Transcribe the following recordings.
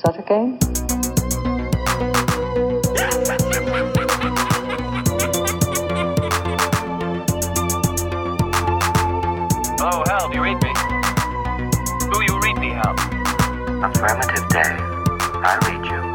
that a game? Hello, Hal, do you read me? Do you read me, Hal? Affirmative, Dave. I read you.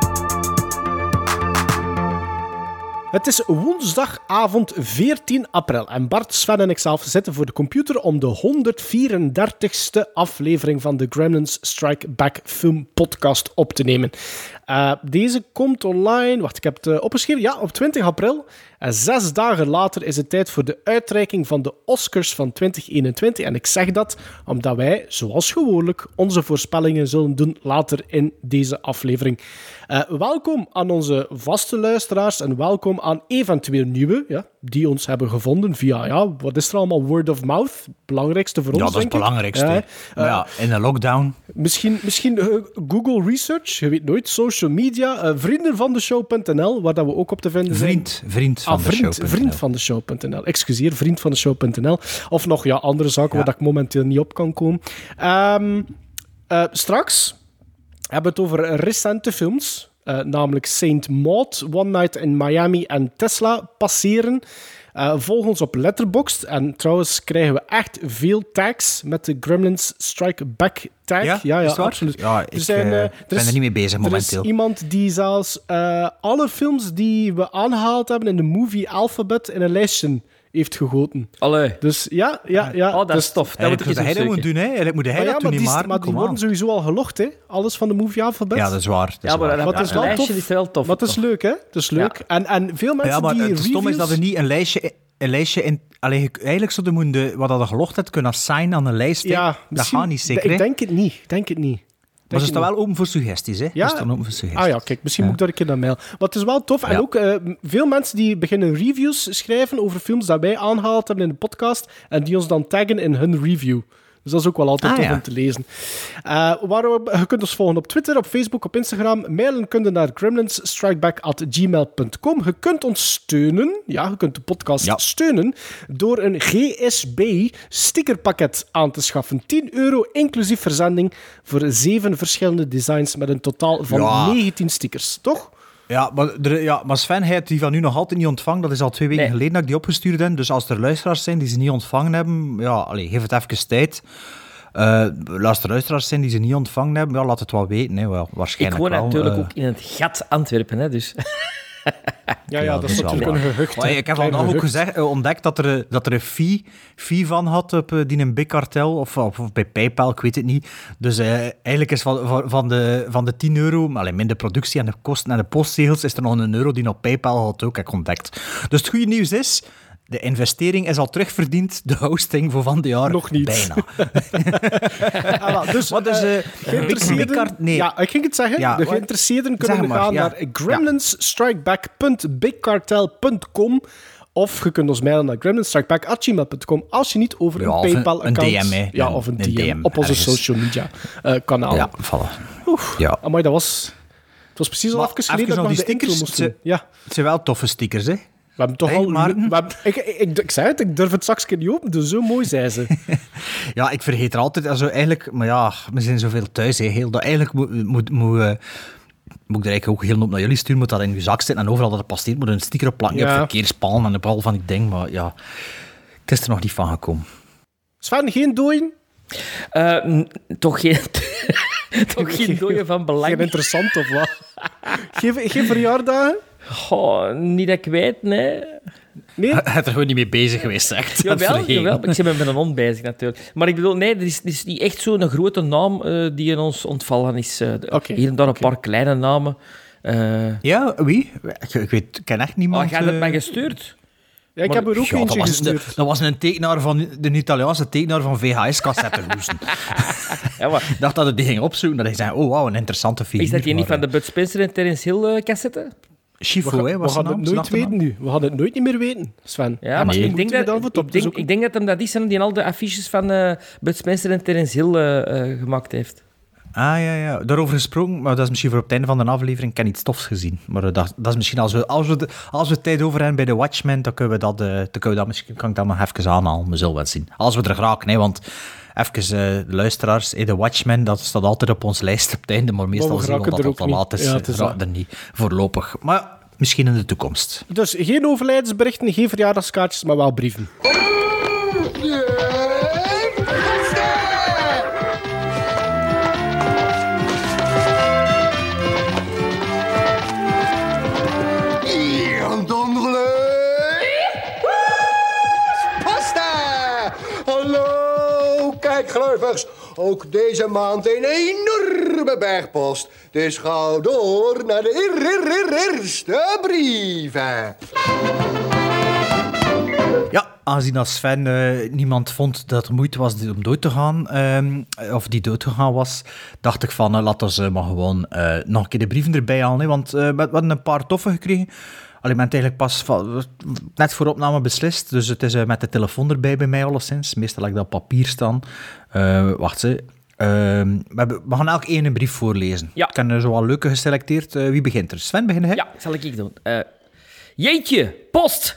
Het is woensdagavond 14 april en Bart, Sven en ikzelf zitten voor de computer om de 134ste aflevering van de Gremlins Strike Back Film Podcast op te nemen. Deze komt online, wacht, ik heb het opgeschreven, ja, op 20 april. En 6 dagen later is het tijd voor de uitreiking van de Oscars van 2021. En ik zeg dat omdat wij, zoals gewoonlijk, onze voorspellingen zullen doen later in deze aflevering. Welkom aan onze vaste luisteraars en welkom aan eventueel nieuwe, ja, die ons hebben gevonden via, ja, wat is er allemaal? Word of mouth, het belangrijkste voor ons, denk ik. Ja, dat is het belangrijkste. In de lockdown. Misschien Google Research, je weet nooit, social media, vriendenvandeshow.nl, waar dat we ook op te vinden zijn. Vriendvandeshow.nl. Excuseer, vriendvandeshow.nl. Of nog andere zaken waar ik momenteel niet op kan komen. Straks hebben we het over recente films. Namelijk Saint Maud, One Night in Miami en Tesla passeren. Volg ons op Letterboxd. En trouwens krijgen we echt veel tags met de Gremlins Strike Back tag. Ja, absoluut. Ja, ik ben er niet mee bezig momenteel. Er is iemand die zelfs alle films die we aangehaald hebben in de movie Alphabet in een lijstje heeft gegoten. Allee. Dus ja. Oh, dat is tof. Dat moet ik hij dat moet doen, hè. Eigenlijk moet hij dat doen, niet maar. Maar die worden sowieso al gelogd, hè. Alles van de movie Alphabet. Ja, dat is waar. Maar dat is wel tof. Is wel tof. Maar het is leuk, hè. Het is leuk. Ja. En veel mensen die het stom is dat we niet een lijstje in... Allee, eigenlijk zouden we moeten wat dat gelogd hebt kunnen assignen aan een lijst. Ja, dat gaat niet zeker, hè. Ik denk het niet. Maar ze staan wel open voor suggesties, hè? Ja? Ah ja, kijk, misschien moet ik daar een keer naar mailen. Maar het is wel tof. En ook veel mensen die beginnen reviews schrijven over films dat wij aangehaald hebben in de podcast en die ons dan taggen in hun review. Dus dat is ook wel altijd tof om te lezen. Je kunt ons volgen op Twitter, op Facebook, op Instagram. Mailen kun je naar gremlinsstrikeback@gmail.com. Je kunt ons steunen. Ja, je kunt de podcast steunen door een GSB-stickerpakket aan te schaffen. €10 inclusief verzending voor 7 verschillende designs met een totaal van 19 stickers. Toch? Ja, maar Sven, hij heeft die van u nog altijd niet ontvangen. Dat is al 2 weken geleden dat ik die opgestuurd heb. Dus als er luisteraars zijn die ze niet ontvangen hebben, geef het even tijd. Als er luisteraars zijn die ze niet ontvangen hebben, laat het wel weten. Hè. Wel, waarschijnlijk ik woon wel. Natuurlijk ook in het gat Antwerpen, hè, dus... Ja, dat is natuurlijk een gehucht. Ik heb al ook ontdekt dat er een fee van had op die een Big Cartel of bij PayPal, ik weet het niet. Dus eigenlijk is van de €10, alleen min de productie en de kosten en de postzegels, is er nog €1 die op PayPal had ook, heb ik ontdekt. Dus het goede nieuws is, de investering is al terugverdiend, de hosting voor van de jaar nog niet. Bijna. Dus wat is geïnteresseerden? Nee. Ja, ik ging het zeggen. De geïnteresseerden kunnen gaan naar gremlinsstrikeback.bigcartel.com of je kunt ons mailen naar gremlinsstrikeback@gmail.com als je niet over een PayPal-account... Een DM, of een DM op onze social media kanaal. Ja, vallen. Amai, dat was... Het was precies al even geleden dat ik nog de intro moest doen. Het zijn wel toffe stickers, hè? We hebben toch ik zei het, ik durf het straks niet open, dus zo mooi zijn ze. Ja, ik vergeet er altijd, eigenlijk, maar ja, we zijn zoveel thuis, hè, eigenlijk moet ik er eigenlijk ook heel op naar jullie sturen, moet dat in je zak zitten en overal dat het passeert, moet een sticker op plakken, op verkeerspalen en op al van die dingen, maar ja, het is er nog niet van gekomen. Sven, geen dooien? Toch geen... Toch geen dooien van belang. Geen interessant of wat? Geen verjaardagen? Niet dat ik weet, nee. Hij is er gewoon niet mee bezig geweest, echt. Jawel, ik ben met een hond bezig natuurlijk. Maar ik bedoel, nee, er is niet echt zo'n grote naam die in ons ontvallen is. Hier en daar een paar kleine namen. Ja, wie? Ik ken echt niemand. Jij hebt het mij gestuurd? Ja, ik heb er ook eentje gestuurd. Dat was een tekenaar van de Italiaanse tekenaar van VHS-cassettenhoezen. Ik dacht dat het die ging opzoeken. Dat hij zei, oh wauw, een interessante figuur. Is dat die niet van de Bud Spencer en Terence Hill cassette? Chifo, hè? We gaan het nooit weten nu. We gaan het nooit niet meer weten, Sven. Ja, maar ik denk dat hem dat is die al de affiches van Bud Spencer en Terence Hill gemaakt heeft. Ah, ja. Daarover gesproken, maar dat is misschien voor op het einde van de aflevering, ik heb iets tofs gezien. Maar dat is misschien, als we tijd over hebben bij de Watchmen, dan kunnen we dat misschien, kan ik dat nog even aanhalen. We zullen wel zien. Als we er geraken, hè, want even de luisteraars, de Watchmen, dat staat altijd op ons lijst op het einde, maar meestal zien we dat het te laat is. Het is er niet voorlopig. Maar misschien in de toekomst. Dus geen overlijdensberichten, geen verjaardagskaartjes, maar wel brieven. Gluivers, ook deze maand een enorme bergpost. Dus ga door naar de eerste brieven. Ja, aangezien als Sven niemand vond dat het moeite was om dood te gaan, of die dood gegaan was, dacht ik van, laten we maar gewoon nog een keer de brieven erbij halen. Want we hadden een paar toffe gekregen. Alleen ben het eigenlijk pas net voor opname beslist, dus het is met de telefoon erbij bij mij alleszins. Meestal heb ik dat op papier staan. Wacht eens. We gaan elk één een brief voorlezen. Ja. Ik heb zo wel leuke geselecteerd. Wie begint er? Sven, begin jij? Ja, zal ik doen. Jeetje, post!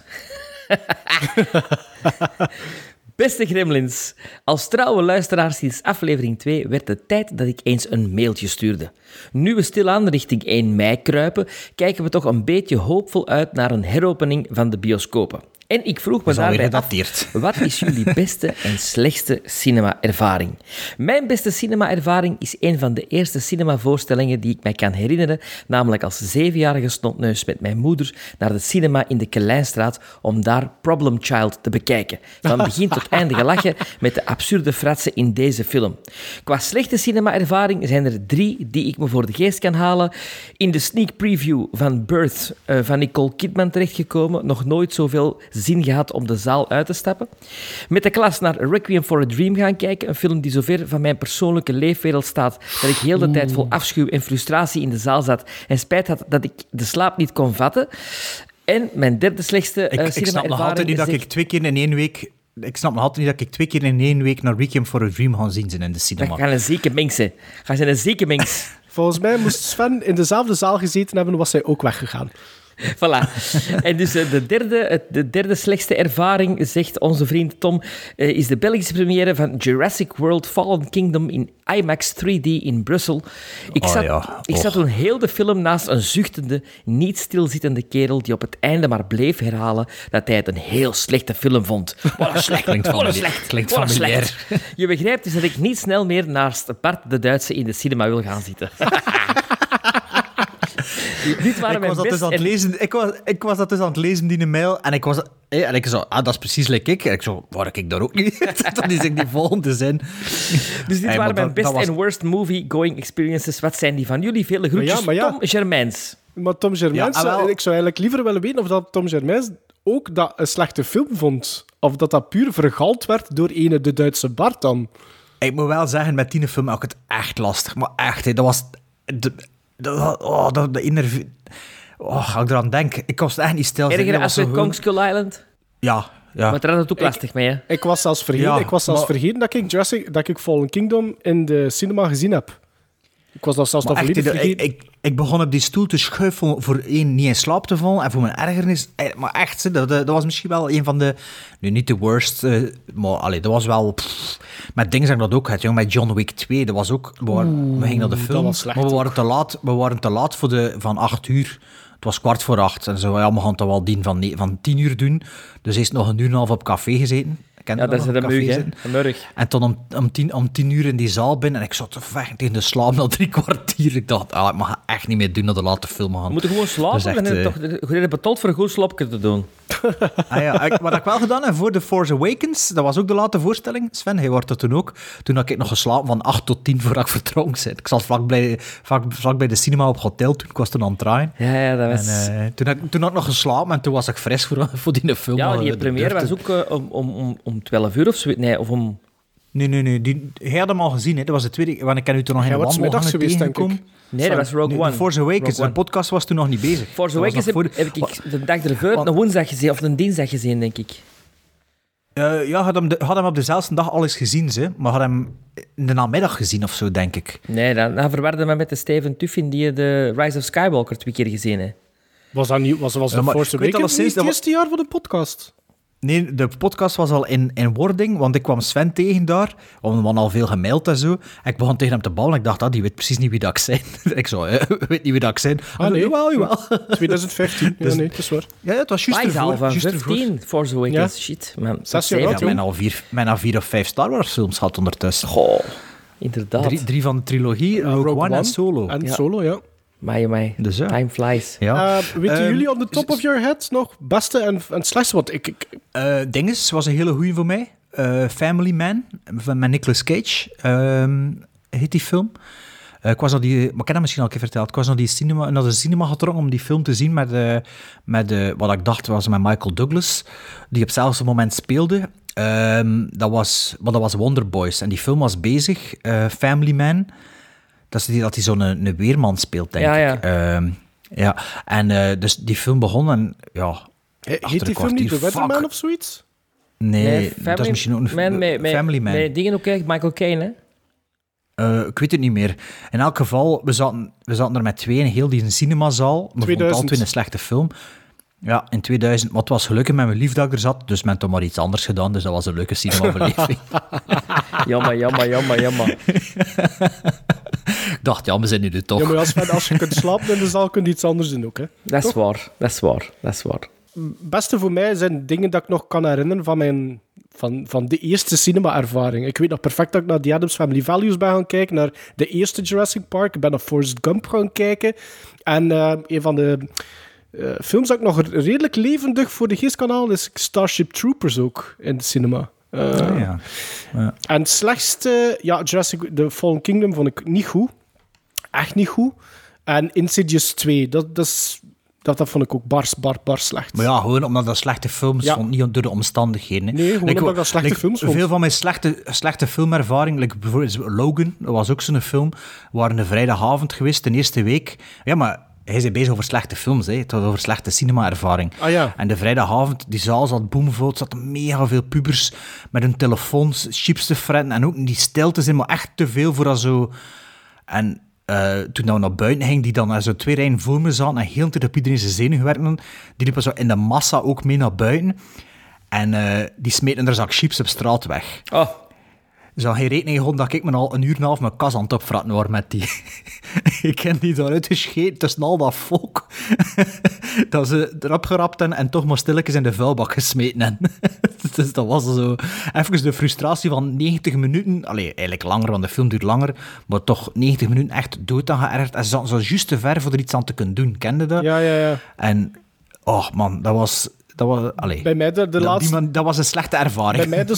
Beste Gremlins, als trouwe luisteraar sinds aflevering 2 werd het tijd dat ik eens een mailtje stuurde. Nu we stilaan richting 1 mei kruipen, kijken we toch een beetje hoopvol uit naar een heropening van de bioscopen. En ik vroeg me daarbij af, wat is jullie beste en slechtste cinema-ervaring? Mijn beste cinema-ervaring is een van de eerste cinema-voorstellingen die ik mij kan herinneren, namelijk als 7-jarige snotneus met mijn moeder naar de cinema in de Kelijnstraat om daar Problem Child te bekijken. Van begin tot einde gelachen met de absurde fratsen in deze film. Qua slechte cinema-ervaring zijn er 3 die ik me voor de geest kan halen. In de sneak preview van Birth van Nicole Kidman terechtgekomen, nog nooit zoveel zin gehad om de zaal uit te stappen. Met de klas naar Requiem for a Dream gaan kijken, een film die zo ver van mijn persoonlijke leefwereld staat dat ik heel de tijd vol afschuw en frustratie in de zaal zat en spijt had dat ik de slaap niet kon vatten. En mijn derde slechtste cinema-ervaring... Ik snap nog altijd niet dat ik 2 keer in 1 week... Ik snap nog altijd niet dat ik 2 keer in 1 week naar Requiem for a Dream gaan zien in de cinema. Dat gaat een zieke mens zijn. Ga zijn een zieke mens. Volgens mij moest Sven in dezelfde zaal gezeten hebben, was hij ook weggegaan. Voilà. En dus de derde slechtste ervaring, zegt onze vriend Tom, is de Belgische première van Jurassic World Fallen Kingdom in IMAX 3D in Brussel. Ik zat toen heel de film naast een zuchtende, niet stilzittende kerel die op het einde maar bleef herhalen dat hij het een heel slechte film vond. Wat een slecht, Klinkt familiair. Je begrijpt dus dat ik niet snel meer naast Bart de Duitse in de cinema wil gaan zitten. Dit waren ik was dat dus aan het lezen, die mail, en ik zo, dat is precies like ik. En ik zo, waar ik daar ook niet? Dat is ik die volgende zin. Dus dit waren mijn best en worst movie-going experiences. Wat zijn die van jullie? Vele groetjes, Tom Germains. Maar Tom Germains, ik zou eigenlijk liever willen weten of dat Tom Germains ook dat een slechte film vond. Of dat puur vergald werd door de Duitse Bart dan. Ik moet wel zeggen, met die film had ik het echt lastig. Maar echt, dat was... ga ik eraan denken. Ik kon het echt niet stil. Erger als met Kong Skull Island? Ja. Maar daar had het ook lastig mee, hè? Ik was zelfs vergeten dat ik Fallen Kingdom in de cinema gezien heb. Ik was dat zelfs nog volledig vergeten. Ik begon op die stoel te schuiven voor één niet in slaap te vallen en voor mijn ergernis. Maar echt, dat was misschien wel een van de... Nu, niet de worst, maar dat was wel... Met dingen zeg ik dat ook had, met John Wick 2, dat was ook... We gingen naar de film, slecht, maar we waren te laat van 8 uur. Het was 7:15 en zo, we gaan het wel van 10 uur doen. Dus is nog 1,5 uur op café gezeten. Dat is een murg. En toen om 10 uur in die zaal binnen en ik zat te vechten tegen de slaap na 3 kwartier. Ik dacht, ik mag echt niet meer doen naar de late film gaan. We moeten gewoon slapen. Je hebt betaald voor een goed slaapje te doen. Wat ik wel gedaan heb voor The Force Awakens, dat was ook de late voorstelling. Sven, hij wordt dat toen ook. Toen had ik nog geslapen van 8 tot 10 voordat ik vertrokken zit. Ik zat vlak bij de cinema op hotel toen. Ik was toen aan het draaien. Ja, dat was... En, toen had ik nog geslapen en toen was ik fris voor die film. Ja, die première was ook om 12 uur of zo. Nee, of om... Nee. Hij had hem al gezien, hè. Dat was de tweede... Want ik ken u toen nog in de wandelgangen tegengekomen. Nee, dat was Rogue One. Force Awakens, de podcast was toen nog niet bezig. Force Awakens heb ik de dag ervoor, een woensdag gezien, of een dinsdag gezien, denk ik. Had hem op dezelfde dag al eens gezien, maar had hem in de namiddag gezien of zo, denk ik. Nee, dan verwarde me met de Steven Tuffin die de Rise of Skywalker 2 keer gezien heeft. Was de Force Awakens niet het eerste jaar van de podcast? Nee, de podcast was al in wording, want ik kwam Sven tegen daar, want we hadden al veel gemaild en zo. En ik begon tegen hem te babbelen. Ik dacht, die weet precies niet wie dat ik zijn. Ik zo, weet niet wie dat ik zijn. Nee. Jawel. 2015, ja, nee, dat is waar. Ja, het was juist Hij is al ervoor. van juist ervoor. 15, Force Awakens. Ja. Shit, man. 6 jaar Ja, oud, jong. mijn al 4 of 5 Star Wars films had ondertussen. Goh, inderdaad. 3 van de trilogie, Rogue One en Solo. En Ja. Solo, ja. Mij. Dus ja. Time flies. Ja. Weten jullie on the top of your head nog beste en slechtste? Want ik Dinges was een hele goeie voor mij. Family Man, met Nicolas Cage, heet die film. Ik was maar ik heb dat misschien al een keer verteld. Ik was naar de cinema getrokken om die film te zien met wat ik dacht was met Michael Douglas, die op hetzelfde moment speelde. Dat was Wonder Boys. En die film was bezig, Family Man. Dat hij zo'n weerman speelt, denk ik. Ja. En dus die film begon en ja... heet die film niet The Weatherman of zoiets? Nee, dat is misschien ook een Family Man. Nee, dingen ook, Michael Caine, hè? Ik weet het niet meer. In elk geval, we zaten er met 2 in heel die cinemazaal. Maar we vonden het altijd een slechte film. Ja, in 2000. Maar het was gelukkig met mijn lief dat ik er zat, dus men had toch maar iets anders gedaan. Dus dat was een leuke cinemabeleving. Jammer. Ik dacht, ja, we zijn nu de toch. Ja, maar als je kunt slapen in de zaal, kun je iets anders doen ook. Hè. Dat is waar. Beste voor mij zijn dingen dat ik nog kan herinneren van de eerste cinema-ervaring. Ik weet nog perfect dat ik naar The Addams Family Values ben gaan kijken, naar de eerste Jurassic Park. Ik ben naar Forrest Gump gaan kijken. En een van de films dat ik nog redelijk levendig voor de geest kan halen is Starship Troopers ook in de cinema. Ja. En het slechtste, The Fallen Kingdom vond ik niet goed. Echt niet goed. En Insidious 2, dat vond ik ook bar slecht. Maar ja, gewoon omdat dat slechte films vond, niet door de omstandigheden. Hè. Nee, gewoon omdat ik dat slechte films vond. Veel van mijn slechte filmervaring, bijvoorbeeld Logan, dat was ook zo'n film, we waren een vrijdagavond geweest, de eerste week. Ja, maar hij is bezig over slechte films, hè. Het was over slechte cinema-ervaring. Ah, ja. En de vrijdagavond, die zaal zat boomvol, er zaten mega veel pubers met hun telefoons, chips te fretten en ook die stilte zijn, maar echt te veel voor dat zo... En toen we naar buiten gingen, die dan zo 2 rijen voor me zaten en heel de tijd op iedereen zijn zenuwen werkten, die liepen zo in de massa ook mee naar buiten. En die smeten er een zak chips op straat weg. Oh. Dus dan geen rekening gehouden dat ik me al 1,5 uur mijn kas aan het opfratten was met die. Ik heb die daaruit gescheten tussen al dat volk. Dat ze erop gerapt en toch maar stilletjes in de vuilbak gesmeten hebben. Dus dat was zo even de frustratie van 90 minuten. Allee, eigenlijk langer, want de film duurt langer. Maar toch 90 minuten echt dood aan geërgerd. En ze zaten zo juist te ver voor er iets aan te kunnen doen. Kende dat? Ja. En, oh man, dat was allee, bij mij de laatste... dat was een slechte ervaring. Bij mij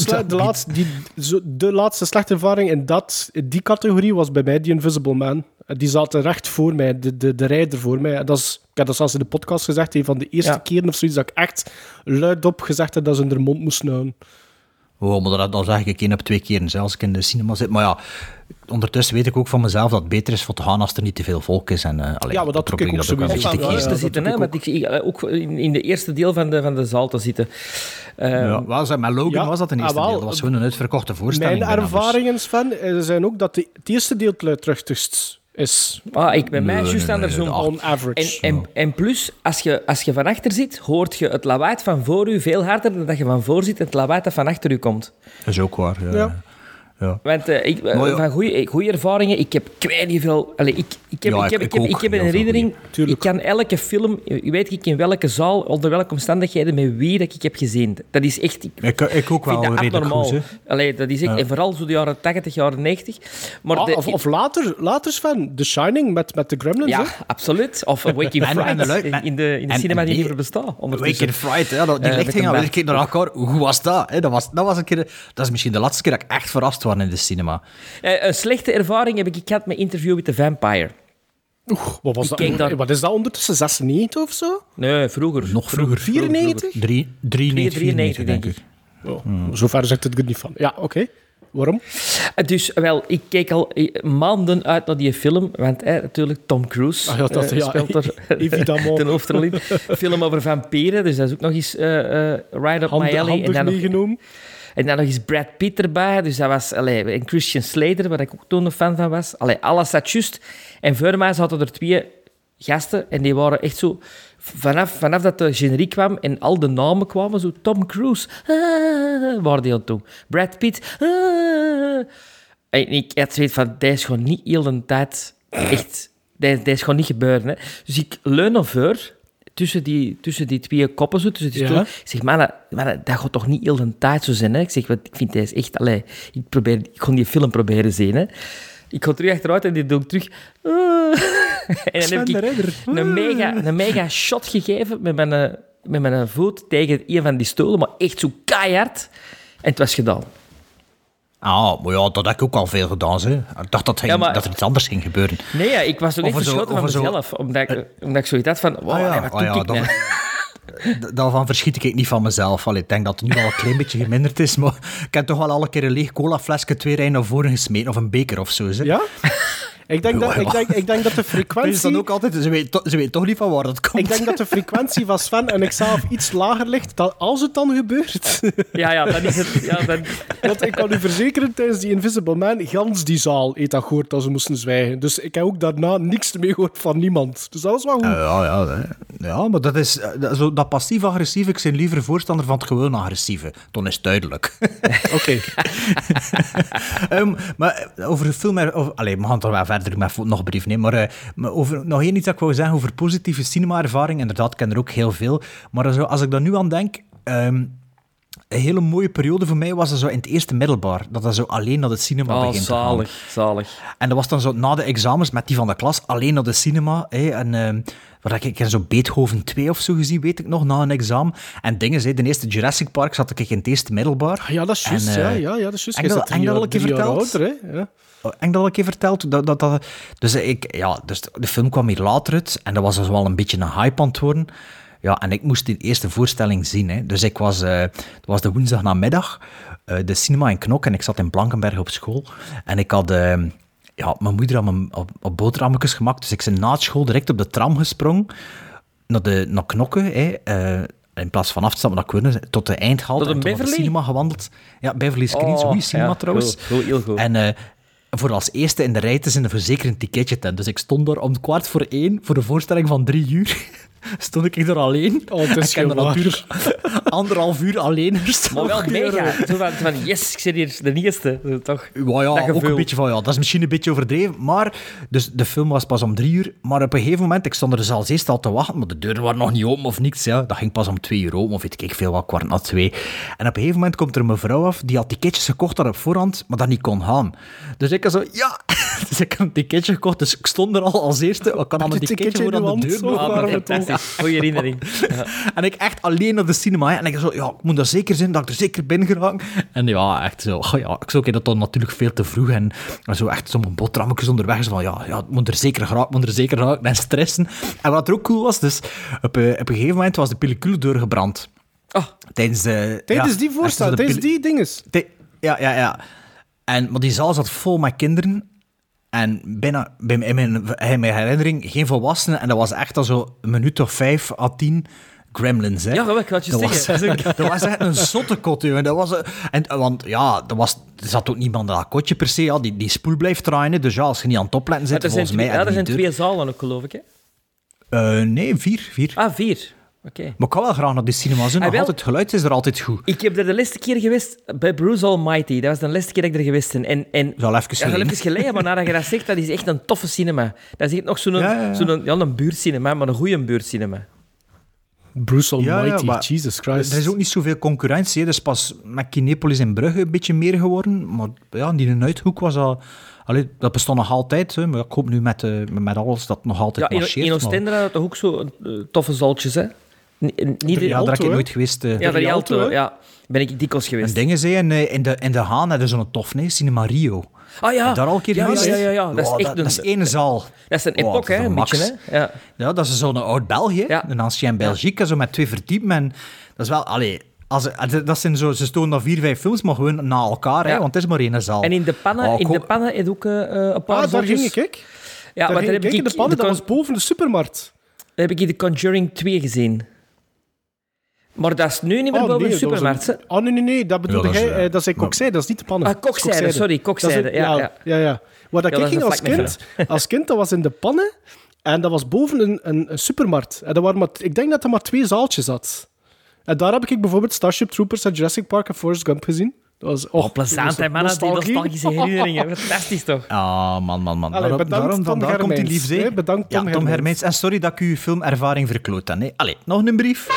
de laatste slechte ervaring in die categorie was bij mij The Invisible Man. Die zat recht voor mij, de rijder voor mij. Ik heb dat zelfs in de podcast gezegd, een van de eerste keren of zoiets dat ik echt luidop gezegd heb dat ze in hun mond moesten houden. Oh, maar dat zeg ik 1 op 2 keer zelfs als ik in de cinema zit. Maar ja, ondertussen weet ik ook van mezelf dat het beter is voor te gaan als er niet te veel volk is. En, ja, maar dat doe ik ook sowieso. Echt in de eerste zitten, hè? Ook in de eerste deel van de zaal te zitten. Met Logan was dat een eerste deel. Dat was gewoon een uitverkochte voorstelling. Mijn ervaringen, Sven, zijn ook dat het eerste deel het luidruchtigst is. Bij mij is juist andersom. On average. En plus, als je van achter zit, hoort je het lawaai van voor u veel harder dan dat je van voor zit en het lawaai dat van achter u komt. Dat is ook waar, ja. Want van goede ervaringen, ik heb niet veel... Ik heb een herinnering, ik kan elke film... Je weet ik in welke zaal, onder welke omstandigheden, met wie dat ik heb gezien. Dat is echt... Ik ook wel redelijk goed, hè. Dat is echt... En vooral zo de jaren 80, jaren 90. Maar of later, Sven, The Shining met de Gremlins, ja, hè? absoluut. Of Waking Fright in de cinema die niet meer bestaat. Waking Fright, die lichting, we keken naar elkaar. Hoe was dat? Hè? Dat was een keer... Dat is misschien de laatste keer dat ik echt verrast was in de cinema. Een slechte ervaring heb ik gehad met Interview with the Vampire. Wat was dat? Wat is dat ondertussen? 96 of zo? Nee, vroeger. Nog vroeger. 94? 93, denk ik. Zover zegt het er niet van. Ja, oké. Waarom? Dus, ik keek al maanden uit naar die film, want natuurlijk Tom Cruise speelt er ten hoofdrol in. Film over vampieren, dus dat is ook nog eens right up my alley. Handig meegenomen. En dan nog eens Brad Pitt erbij, dus dat was en Christian Slater, waar ik ook toen een fan van was. Alles zat juist. En voor mij zaten er 2 gasten en die waren echt zo... Vanaf dat de generiek kwam en al de namen kwamen, zo Tom Cruise, waren die aan het doen. Brad Pitt, En ik had zoiets van, dat is gewoon niet heel de tijd echt... Dat is gewoon niet gebeuren. Hè. Dus ik leun over tussen die twee koppen, zo, tussen die stoelen. Ik zeg, mannen, dat gaat toch niet heel de tijd zo zijn, hè? Ik zeg, want ik vind deze echt... ik kon die film proberen zien, hè. Ik ga terug achteruit en die doe ik terug... En dan heb ik een mega shot gegeven met mijn voet tegen een van die stoelen, maar echt zo keihard. En het was gedaan. Ah, maar ja, dat heb ik ook al veel gedaan. Hè. Ik dacht dat er iets anders ging gebeuren. Nee, ja, ik was toch echt verschoten van mezelf. Omdat ik zoiets had van... Wow, wat doe ik nou? Daarvan verschiet ik niet van mezelf. Allee, ik denk dat het nu al een klein beetje geminderd is, maar ik heb toch wel al een keer een leeg colaflesje 2 rijen naar voren gesmeten, of een beker of zo. Hè. Ja? Ik denk dat de frequentie... Is dan ook altijd, ze weet toch niet van waar dat komt. Ik denk dat de frequentie van Sven en ikzelf iets lager ligt, dan, als het dan gebeurt. Ja, dan is het... Ja, dan... Want ik kan u verzekeren, tijdens die Invisible Man, gans die zaal heeft dat gehoord dat ze moesten zwijgen. Dus ik heb ook daarna niks meer gehoord van niemand. Dus dat was wel goed. Ja, maar dat is... Dat passief-agressief, ik ben liever voorstander van het gewoon agressieve. Dan is het duidelijk. Oké. Maar over de film... we gaan toch wel verder met nog brief nemen. Maar over nog één iets dat ik wou zeggen over positieve cinema-ervaring. Inderdaad, ik ken er ook heel veel. Maar als ik daar nu aan denk... een hele mooie periode voor mij was er zo in het eerste middelbaar. Dat zo alleen naar de cinema begint te gaan. Zalig. En dat was dan zo na de examens met die van de klas alleen naar de cinema. Waar ik zo Beethoven 2 of zo gezien, weet ik nog, na een examen. En dingen, de eerste Jurassic Park zat ik in het eerste middelbaar. Ja, dat is juist. Ja, dat is juist. Heb ik dat al een keer verteld? Ouder, hè? Ja. Heb ik dat al een keer verteld? Dus de film kwam hier later uit. En dat was dus wel een beetje een hype aan het worden. Ja, en ik moest die eerste voorstelling zien. Hè. Dus het was de woensdagnamiddag, de cinema in Knok, en ik zat in Blankenberg op school. En ik had... mijn moeder had me op boterhammetjes gemaakt, dus ik ben na school direct op de tram gesprongen naar Knokke, in plaats van af te stappen naar Quirnen, tot de eindhalte. Tot een en Beverly? De cinema gewandeld. Ja, Beverly Screens, goede cinema trouwens. Cool, heel goed. En voor als eerste in de rij te zijn voor zeker een ticketje tent. Dus ik stond daar om 1:15 voor de voorstelling van 3 uur. Stond ik er alleen. Het is en natuurlijk 1,5 uur alleen Maar wel mega. Zo van, yes, ik zit hier de eerste. Toch? Ja, ook een beetje van, dat is misschien een beetje overdreven. Maar, dus de film was pas om 3 uur. Maar op een gegeven moment, ik stond er dus als eerste al te wachten, maar de deuren waren nog niet open of niks. Ja. Dat ging pas om 2 uur open, of weet ik veel wat, 1:15. En op een gegeven moment komt er een mevrouw af, die had ticketjes gekocht had op voorhand, maar dat niet kon gaan. Dus ik zo, ja... Dus ik heb een ticketje gekocht, dus ik stond er al als eerste. Ik kan aan een ticketje voor aan de deur. Fantastisch, goeie herinnering. Ja. En ik echt alleen naar de cinema. Hè. En ik zo, ik moet er zeker zijn dat ik er zeker binnen geraak. En ja, echt zo. Ik zou dat dan natuurlijk veel te vroeg. En zo echt zo'n boterhammetjes onderweg. Zo van, het moet er zeker geraken. En stressen. En wat er ook cool was, dus op een gegeven moment was de pellicule doorgebrand. Oh. Tijdens die voorstelling, tijdens die dinges. Ja. Maar die zaal zat vol met kinderen. En bijna, in mijn herinnering, geen volwassenen. En dat was echt al zo een minuut of 5 à 10 Gremlins. Hè. Ja, ik had je zeggen. Dat was echt een zottekot. Er zat ook niemand aan dat kotje per se. Ja, die spoel blijft draaien. Dus ja, als je niet aan het opletten zit, volgens mij... er zijn 2 zalen ook, geloof ik, hè? Nee, 4. Ah, 4. Okay. Maar ik kan wel graag naar de cinema zijn. Het geluid is er altijd goed. Ik heb er de laatste keer geweest bij Bruce Almighty. Dat was de laatste keer dat ik er geweest ben. Dat is al even geleden, maar nadat je dat zegt, dat is echt een toffe cinema. Dat is echt nog een buurtcinema, maar een goede buurtcinema. Bruce Almighty, Jesus Christ. Er is ook niet zoveel concurrentie. Dat is pas met Kinepolis in Brugge een beetje meer geworden. Maar ja, die een uithoek was al... dat bestond nog altijd, hè, maar ik hoop nu met alles dat nog altijd marcheert. In Oostende had toch ook zo toffe zaltjes, hè? Daar heb ik nooit geweest. De Rialto, ben ik dikwijls geweest. En dingen zijn in de Haan hadden zo'n tof, Cinema Rio. Ah ja. Daar al een keer geweest? Ja. Dat is één zaal. Dat is een epoch, hè? Een beetje, hè? Ja, dat is zo'n oud België, een ancien Belgique, zo met 2 verdiepen. En dat is wel... dat zijn zo, ze stonden daar 4-5 films, maar gewoon na elkaar, hè, want het is maar één zaal. En in de pannen is ook een paar daar ging ik. Ja, daar ging ik in de pannen, dat was boven de supermarkt. Daar heb ik in The Conjuring 2 gezien. Maar dat is nu niet meer boven de supermarkt, hè? Nee, dat bedoelde jij. Dat is Kokzijde, dat is niet de pannen. Kokzijde, sorry, Kokzijde. Ja. Waar ik ging als kind, dat was in de pannen. En dat was boven een supermarkt. En dat waren ik denk dat er maar 2 zaaltjes had. En daar heb ik bijvoorbeeld Starship Troopers en Jurassic Park en Forrest Gump gezien. Dat was plezant, hè, mannen. Die nostalgische herinneringen. Fantastisch, toch? Ah, man. Allee, bedankt, Tom daar komt die Hermijns. liefde. Hè, bedankt, Tom Tom Hermijns. Hermijns. En sorry dat ik uw filmervaring verkloot heb. Allee, nog een brief.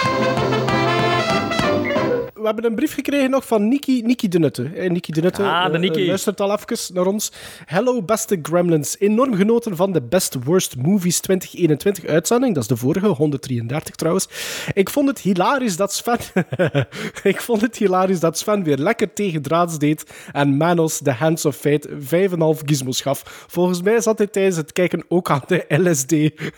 We hebben een brief gekregen nog van Niki de Nutte. Niki de Nutte de Niki. luistert al even naar ons. Hello, beste Gremlins. Enorm genoten van de Best Worst Movies 2021 uitzending. Dat is de vorige, 133 trouwens. Ik vond het hilarisch dat Sven weer lekker tegendraads deed en Manos The Hands of Fate 5,5 gizmos gaf. Volgens mij zat hij tijdens het kijken ook aan de LSD.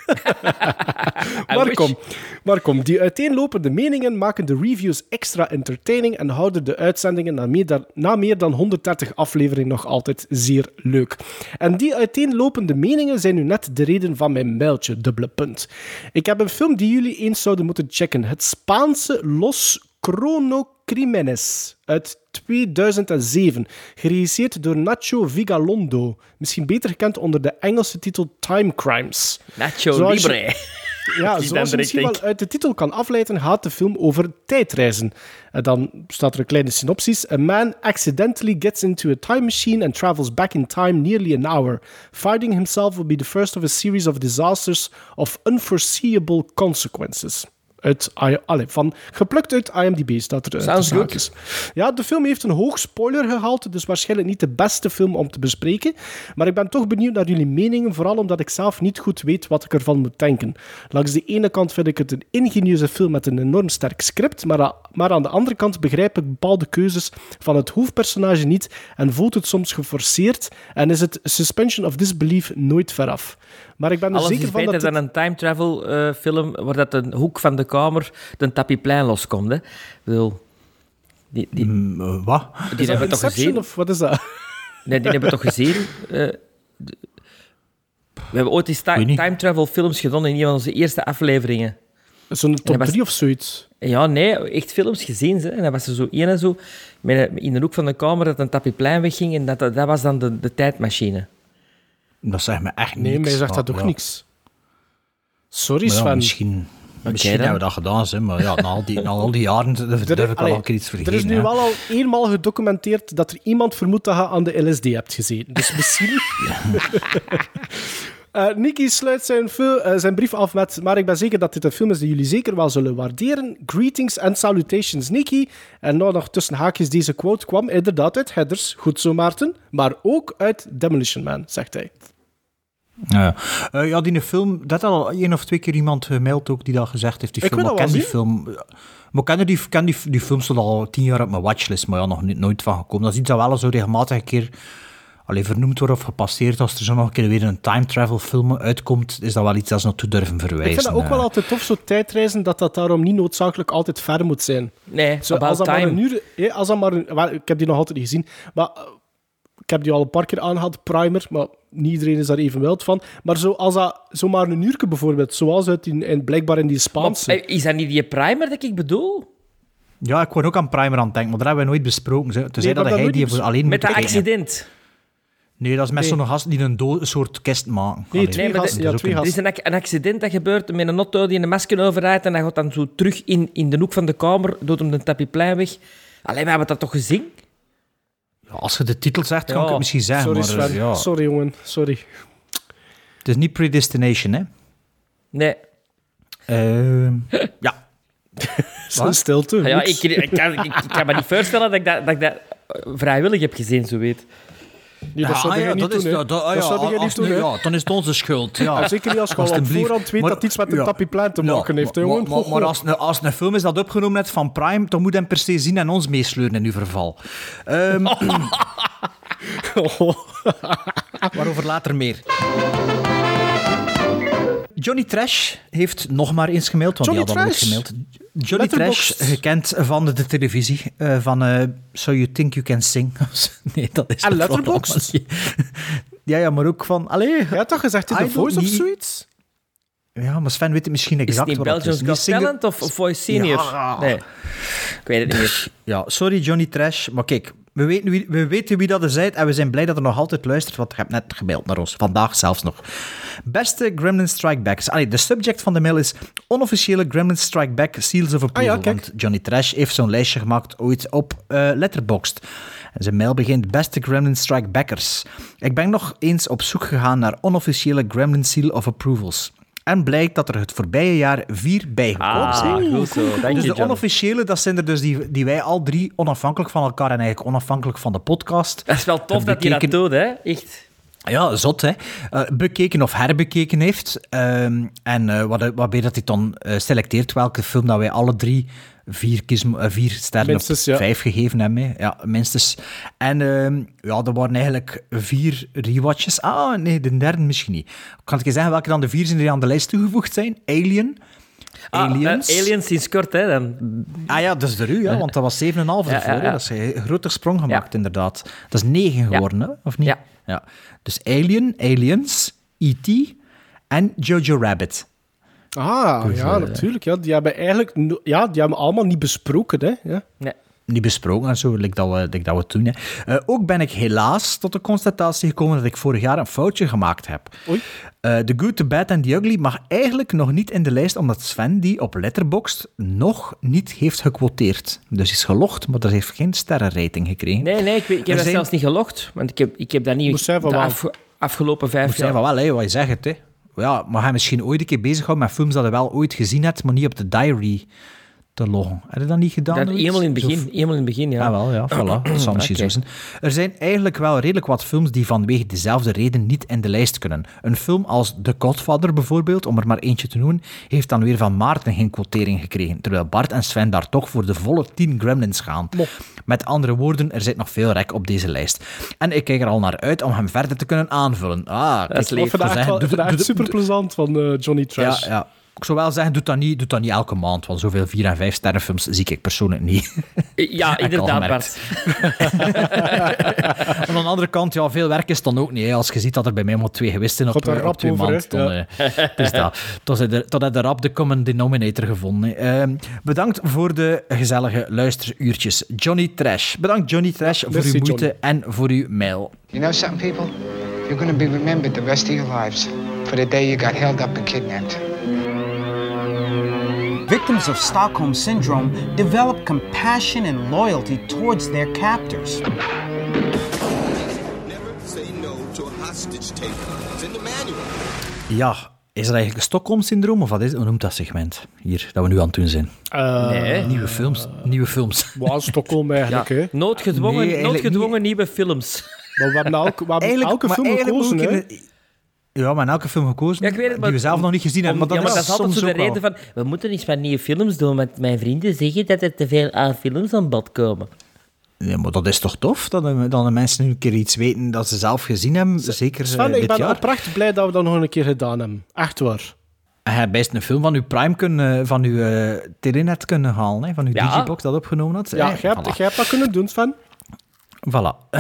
Maar kom, die uiteenlopende meningen maken de reviews extra entertaining en houden de uitzendingen na meer dan 130 afleveringen nog altijd zeer leuk. En die uiteenlopende meningen zijn nu net de reden van mijn mailtje, dubbele punt. Ik heb een film die jullie eens zouden moeten checken. Het Spaanse Los Cronocrímenes uit 2007, geregisseerd door Nacho Vigalondo, misschien beter gekend onder de Engelse titel Time Crimes. Nacho Libre. Ja, zoals je misschien wel uit de titel kan afleiden, gaat de film over tijdreizen. En dan staat er een kleine synopsis. A man accidentally gets into a time machine and travels back in time nearly an hour. Finding himself will be the first of a series of disasters of unforeseeable consequences. Geplukt uit IMDb staat er. Sounds good. Ja, de film heeft een hoog spoilergehalte, dus waarschijnlijk niet de beste film om te bespreken. Maar ik ben toch benieuwd naar jullie meningen, vooral omdat ik zelf niet goed weet wat ik ervan moet denken. Langs de ene kant vind ik het een ingenieuze film met een enorm sterk script, maar aan de andere kant begrijp ik bepaalde keuzes van het hoofdpersonage niet en voelt het soms geforceerd en is het suspension of disbelief nooit veraf. Maar ik ben er Alles zeker is van beter dat dan een time travel film waar dat een hoek van de kamer de tapijplein loskomt. Hè. Ik bedoel, Wat? die hebben we toch Inception gezien? of wat is dat? Nee, die hebben we toch gezien? We hebben ooit eens time travel films gedaan in een van onze eerste afleveringen. Zo'n top 3 of zoiets. Ja, nee, echt films gezien. Hè. En dan was er zo één en zo, in de hoek van de kamer dat een tapijplein wegging en dat was dan de tijdmachine. Dat zegt me echt niks. Nee, maar je zegt dat toch niks? Sorry, Maar ja, Sven. misschien dan. hebben we dat gedaan, hè, maar ja, na al die jaren durf ik al een keer iets vergeten. Er is nu hè. wel al eenmaal gedocumenteerd dat er iemand vermoedt dat je aan de LSD hebt gezeten. Dus misschien... Nicky sluit zijn brief af met... Maar ik ben zeker dat dit een film is die jullie zeker wel zullen waarderen. Greetings and salutations, Nicky. En nou nog tussen haakjes, deze quote kwam inderdaad uit Heathers. Goed zo, Maarten. Maar ook uit Demolition Man, zegt hij. Ja, die film... Dat had al 1 of 2 keer iemand gemaild ook die dat gezegd heeft. Die Ik film, wil maar dat ken wel die film... Maar ik ken die film stond al 10 jaar op mijn watchlist, maar ja, nog nooit van gekomen. Dat is iets dat wel zo regelmatig een keer vernoemd wordt of gepasseerd. Als er zo nog een keer weer een time travel film uitkomt, is dat wel iets dat ze naartoe durven verwijzen. Ik vind dat ook wel altijd tof, zo tijdreizen, dat daarom niet noodzakelijk altijd ver moet zijn. Nee, Zo, als dat maar een uur... ik heb die nog altijd niet gezien, maar ik heb die al een paar keer aangehaald, Primer, maar niet iedereen is daar even wild van. Maar als dat zomaar een uurtje bijvoorbeeld, zoals blijkbaar in die Spaanse... Maar, is dat niet die Primer dat ik bedoel? Ja, ik word ook aan Primer aan het denken, maar dat hebben we nooit besproken. Toen zei dat dat hij nooit die besproken. alleen Met moet dat kijken. accident. Nee, dat is met zo'n gast die een soort kist maken. Nee, twee maar gasten. dat is Ja, twee ook Er is gasten. een accident dat gebeurt met een auto die een masker overrijdt en dat gaat dan zo terug in de hoek van de kamer, doet hem de tapijplein weg. Allee, we hebben dat toch gezien? Ja, als je de titel zegt, kan ik het misschien zeggen. Sorry, maar, Sven. ja. Sorry, jongen. Sorry. Het is niet Predestination, hè? Nee. Ja. Zo'n stilte. Ja, niks. ik kan me niet voorstellen dat ik dat vrijwillig heb gezien, zo weet. Nee, dat zou jij niet doen, hè. Dat zou jij niet doen, hè. Ja, dan is het onze schuld. Ja. Zeker niet als je al op Alsjeblieft. voorhand weet Maar- dat iets met een ja. tapijplein te maken heeft, hè, jongen. Maar als een film is dat opgenomen net van Prime, dan moet hem per se zien en ons meesleuren in uw verval. Waarover later meer. Johnny Trash heeft nog maar eens gemaild, want Johnny die had al ooit Trash? gemaild. Johnny Trash, Letterboxd. gekend van de televisie, van So You Think You Can Sing. Nee, dat is En toch Letterboxd? wel allemaal- Ja, maar ook van... Allee, Jij had toch gezegd in I The don't Voice of need- zoiets? ja, maar Sven weet het misschien Is het exact niet wat dat Belgians is. Got Die singer- Talent of Voice Senior? Ja. Nee, ik weet het niet meer. Ja, sorry Johnny Trash, maar kijk, We weten wie dat is en we zijn blij dat er nog altijd luistert, want je hebt net gemaild naar ons. Vandaag zelfs nog. Beste Gremlin Strike Back. De subject van de mail is onofficiële Gremlin Strike Back Seals of Approval. Want Johnny Trash heeft zo'n lijstje gemaakt ooit op Letterboxd. En zijn mail begint: beste Gremlin Strike Backers. Ik ben nog eens op zoek gegaan naar onofficiële Gremlin Seal of Approvals. En blijkt dat er het voorbije jaar 4 bijgekomen zijn. Goed zo. Dank Dus je, de John. onofficiële, dat zijn er dus die wij al 3 onafhankelijk van elkaar en eigenlijk onafhankelijk van de podcast. Dat is wel tof dat hij dat doet, hè? Echt. Ja, zot, hè. Bekeken of herbekeken heeft. Waarbij dat hij dan selecteert welke film dat wij alle 3 4 sterren Minstens, of ja. 5 gegeven hebben. Hè. Ja, minstens. En er waren eigenlijk 4 rewatches. Ah, nee, de derde misschien niet. Kan ik je zeggen welke dan de 4 zijn die aan de lijst toegevoegd zijn? Alien. Aliens. Aliens sinds kort, hè? Dan... Ah ja, dat is de u, hè, want dat was 7,5 ervoor. ja. Dat is een grote sprong gemaakt, inderdaad. Dat is 9 geworden, hè? Of niet? Ja. Dus Aliens, E.T. en Jojo Rabbit. Ah, ja, natuurlijk. Ja. Die hebben eigenlijk... die hebben allemaal niet besproken, hè. Ja. Nee. Niet besproken en zo, like dat we doen. Hè. Ook ben ik helaas tot de constatatie gekomen dat ik vorig jaar een foutje gemaakt heb. Oei. The Good, The Bad and The Ugly mag eigenlijk nog niet in de lijst, omdat Sven die op Letterboxd nog niet heeft gequoteerd. Dus is gelogd, maar dat heeft geen sterrenrating gekregen. Nee, ik heb dat zelfs niet gelogd. Want ik heb dat niet... Moest zijn van wel. Afgelopen 5 Moet zijn jaar... van wel, hè, wat je zegt. Hè. Ja, maar hij misschien ooit een keer bezighouden met films dat je wel ooit gezien hebt, maar niet op de diary te loggen. Heb je dat niet gedaan? Dat eenmaal in het begin, ja. Ah, wel, ja, voilà. Dat zal misschien zo zijn. Er zijn eigenlijk wel redelijk wat films die vanwege dezelfde reden niet in de lijst kunnen. Een film als The Godfather bijvoorbeeld, om er maar eentje te noemen, heeft dan weer van Maarten geen quotering gekregen, terwijl Bart en Sven daar toch voor de volle 10 Gremlins gaan. Met andere woorden, er zit nog veel rek op deze lijst. En ik kijk er al naar uit om hem verder te kunnen aanvullen. Dat is lief. Vandaag super plezant van Johnny Trash. Ja. Ik zou wel zeggen, doe dat niet elke maand, want zoveel 4 en 5 sterrenfilms zie ik persoonlijk niet. Ja, inderdaad, Bart. Aan de andere kant, ja, veel werk is dan ook niet. Hè. Als je ziet dat er bij mij maar 2 geweest zijn op 2 maanden, dan is dat. Tot heb je rap de common denominator gevonden. Hè. Bedankt voor de gezellige luisteruurtjes. Johnny Trash. Bedankt, Johnny Trash, voor uw moeite en voor uw mail. You know something, people? You're going to be remembered the rest of your lives for the day you got held up and kidnapped. Victims of Stockholm Syndrome develop compassion and loyalty towards their captors. Never say no to a hostage taker. It's in the manual. Ja, is er eigenlijk een Stockholm-syndroom, of wat is het? Hoe noemt dat segment hier, dat we nu aan het doen zijn? Nee. Nieuwe films. Wow, Stockholm eigenlijk, hè. Noodgedwongen nieuwe films. Maar we hebben elke film gekozen, hè. Ja, maar in elke film gekozen Ja, ik weet het, die we zelf nog niet gezien hebben. Maar dat is altijd zo de reden van... We moeten eens wat nieuwe films doen, want mijn vrienden zeggen dat er te veel aan films aan bod komen. Ja, maar dat is toch tof, dat de mensen nu een keer iets weten dat ze zelf gezien hebben, zeker Sven, dit ik ben jaar. oprecht blij dat we dat nog een keer gedaan hebben. Echt waar. En je hebt best een film van uw Prime van uw Telenet kunnen halen, hè, van uw Digibox dat opgenomen had. Ja, jij hebt dat kunnen doen, Sven. Voilà.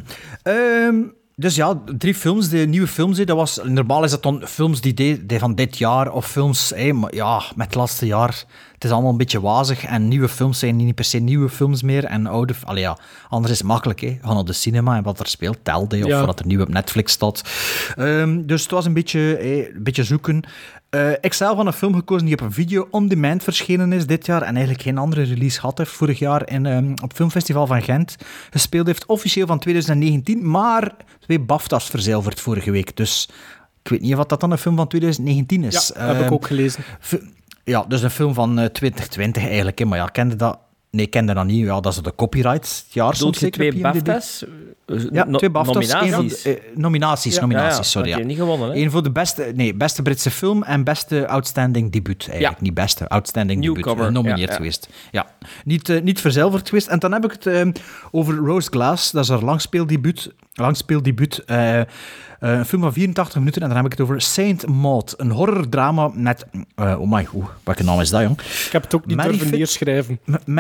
Dus ja, 3 films, de nieuwe films. Dat was, normaal is dat dan films die van dit jaar of films... maar ja, met het laatste jaar... Het is allemaal een beetje wazig. En nieuwe films zijn niet per se nieuwe films meer. En oude... anders is het makkelijk. Hè. Gaan naar de cinema en wat er speelt, telde. Of wat er nieuw op Netflix staat. Dus het was een beetje zoeken. Ik zelf had een film gekozen die op een video on demand verschenen is dit jaar en eigenlijk geen andere release had. Heeft vorig jaar op het Filmfestival van Gent gespeeld heeft. Officieel van 2019, maar 2 BAFTA's verzilverd vorige week. Dus ik weet niet of dat dan een film van 2019 is. Ja, heb ik ook gelezen. Ja, dus een film van 2020 eigenlijk. Hè. Maar ja, kende dat... Nee, ik kende dat niet. Ja, dat is de copyright-jaar. Doet je 2 BAFTA's? Ja, 2 BAFTA's. Nominaties. Nominaties, sorry. Je hebt niet gewonnen, hè? Eén voor de beste Britse film en beste outstanding debuut. Eigenlijk niet beste, outstanding debuut. Genomineerd geweest. Ja, niet verzilverd geweest. En dan heb ik het over Rose Glass. Dat is haar langspeeldebuut. Een film van 84 minuten. En dan heb ik het over Saint Maud. Een horrordrama met... welke naam is dat, jong? Ik heb het ook niet durven neerschrijven.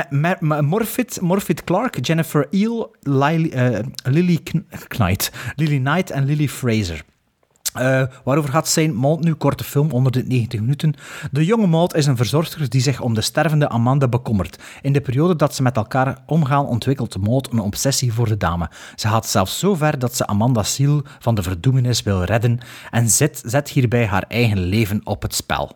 Morfydd Clark, Jennifer Eel, Lily Knight en Lily Fraser. Waarover gaat Saint Maud nu? Korte film, 190 minuten. De jonge Maud is een verzorgster die zich om de stervende Amanda bekommert. In de periode dat ze met elkaar omgaan ontwikkelt Maud een obsessie voor de dame. Ze gaat zelfs zo ver dat ze Amanda's ziel van de verdoemenis wil redden en zet hierbij haar eigen leven op het spel.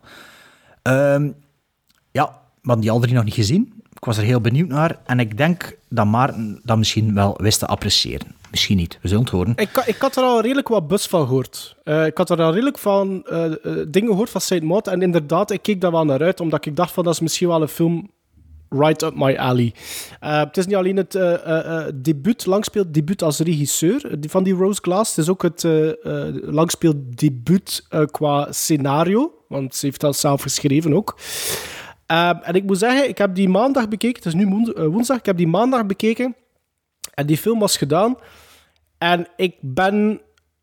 Ja, we hadden die al 3 nog niet gezien. Ik was er heel benieuwd naar en ik denk dat Maarten dat misschien wel wist te appreciëren. Misschien niet, we zullen het horen. Ik had er al redelijk wat buzz van gehoord. Ik had er al redelijk van dingen gehoord van Saint Maud. En inderdaad, ik keek daar wel naar uit, omdat ik dacht van dat is misschien wel een film right up my alley. Het is niet alleen het langspeeldebuut als regisseur van die Rose Glass. Het is ook het langspeeldebuut qua scenario, want ze heeft dat zelf geschreven ook. En ik moet zeggen, ik heb die maandag bekeken. Het is nu woensdag. Ik heb die maandag bekeken. En die film was gedaan. En ik ben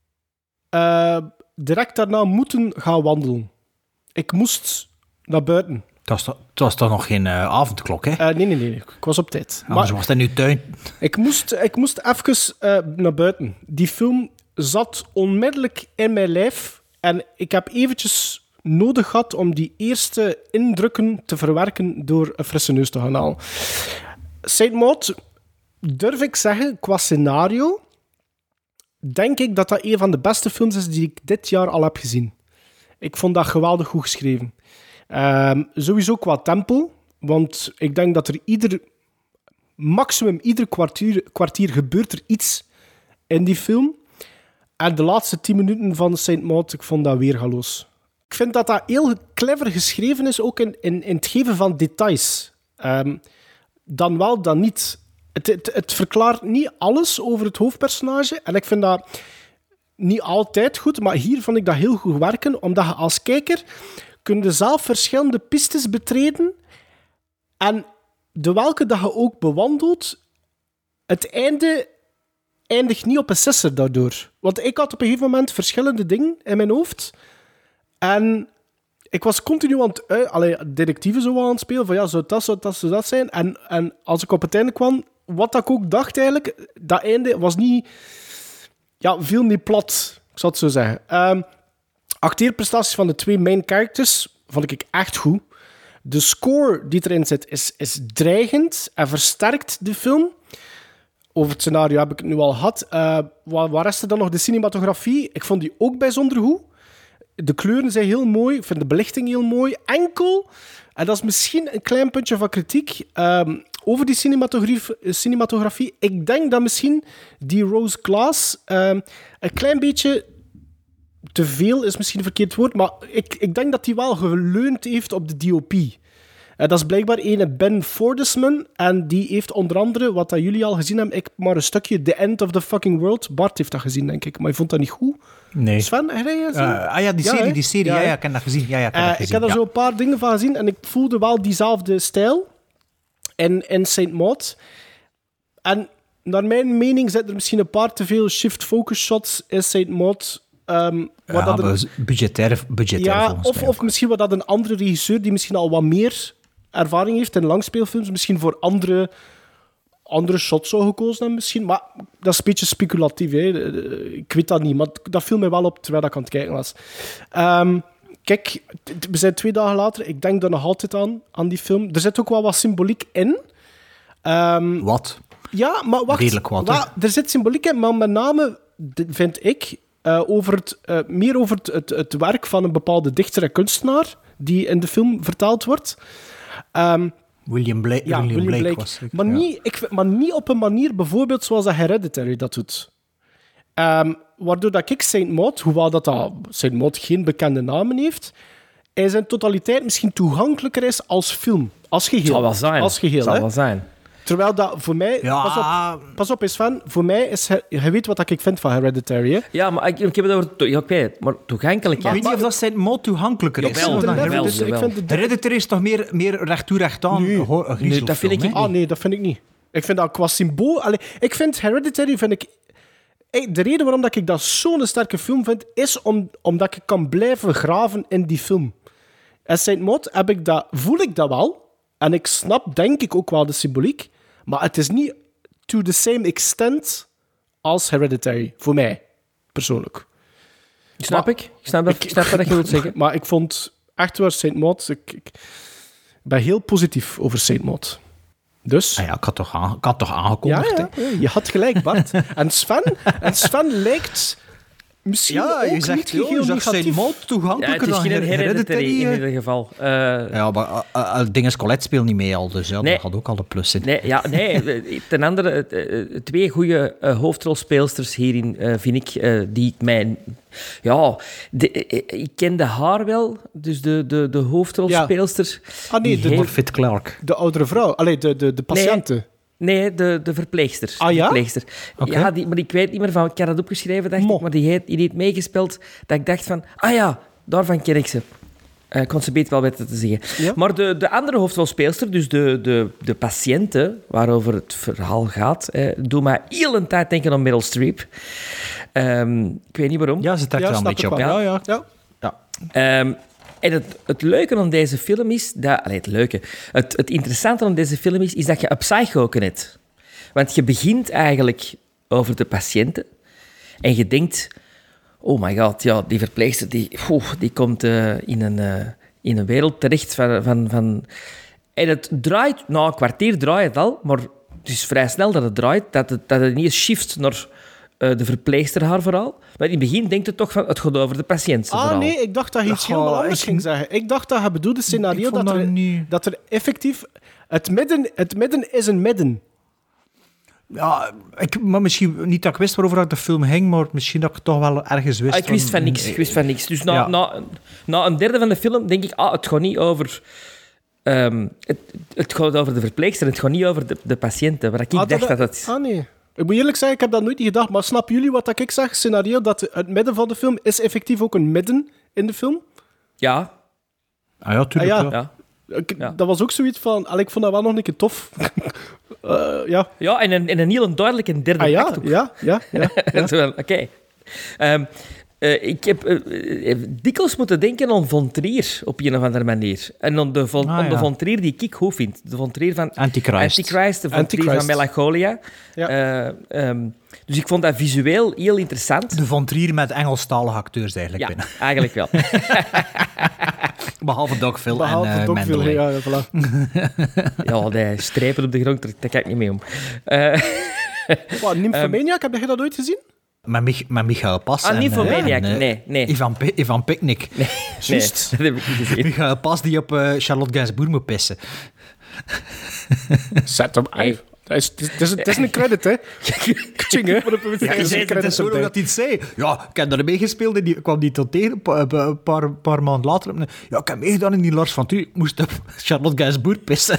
direct daarna moeten gaan wandelen. Ik moest naar buiten. Het was toch nog geen avondklok, hè? Nee. Ik was op tijd. Anders was het in uw tuin. Ik moest even naar buiten. Die film zat onmiddellijk in mijn lijf. En ik heb eventjes nodig gehad om die eerste indrukken te verwerken door een frisse neus te gaan halen. Saint Maud, durf ik zeggen, qua scenario, denk ik dat dat een van de beste films is die ik dit jaar al heb gezien. Ik vond dat geweldig goed geschreven. Sowieso qua tempo, want ik denk dat er maximum ieder kwartier gebeurt er iets in die film. En de laatste 10 minuten van Saint Maud, ik vond dat weergaloos. Ik vind dat dat heel clever geschreven is, ook in het geven van details. Dan wel, dan niet. Het verklaart niet alles over het hoofdpersonage. En ik vind dat niet altijd goed, maar hier vond ik dat heel goed werken, omdat je als kijker kun je zelf verschillende pistes betreden en de welke dat je ook bewandelt, het einde eindigt niet op een sisser daardoor. Want ik had op een gegeven moment verschillende dingen in mijn hoofd en ik was continu aan het detectieven zo aan het spelen, van ja, zou dat zijn? En als ik op het einde kwam, wat ik ook dacht eigenlijk, dat einde was niet... Ja, viel niet plat, ik zal het zo zeggen. Acteerprestaties van de 2 main characters vond ik echt goed. De score die erin zit is dreigend en versterkt de film. Over het scenario heb ik het nu al gehad. Waar is er dan nog? De cinematografie. Ik vond die ook bijzonder goed. De kleuren zijn heel mooi. Ik vind de belichting heel mooi. Enkel, en dat is misschien een klein puntje van kritiek, over die cinematografie. Ik denk dat misschien die Rose Glass een klein beetje te veel is misschien een verkeerd woord, maar ik denk dat hij wel geleund heeft op de DOP. Dat is blijkbaar een Ben Fordesman en die heeft onder andere, wat dat jullie al gezien hebben, ik maar een stukje The End of the Fucking World. Bart heeft dat gezien, denk ik, maar je vond dat niet goed. Nee. Sven, heb jij gezien? Die serie. Ja, ik heb dat gezien. Ik heb daar zo een paar dingen van gezien en ik voelde wel diezelfde stijl in Saint Maud. En naar mijn mening zitten er misschien een paar te veel shift-focus shots in Saint Maud. Budgetair of misschien wat dat een andere regisseur die misschien al wat meer ervaring heeft in langspeelfilms, misschien voor andere shots zou gekozen hebben misschien. Maar dat is een beetje speculatief. Hè. Ik weet dat niet, maar dat viel mij wel op terwijl ik aan het kijken was. Kijk, we zijn 2 dagen later. Ik denk daar nog altijd aan die film. Er zit ook wel wat symboliek in. Wat? Ja, maar wacht. Redelijk wat. Er zit symboliek in, maar met name vind ik meer over het werk van een bepaalde dichter en kunstenaar die in de film vertaald wordt. William Blake was ik. Maar niet op een manier bijvoorbeeld zoals dat Hereditary dat doet. Waardoor dat ik Saint Maud, hoewel dat Saint Maud geen bekende namen heeft, in zijn totaliteit misschien toegankelijker is als film. Als geheel. Zal wel zijn. Als geheel, zal wel zijn. Terwijl dat voor mij... Ja. Pas op, Sven. Voor mij is... Je weet wat ik vind van Hereditary, hè? Ja, maar ik heb het over... Ja, oké, maar toegankelijkheid. Ik weet niet of dat Saint Maud toegankelijker is. Jawel. Hereditary is toch meer recht toe, recht aan? Nee, dat vind ik niet. Nee, dat vind ik niet. Ik vind dat qua symbool... ik vind Hereditary... De reden waarom dat ik dat zo'n sterke film vind, is omdat ik kan blijven graven in die film. En Saint Maud voel ik dat wel. En ik snap, denk ik, ook wel de symboliek. Maar het is niet to the same extent als Hereditary. Voor mij, persoonlijk. Snap ik? Ik snap wat je wilt zeggen. Maar ik vond echt waar Saint Maud... Ik ben heel positief over Saint Maud. Dus... Ah ja, ik had toch aangekondigd. Ja, je had gelijk, Bart. En Sven lijkt... Misschien Ja, ook je zegt niet heel heel Saint negatief. Maud Ja, toegankelijker het is dan geen Hereditary in ieder geval. Ja, maar dingen Colette speelt niet mee al, dus ja, Nee. dat had ook al de plus zijn. Ten andere, twee goede hoofdrolspeelsters hierin vind ik, die ik mij... Ja, ik kende haar wel, dus de hoofdrolspeelster. Ah nee, die heeft- Fit Clark. de oudere vrouw. Allee, de patiënten. Nee, de verpleegster. Ah, ja? Verpleegster. Oké. Ja, maar ik weet niet meer van... Ik had dat opgeschreven, dacht Mo. ik, maar die heeft meegespeeld dat ik dacht van... Ah ja, daarvan ken ik ze. Ik kon ze beter wel weten te zeggen. Ja? Maar de andere hoofdrolspeelster, dus de patiënten, waarover het verhaal gaat, doe mij heel een tijd denken aan Meryl Streep. Ik weet niet waarom. Ja, ze trekt Ja, wel een snap beetje ik op. wel. Ja. Ja. En het leuke aan deze film is... Het interessante aan deze film is dat je een psycho hebt. Want je begint eigenlijk over de patiënten en je denkt... Oh my god, ja, die verpleegster die komt in een wereld terecht van... En het draait... Na een kwartier draait het al, maar het is vrij snel dat het draait. Dat het niet eens shift naar de verpleegster haar verhaal. Maar in het begin denkt het toch van... Het gaat over de patiënt zijn Ah verhaal. nee, ik dacht dat je iets Ja, helemaal anders ik- ging zeggen. Ik dacht dat je bedoelde scenario Ik vond dat niet. dat er effectief... Het midden is een midden. Ja, maar misschien niet dat ik wist waarover ik de film ging, maar misschien dat ik toch wel ergens wist. Ik wist van niks. Dus Ja. na een derde van de film denk ik... het gaat niet over... het gaat over de verpleegster, het gaat niet over de patiënten. Maar ik dacht dat het... Ah nee. Ik moet eerlijk zeggen, ik heb dat nooit gedacht. Maar snappen jullie wat ik zeg? Scenario dat het midden van de film is effectief ook een midden in de film. Ja, Ah ja, tuurlijk. Ah ja. ja. ja. Ja. Dat was ook zoiets van... ik vond dat wel nog een keer tof. Ja. Ja, en een heel duidelijke derde Ah ja, act ook. ja. Oké. Ik heb dikwijls moeten denken aan Von Trier op een of andere manier. En aan de Von Trier die ik goed vind. De Von Trier van Antichrist. de Von Trier Antichrist. van Melancholia. Ja. Dus ik vond dat visueel heel interessant. De Von Trier met Engelstalige acteurs eigenlijk Ja, binnen. eigenlijk wel. Behalve Dogville Behalve en Dogville, Mendeley. ja, voilà. Ja, die strepen op de grond, daar kijk ik niet mee om. Wat, Nymphomaniac, heb je dat ooit gezien? Met Michael Pas. en, Nymphomaniac, en, nee. Ivan Picnic. Nee, Juist. dat heb ik niet gezien. Michael Pas die op Charlotte Gainsbourg moet pissen. Zet hem Hey. Het is een credit, hè. Kaching, hè. Ja, je zei, het is zo dat hij het zei. Ja, ik heb daar meegespeeld en die kwam die tot tegen een paar maanden later. Ja, ik heb meegedaan in die Lars van Trier. Ik moest op Charlotte Gainsbourg pissen.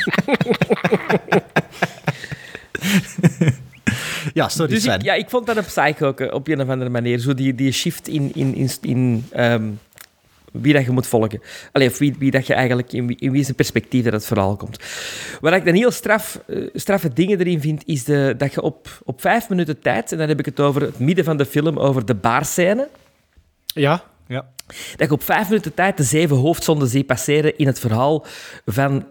Ja, sorry Dus Sven. ik vond dat een psycho op een of andere manier. Zo die shift in wie dat je moet volgen. Allee, of wie dat je eigenlijk... In wie zijn perspectief dat het verhaal komt. Wat ik dan heel straffe dingen erin vind, is dat je op 5 minuten tijd, en dan heb ik het over het midden van de film, over de baarscène, Ja. Ja. dat je op 5 minuten tijd de 7 hoofdzonden ziet passeren in het verhaal van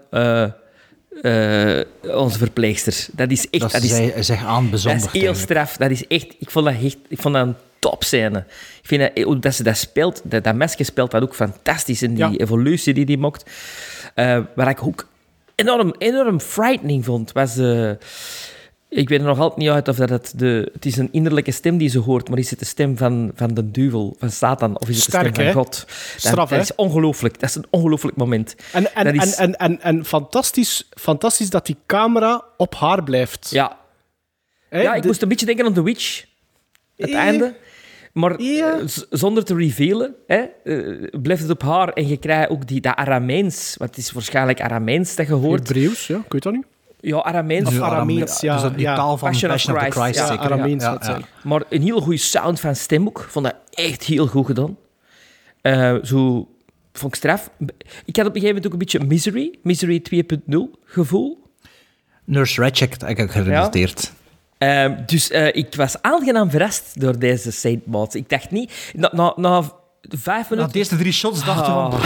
onze verpleegster. Dat is echt... Dat zij zich aan Dat bezondigd. is heel straf. Dat is echt... Ik vond dat een topscène. Ik vind dat ze dat speelt... Dat mesje speelt dat ook fantastisch in die evolutie die die mocht. Waar ik ook enorm frightening vond, was... ik weet er nog altijd niet uit of dat het is een innerlijke stem die ze hoort, maar is het de stem van de duivel, van Satan, of is het de Sterk, stem hè? van God? Straf, dat is ongelooflijk. Dat is een ongelooflijk moment. En fantastisch dat die camera op haar blijft. Ja, Hè, ja, ik moest een beetje denken aan The Witch. Het einde. Maar zonder te revealen, blijft het op haar. En je krijgt ook dat Arameens, want het is waarschijnlijk Arameens dat je hoort. Hebreeuws, ja, ik weet dat niet. Ja, Arameens. Of Arameens, ja. Dus dat die taal van Passion of Passion of the Christ, Christ. ja, zeker. Arameens, Ja, dat ja. zijn. Maar een hele goede sound van stem ook. Ik vond dat echt heel goed gedaan. Zo vond ik straf. Ik had op een gegeven moment ook een beetje Misery 2.0 gevoel. Nurse Ratched heb ik gerelateerd. Dus ik was aangenaam verrast door deze Saint Maud. Ik dacht niet... Na 5 Na minuten... de eerste 3 shots dacht je van...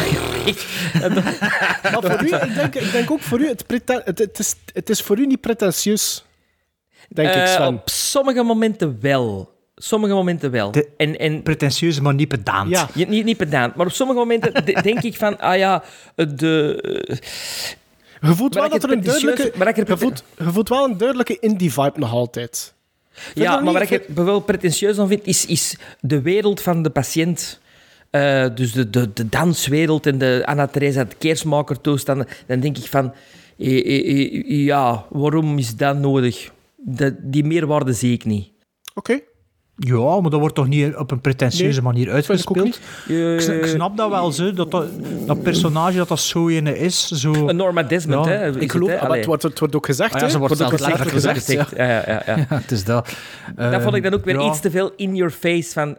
Maar voor u, ik denk ook voor u, het is voor u niet pretentieus, denk ik, Sven. Op sommige momenten wel. sommige momenten wel. En pretentieuze, maar niet pedant. Ja. niet pedant, maar op sommige momenten denk ik van, Je voelt wel Maar dat er een duidelijke... Je voelt wel een duidelijke indie-vibe nog altijd. Ja, maar wat ik er wel pretentieus aan vind, is de wereld van de patiënt. Dus de danswereld en de Anna-Theresa de Keersmaker-toestanden. Dan denk ik van, waarom is dat nodig? Die meerwaarde zie ik niet. Oké. Ja, maar dat wordt toch niet op een pretentieuze manier uitgespeeld? Ik snap dat wel, zo. Dat personage dat zo ene is. Zo... Norma Desmond, Ja, hè? Ik geloof, maar het wordt ook gezegd, hè? Ze wordt zelfs letterlijk gezegd. Ja. Ja, het is dat. Dat vond ik dan ook weer iets te veel in your face. Van,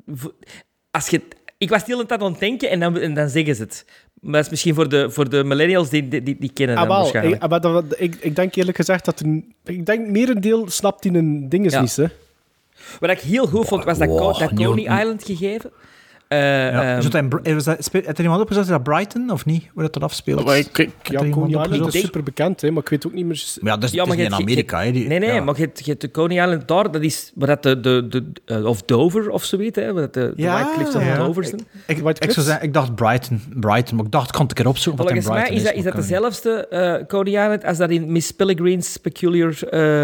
ik was de hele tijd aan het denken en dan zeggen ze het. Maar dat is misschien voor de millennials die kennen dat waarschijnlijk. Ik denk eerlijk gezegd dat ik denk merendeel snapt in een ding is niet, hè? Wat ik heel goed vond, was dat Coney Island gegeven. Heeft er iemand opgezet dat Brighton, of niet? Waar dat afspeelt? Coney Island is super bekend, hè, maar ik weet ook niet meer... Maar ja, dat is niet in Amerika. Maar je hebt de Coney Island daar, dat is waar dat of Dover of zoiets, hè, waar de White Cliffs of Dover zijn. Ik dacht Brighton, maar ik dacht, kan ik erop zoeken. Volgens mij is dat dezelfde Coney Island als dat in Miss Peregrine's Peculiar...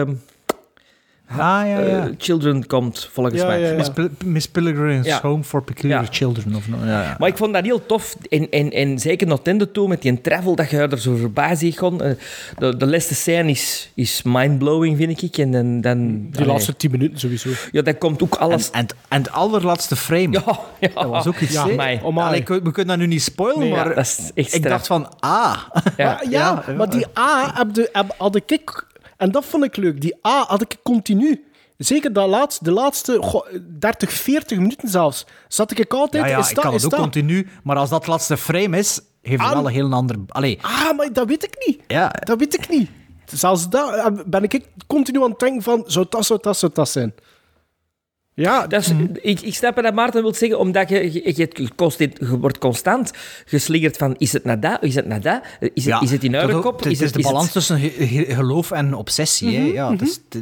Children komt, volgens mij. Miss Peregrine's Home for Peculiar Children. Maar ik vond dat heel tof. En zeker nog ten toe met die travel, dat je er zo voorbij ziet gaan. De laatste scène is mindblowing, vind ik. En dan die laatste 10 minuten sowieso. Ja, dan komt ook alles... En het allerlaatste frame. Ja. Dat was ook iets... we kunnen dat nu niet spoilen, maar dat is echt ik dacht van... Maar die had ik... En dat vond ik leuk. Die A had ik continu. Zeker de laatste 30, 40 minuten zelfs. Zat ik altijd... ik kan het ook continu. Maar als dat laatste frame is, heeft het wel een heel ander... maar dat weet ik niet. Ja. Dat weet ik niet. Zelfs daar ben ik continu aan het denken van... Zou dat zijn? Ja, dat is, ik snap wat Maarten wil zeggen, omdat je wordt constant geslingerd van is het naar dat, is het naar dat, is het in uilenkop? Het is de balans tussen geloof en obsessie. Hè? Ja,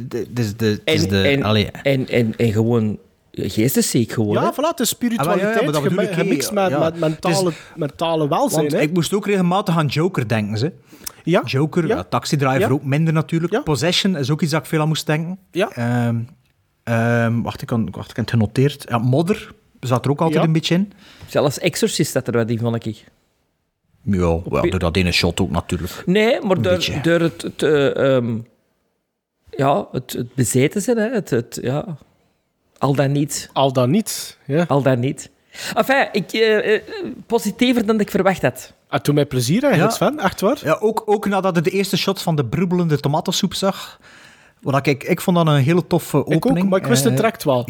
en gewoon geestesziek gewoon. Ja, voilà, het is spiritualiteit gemixt met mentale welzijn. Want ik moest ook regelmatig aan Joker denken, ze. Ja. Joker, Taxi Driver ook minder natuurlijk. Ja. Possession is ook iets dat ik veel aan moest denken. Ja. Wacht, ik had het genoteerd. Ja, Modder zat er ook altijd een beetje in. Zelfs Exorcist zat er wat in, vond ik. Ja, door dat ene shot ook natuurlijk. Nee, maar door het bezeten zijn, hè. Al dan niet. Al dan niet, ja. Al dan niet. Enfin, positiever dan ik verwacht had. Het doet mij plezier eigenlijk, Sven, echt waar. Ja, ook nadat ik de eerste shots van de brubbelende tomatensoep zag... Ik vond dat een hele toffe opening. Ik ook, maar ik wist het direct wel.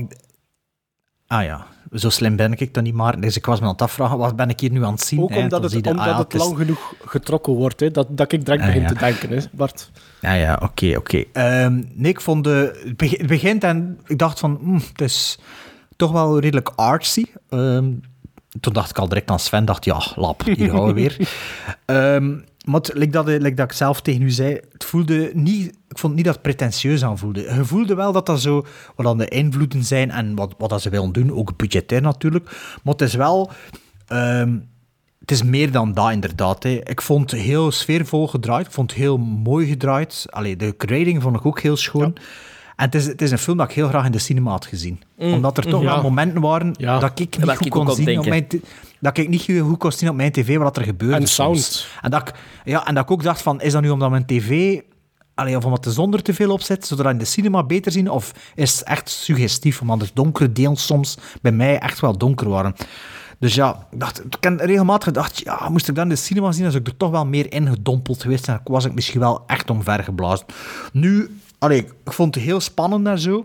Zo slim ben ik dan niet maar. Dus ik was me aan het afvragen, wat ben ik hier nu aan het zien? Ook omdat het lang genoeg getrokken wordt, hè, dat ik direct begin te denken, hè, Bart. Oké. Nee, ik vond het begint en ik dacht van, het is toch wel redelijk artsy. Toen dacht ik al direct aan Sven, lap, hier gaan we weer. Maar like dat ik zelf tegen u zei, het voelde niet... Ik vond niet dat het pretentieus aanvoelde. Je voelde wel dat dat zo... Wat dan de invloeden zijn en wat dat ze willen doen, ook budgetair natuurlijk. Maar het is wel... het is meer dan dat, inderdaad. Hè. Ik vond het heel sfeervol gedraaid. Ik vond het heel mooi gedraaid. De grading vond ik ook heel schoon. Ja. En het is een film dat ik heel graag in de cinema had gezien. Omdat er toch wel momenten waren dat ik niet goed kon zien op mijn... Dat ik niet goed kon zien op mijn tv wat er gebeurde. En sound. En dat ik ook dacht van, is dat nu omdat mijn tv... of omdat de zon er te veel op zit, zodat we in de cinema beter zien? Of is het echt suggestief, omdat de donkere delen soms bij mij echt wel donker waren? Dus ik heb regelmatig gedacht, moest ik dan in de cinema zien, dan zou ik er toch wel meer in gedompeld geweest en was ik misschien wel echt omvergeblazen. Nu, ik vond het heel spannend daar zo.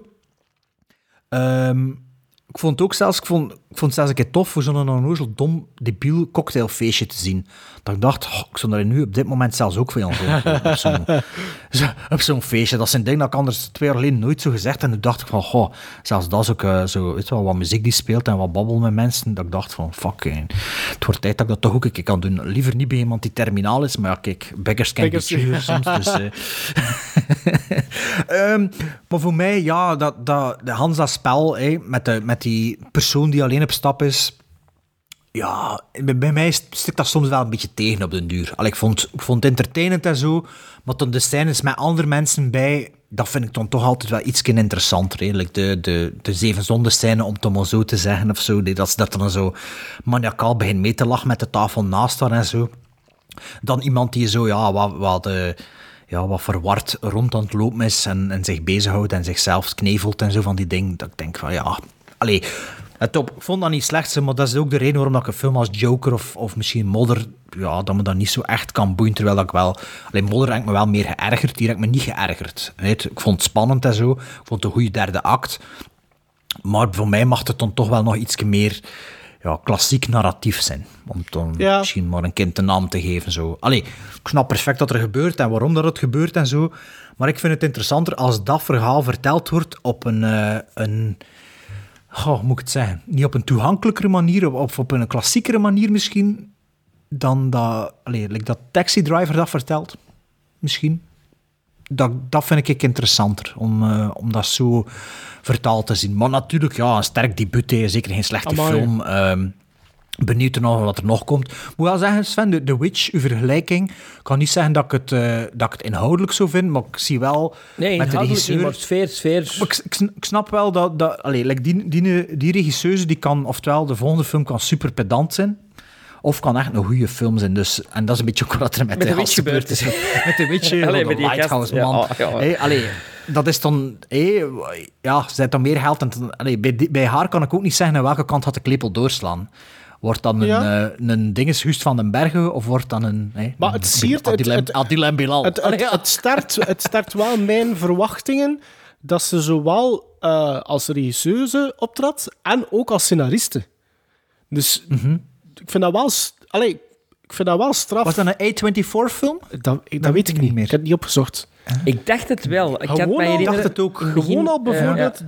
Ik vond het ook zelfs, ik vond het zelfs een keer tof voor zo'n onnozel dom, debiel cocktailfeestje te zien. Dat ik dacht, ik zou daar nu op dit moment zelfs ook veel aan doen. Op zo'n feestje. Dat is een ding dat ik anders 2 jaar geleden nooit zo gezegd. En toen dacht ik van, zelfs dat is ook zo, weet je wel, wat muziek die speelt en wat babbel met mensen. Dat ik dacht van, het wordt tijd dat ik dat toch ook een keer kan doen. Liever niet bij iemand die terminaal is, maar kijk, beggars can't be choosers soms. Dus, Maar voor mij, ja, de Hans dat spel, met die persoon die alleen op stap is... Ja, bij mij stikt dat soms wel een beetje tegen op den duur. Ik vond het entertainend en zo, maar dan de scènes met andere mensen bij, dat vind ik dan toch altijd wel iets interessanter. De 7 zonden scène, om het maar zo te zeggen, of zo. Dat dan zo maniacaal begint mee te lachen met de tafel naast haar en zo. Dan iemand die zo, wat verward rond aan het lopen is en zich bezighoudt en zichzelf knevelt en zo van die dingen. Dat ik denk van, ja... Allee... Ik vond dat niet slecht, maar dat is ook de reden waarom ik een film als Joker of misschien Modder, ja, dat me dat niet zo echt kan boeien, terwijl ik wel... Alleen Modder heb ik me wel meer geërgerd, hier heb ik me niet geërgerd. Ik vond het spannend en zo, ik vond het een goede derde act, maar voor mij mag het dan toch wel nog iets meer klassiek narratief zijn, om dan misschien maar een kind een naam te geven. Zo. Allee, ik snap perfect wat er gebeurt en waarom dat het gebeurt en zo, maar ik vind het interessanter als dat verhaal verteld wordt op een hoe moet ik het zeggen? Niet op een toegankelijkere manier, of op een klassiekere manier misschien, dan dat Taxi Driver dat vertelt. Misschien. Dat vind ik interessanter, om dat zo vertaald te zien. Maar natuurlijk, een sterk debuut, zeker geen slechte film. Benieuwd wat er nog komt. Ik moet wel zeggen, Sven, The Witch, uw vergelijking, ik kan niet zeggen dat ik het inhoudelijk zo vind, maar ik zie wel met de regisseur... Nee, sfeer. Ik snap wel dat die regisseur, die kan, oftewel, de volgende film kan super pedant zijn, of kan echt een goede film zijn. Dus, en dat is een beetje ook wat er met de Witch gebeurd is. Met de Witch, de Lighthouse, man. Dat is dan... ze heeft dan meer geld. Bij haar kan ik ook niet zeggen aan welke kant had de klepel doorslaan. Wordt dan een dinges Gust van den Bergen, of wordt dan een... Maar het siert... Adil en Bilal. Het start wel mijn verwachtingen dat ze zowel als regisseuse optrad en ook als scenariste. Dus ik vind dat wel... Ik vind dat wel straf. Was dat een A24-film? Dat weet ik niet meer. Ik heb het niet opgezocht. Ik dacht het wel. Ik dacht het ook. Gewoon al bijvoorbeeld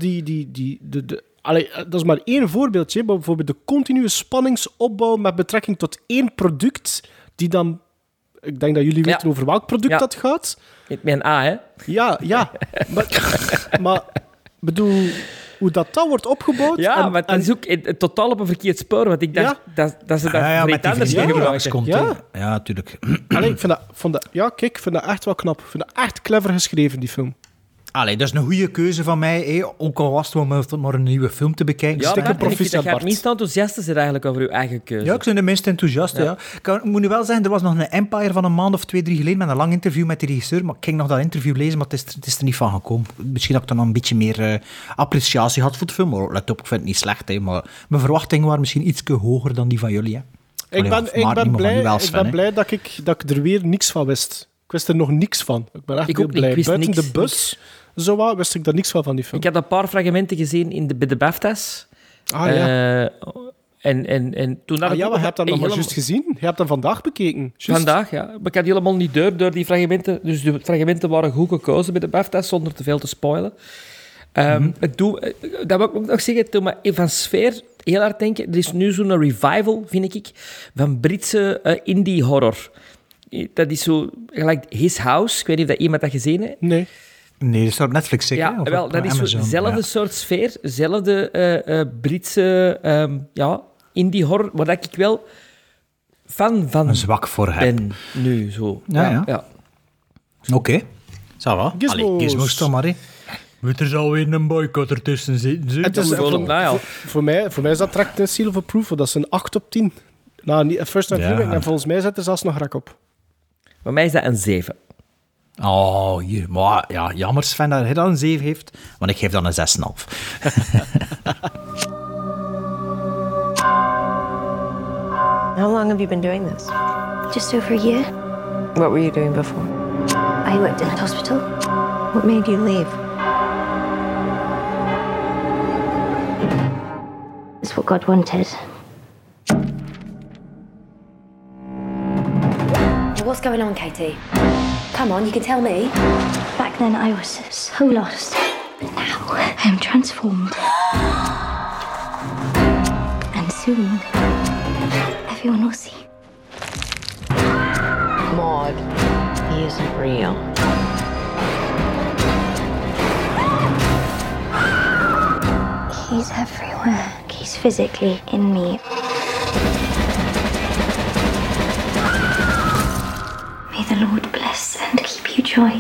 dat is maar één voorbeeldje, maar bijvoorbeeld de continue spanningsopbouw met betrekking tot één product, die dan... Ik denk dat jullie weten over welk product dat gaat. Met een A, hè? Ja. Maar bedoel... Hoe dat wordt opgebouwd. Ja, maar dat is ook totaal op een verkeerd spoor. Want ik dacht dat ze dat vreemd anders gingen gebruiken. Ja, natuurlijk. Ik vind dat echt wel knap. Ik vind dat echt clever geschreven, die film. Dat is een goede keuze van mij. Ook al was het maar een nieuwe film te bekijken. Ja, dat je het minst enthousiast is eigenlijk over uw eigen keuze. Ja, ik ben de minst enthousiast, ja. Ik moet nu wel zeggen, er was nog een Empire van een maand of 2-3 geleden met een lang interview met de regisseur, maar ik ging nog dat interview lezen, maar het is er niet van gekomen. Misschien dat ik dan nog een beetje meer appreciatie had voor de film, maar let op, ik vind het niet slecht, maar mijn verwachtingen waren misschien iets hoger dan die van jullie. Hè. Ik ben blij dat ik er weer niks van wist. Ik wist er nog niks van. Ik ben echt heel blij. Buiten de bus... Zo wist ik daar niks van die film. Ik had een paar fragmenten gezien bij de BAFTA's. En toen had je hebt dat nog maar juist gezien? Je hebt dat vandaag bekeken. Just. Vandaag, ja. Maar ik had helemaal niet door die fragmenten. Dus de fragmenten waren goed gekozen bij de BAFTA's, zonder te veel te spoilen. Dat wil ik ook nog zeggen, toen maar van sfeer heel hard denken. Er is nu zo'n revival, vind ik, van Britse indie horror. Dat is zo gelijk His House. Ik weet niet of dat iemand dat gezien heeft. Nee. Nee, dat is op Netflix zeker? Ja, wel, dat is dezelfde soort sfeer, dezelfde Britse indie horror, waar ik wel fan van een zwak voor heb. Ben nu zo. Ja. Oké. Ça va. Gizmos dan maar, hè. Er zal weer een boycott ertussen zitten. Het is voor mij is dat direct een seal of approval. Dat is een 8 op 10. First time viewing. En volgens mij zit er zelfs nog rak op. Voor mij is dat een 7. Oh, hier. Maar ja, jammer Sven dat hij dan een 7 heeft, want ik geef dan een 6,5. How long have you been doing this? Just over a year. What were you doing before? I worked in a hospital. What made you leave? It's what God wanted. What's going on, Katie? Come on, you can tell me. Back then I was so lost. But now I am transformed. And soon, everyone will see. Maud, he isn't real. He's everywhere. He's physically in me. May the Lord bless and keep you joy.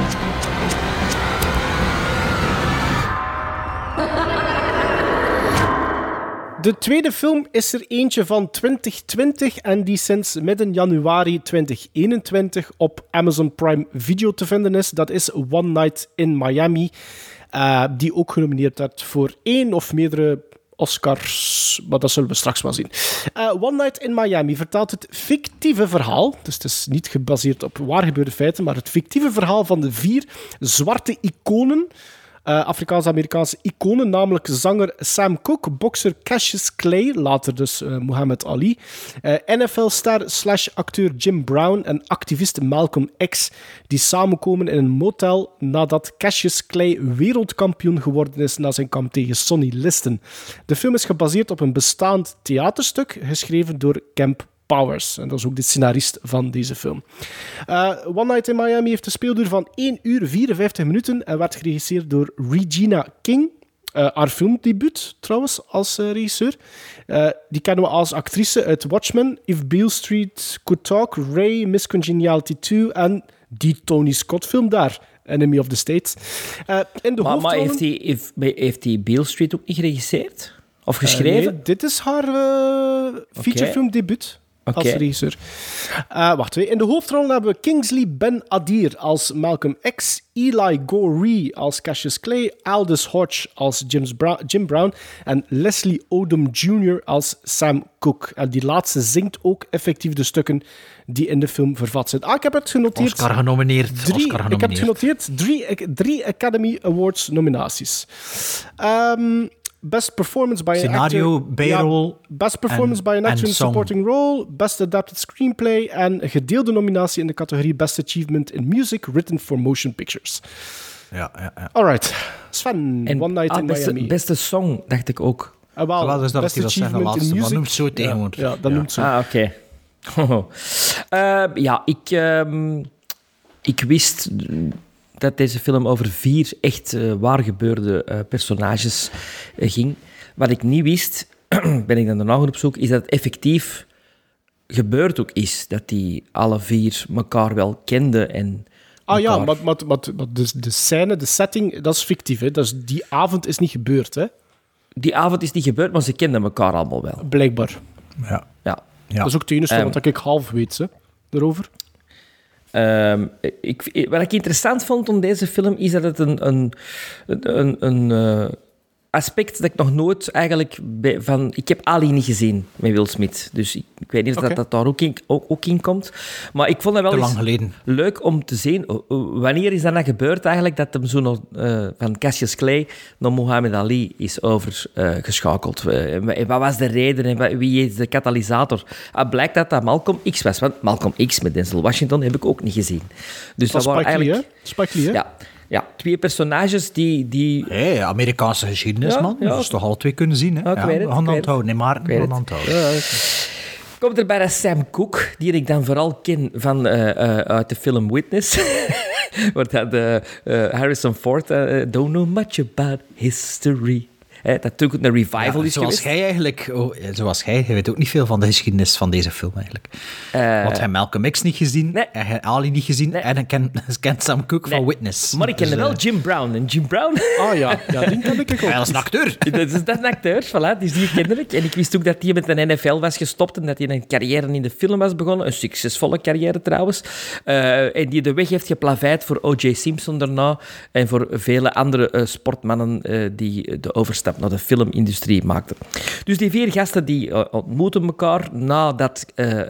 De tweede film is er eentje van 2020 en die sinds midden januari 2021 op Amazon Prime Video te vinden is. Dat is One Night in Miami, die ook genomineerd werd voor 1 of meerdere Oscars, maar dat zullen we straks wel zien. One Night in Miami vertelt het fictieve verhaal, dus het is niet gebaseerd op waar gebeurde feiten, maar het fictieve verhaal van de 4 zwarte iconen, Afrikaans-Amerikaanse iconen, namelijk zanger Sam Cooke, bokser Cassius Clay, later dus Muhammad Ali, NFL-ster / acteur Jim Brown en activist Malcolm X, die samenkomen in een motel nadat Cassius Clay wereldkampioen geworden is na zijn kamp tegen Sonny Liston. De film is gebaseerd op een bestaand theaterstuk, geschreven door Kemp Powers. En dat is ook de scenarist van deze film. One Night in Miami heeft een speelduur van 1 uur 54 minuten en werd geregisseerd door Regina King. Haar filmdebuut trouwens als regisseur. Die kennen we als actrice uit Watchmen, If Beale Street Could Talk, Ray, Miss Congeniality 2 en die Tony Scott film daar, Enemy of the State. In de maar heeft hij Beale Street ook niet geregisseerd? Of geschreven? Nee, dit is haar featurefilmdebuut. Als regisseur. Wacht, in de hoofdrollen hebben we Kingsley Ben-Adir als Malcolm X, Eli Goree als Cassius Clay, Aldous Hodge als Jim Brown en Leslie Odom Jr. als Sam Cooke. En die laatste zingt ook effectief de stukken die in de film vervat zijn. Ik heb het genoteerd. Oscar genomineerd. Ik heb het genoteerd. Drie Academy Awards nominaties. Best Performance by an Actor. B-roll. Best Performance by an Actor in a Supporting Role. Best Adapted Screenplay. En gedeelde nominatie in de categorie Best Achievement in Music Written for Motion Pictures. Ja. Alright. Sven, en, One Night in Miami. Beste song, dacht ik ook. Wel, dus dat Best is dat Achievement laatste, in Music. dat noemt zo tegenwoordig. Ja, dat noemt zo. Oké. Ik wist dat deze film over 4 echt waar gebeurde personages ging. Wat ik niet wist, ben ik dan daarna op zoek, is dat het effectief gebeurd ook is. Dat die alle 4 elkaar wel kenden. En ja, maar de scène, de setting, dat is fictief. Hè? Dus die avond is niet gebeurd. Hè? Die avond is niet gebeurd, maar ze kenden elkaar allemaal wel. Blijkbaar. Ja. Dat is ook het enige wat ik half weet daarover. Wat ik interessant vond aan deze film is dat het een aspect dat ik nog nooit eigenlijk van... Ik heb Ali niet gezien met Will Smith, dus ik weet niet of dat daar ook in komt. Maar ik vond het wel te lang geleden leuk om te zien. Wanneer is dat nou gebeurd eigenlijk, dat hem zo nog van Cassius Clay naar Muhammad Ali is overgeschakeld? Wat was de reden en wie is de katalysator? Blijkt dat Malcolm X was, want Malcolm X met Denzel Washington heb ik ook niet gezien. Dus dat waren eigenlijk... Spike Lee, hè? Ja, 2 personages die... Hey, Amerikaanse geschiedenis, man. Dat is toch al 2 kunnen zien, hè? Hand onthouden. Nee, maar hand onthouden. Komt erbij dat Sam Cooke, die ik dan vooral ken van uit de film Witness. Wordt dat Harrison Ford, don't know much about history. Dat natuurlijk een revival is zoals geweest. Zoals jij weet ook niet veel van de geschiedenis van deze film eigenlijk. Want hij Malcolm X niet gezien, hij Ali niet gezien en kent Sam Cooke van Witness. Maar ik kende wel Jim Brown. En Jim Brown... ja, die ken ik ook. Hij was een acteur. Dat is een acteur, voilà, dus die kende ik. En ik wist ook dat hij met de NFL was gestopt en dat hij een carrière in de film was begonnen. Een succesvolle carrière trouwens. En die de weg heeft geplaveid voor O.J. Simpson daarna en voor vele andere sportmannen die de overstap naar de filmindustrie maakten. Dus die 4 gasten die ontmoeten elkaar nadat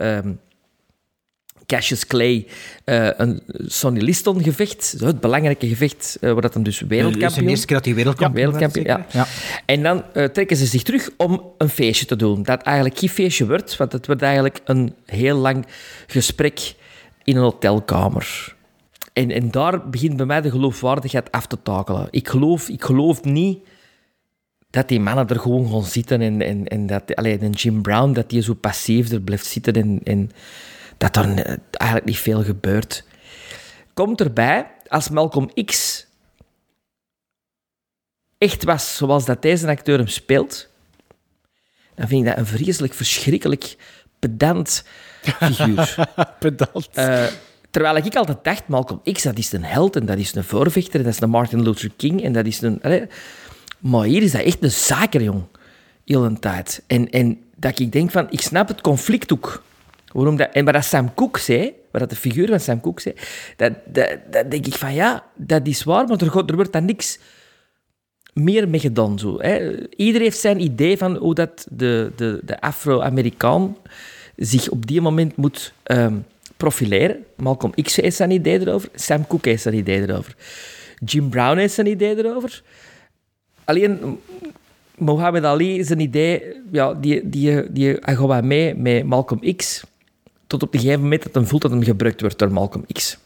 Cassius Clay een Sonny Liston gevecht, het belangrijke gevecht, waar dat hem dus wereldkampioen... Dat is de eerste keer dat hij wereldkampioen werd. Ja. En dan trekken ze zich terug om een feestje te doen. Dat eigenlijk geen feestje wordt, want het wordt eigenlijk een heel lang gesprek in een hotelkamer. En daar begint bij mij de geloofwaardigheid af te takelen. Ik geloof niet dat die mannen er gewoon gaan zitten en dat een Jim Brown, dat die zo passief er blijft zitten en dat er eigenlijk niet veel gebeurt. Komt erbij, als Malcolm X echt was zoals dat deze acteur hem speelt, dan vind ik dat een vreselijk, verschrikkelijk pedant figuur. Pedant. Terwijl ik altijd dacht, Malcolm X, dat is een held en dat is een voorvechter en dat is een Martin Luther King en dat is een... Maar hier is dat echt een zaker, jong. Heel een tijd. En dat ik denk van, ik snap het conflict ook. Waarom dat, en wat dat Sam Cooke zei, wat dat de figuur van Sam Cooke zei, dat denk ik van, ja, dat is waar, maar er wordt dan niks meer mee gedaan. Zo, hè. Iedereen heeft zijn idee van hoe dat de Afro-Amerikaan zich op die moment moet profileren. Malcolm X heeft zijn idee erover, Sam Cooke heeft zijn idee erover. Jim Brown heeft zijn idee erover. Alleen Mohammed Ali zijn idee, ja, die gaat wel mee met Malcolm X, tot op een gegeven moment dat hij voelt dat hem gebruikt wordt door Malcolm X.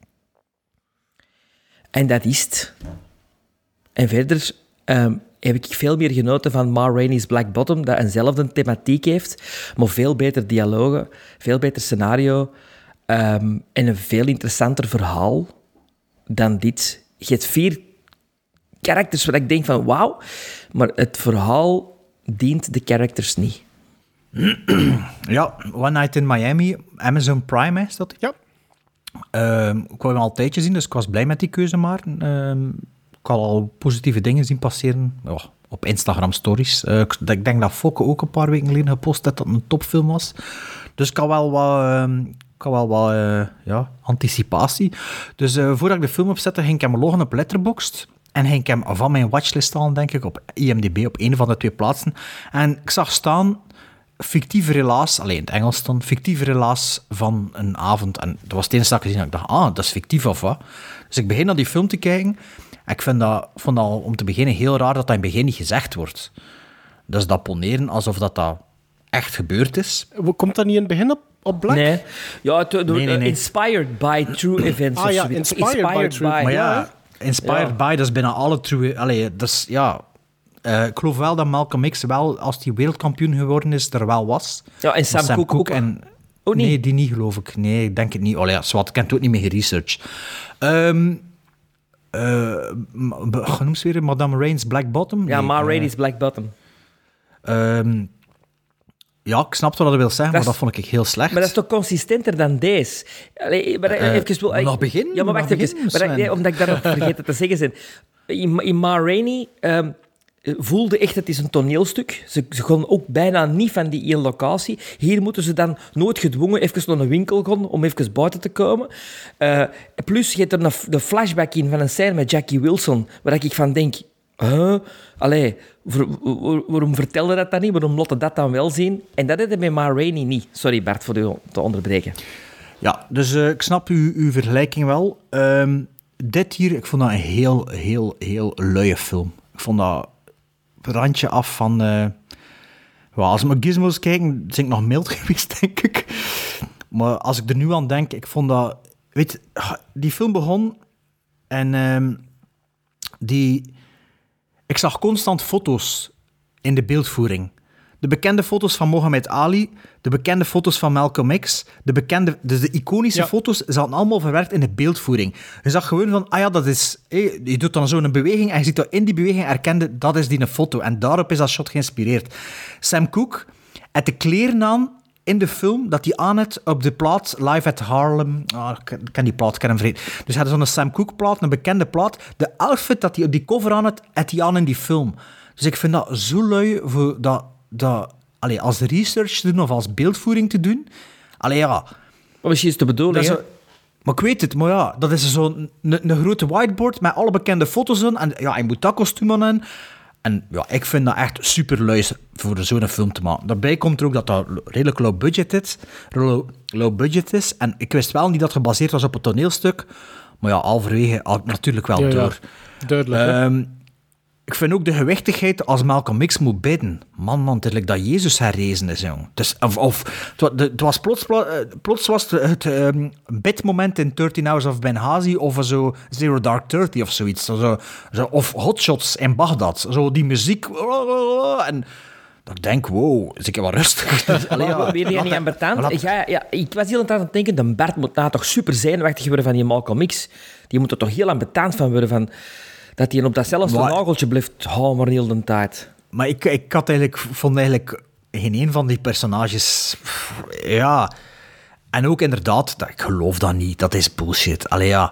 En dat is het. En verder heb ik veel meer genoten van Ma Rainey's Black Bottom, dat eenzelfde thematiek heeft, maar veel beter dialogen, veel beter scenario en een veel interessanter verhaal dan dit. Je hebt 4 characters waar ik denk van wauw, maar het verhaal dient de characters niet. Ja, One Night in Miami, Amazon Prime is dat? Ja. Ik wou hem al een tijdje zien, dus ik was blij met die keuze maar. Ik had al positieve dingen zien passeren op Instagram stories. Ik denk dat Fokke ook een paar weken geleden gepost had dat het een topfilm was. Dus ik had wel wat anticipatie. Dus voordat ik de film opzette, ging ik hem loggen op Letterboxd. En ging ik hem van mijn watchlist halen, denk ik, op IMDb, op een van de 2 plaatsen. En ik zag staan, fictieve relaas, alleen in het Engels stond, fictieve relaas van een avond. En dat was het enige dat ik gezien had. Ik dacht, dat is fictief of wat? Dus ik begin naar die film te kijken. En ik vond dat om te beginnen heel raar dat dat in het begin niet gezegd wordt. Dus dat poneren alsof dat echt gebeurd is. Komt dat niet in het begin op Black? Nee. Ja, nee. Inspired by true events. Ah ja, inspired by true. Maar ja, inspired by, dat is bijna alle true... Allee, dat is, ja... ik geloof wel dat Malcolm X wel, als hij wereldkampioen geworden is, er wel was. Ja, en Sam Cooke ook. En, niet? Nee, die niet, geloof ik. Nee, ik denk het niet. Oh ja, zwart, ik heb het ook niet meer geresearched. Noem ze weer Madame Rain's Black Bottom? Ja, Ma Rainey's Black Bottom. Ja, ik snap wat je wil zeggen, maar dat vond ik heel slecht. Maar dat is toch consistenter dan deze? Nog begin? Ja, maar wacht even. Omdat ik dat nog vergeten te zeggen zijn. In Ma Rainey voelde echt, het is een toneelstuk. Ze gaan ook bijna niet van die één locatie. Hier moeten ze dan nooit gedwongen even naar een winkel gaan om even buiten te komen. Plus, je hebt er de flashback in van een scène met Jackie Wilson, waar ik van denk... Allee, waarom vertelde dat dan niet? Waarom lotte dat dan wel zien? En dat deed bij Ma Rainey niet. Sorry Bart, voor u te onderbreken. Ja, dus ik snap uw vergelijking wel. Dit hier, ik vond dat een heel, heel, heel luie film. Ik vond dat randje af van... als we maar gizmos kijken, ben ik nog mild geweest, denk ik. Maar als ik er nu aan denk, ik vond dat... Weet die film begon en ik zag constant foto's in de beeldvoering. De bekende foto's van Mohammed Ali, de bekende foto's van Malcolm X, dus de iconische foto's zaten allemaal verwerkt in de beeldvoering. Je zag gewoon van, dat is... je doet dan zo'n beweging en je ziet dat in die beweging herkende, dat is die een foto. En daarop is dat shot geïnspireerd. Sam Cooke had de kleren aan in de film dat hij aan had op de plaat Live at Harlem. Ik ken die plaat, ik ken hem vreemd. Dus hij had zo'n Sam Cooke plaat, een bekende plaat. De outfit dat hij op die cover aan had hij aan in die film. Dus ik vind dat zo lui voor dat als research te doen of als beeldvoering te doen. Maar misschien is het de bedoeling, maar ik weet het, maar ja, dat is zo'n een grote whiteboard met alle bekende foto's in. En ja, hij moet dat kostuum aan in. En ja, ik vind dat echt super lui voor zo'n film te maken. Daarbij komt er ook dat dat redelijk low budget is. En ik wist wel niet dat het gebaseerd was op een toneelstuk. Maar ja, halverwege had ik natuurlijk wel door. Ja, duidelijk. Ik vind ook de gewichtigheid als Malcolm X moet bidden. Man, het is like dat Jezus herrezen is, jong. Dus, het was plots was het bidmoment in 13 Hours of Benghazi of zo Zero Dark 30 of zoiets. Of Hotshots in Baghdad. Zo die muziek. En dat ik denk, wow, is ik wel rustig. Weer niet aan Bertaan. Ik was heel aan het denken, de Bert moet nou toch super zenuwachtig worden van die Malcolm X. Die moet er toch heel aan betaald van worden van... Dat hij op datzelfde nageltje blijft houden maar heel de tijd. Maar ik vond eigenlijk geen een van die personages... Ja... En ook inderdaad, ik geloof dat niet, dat is bullshit. Allee, ja...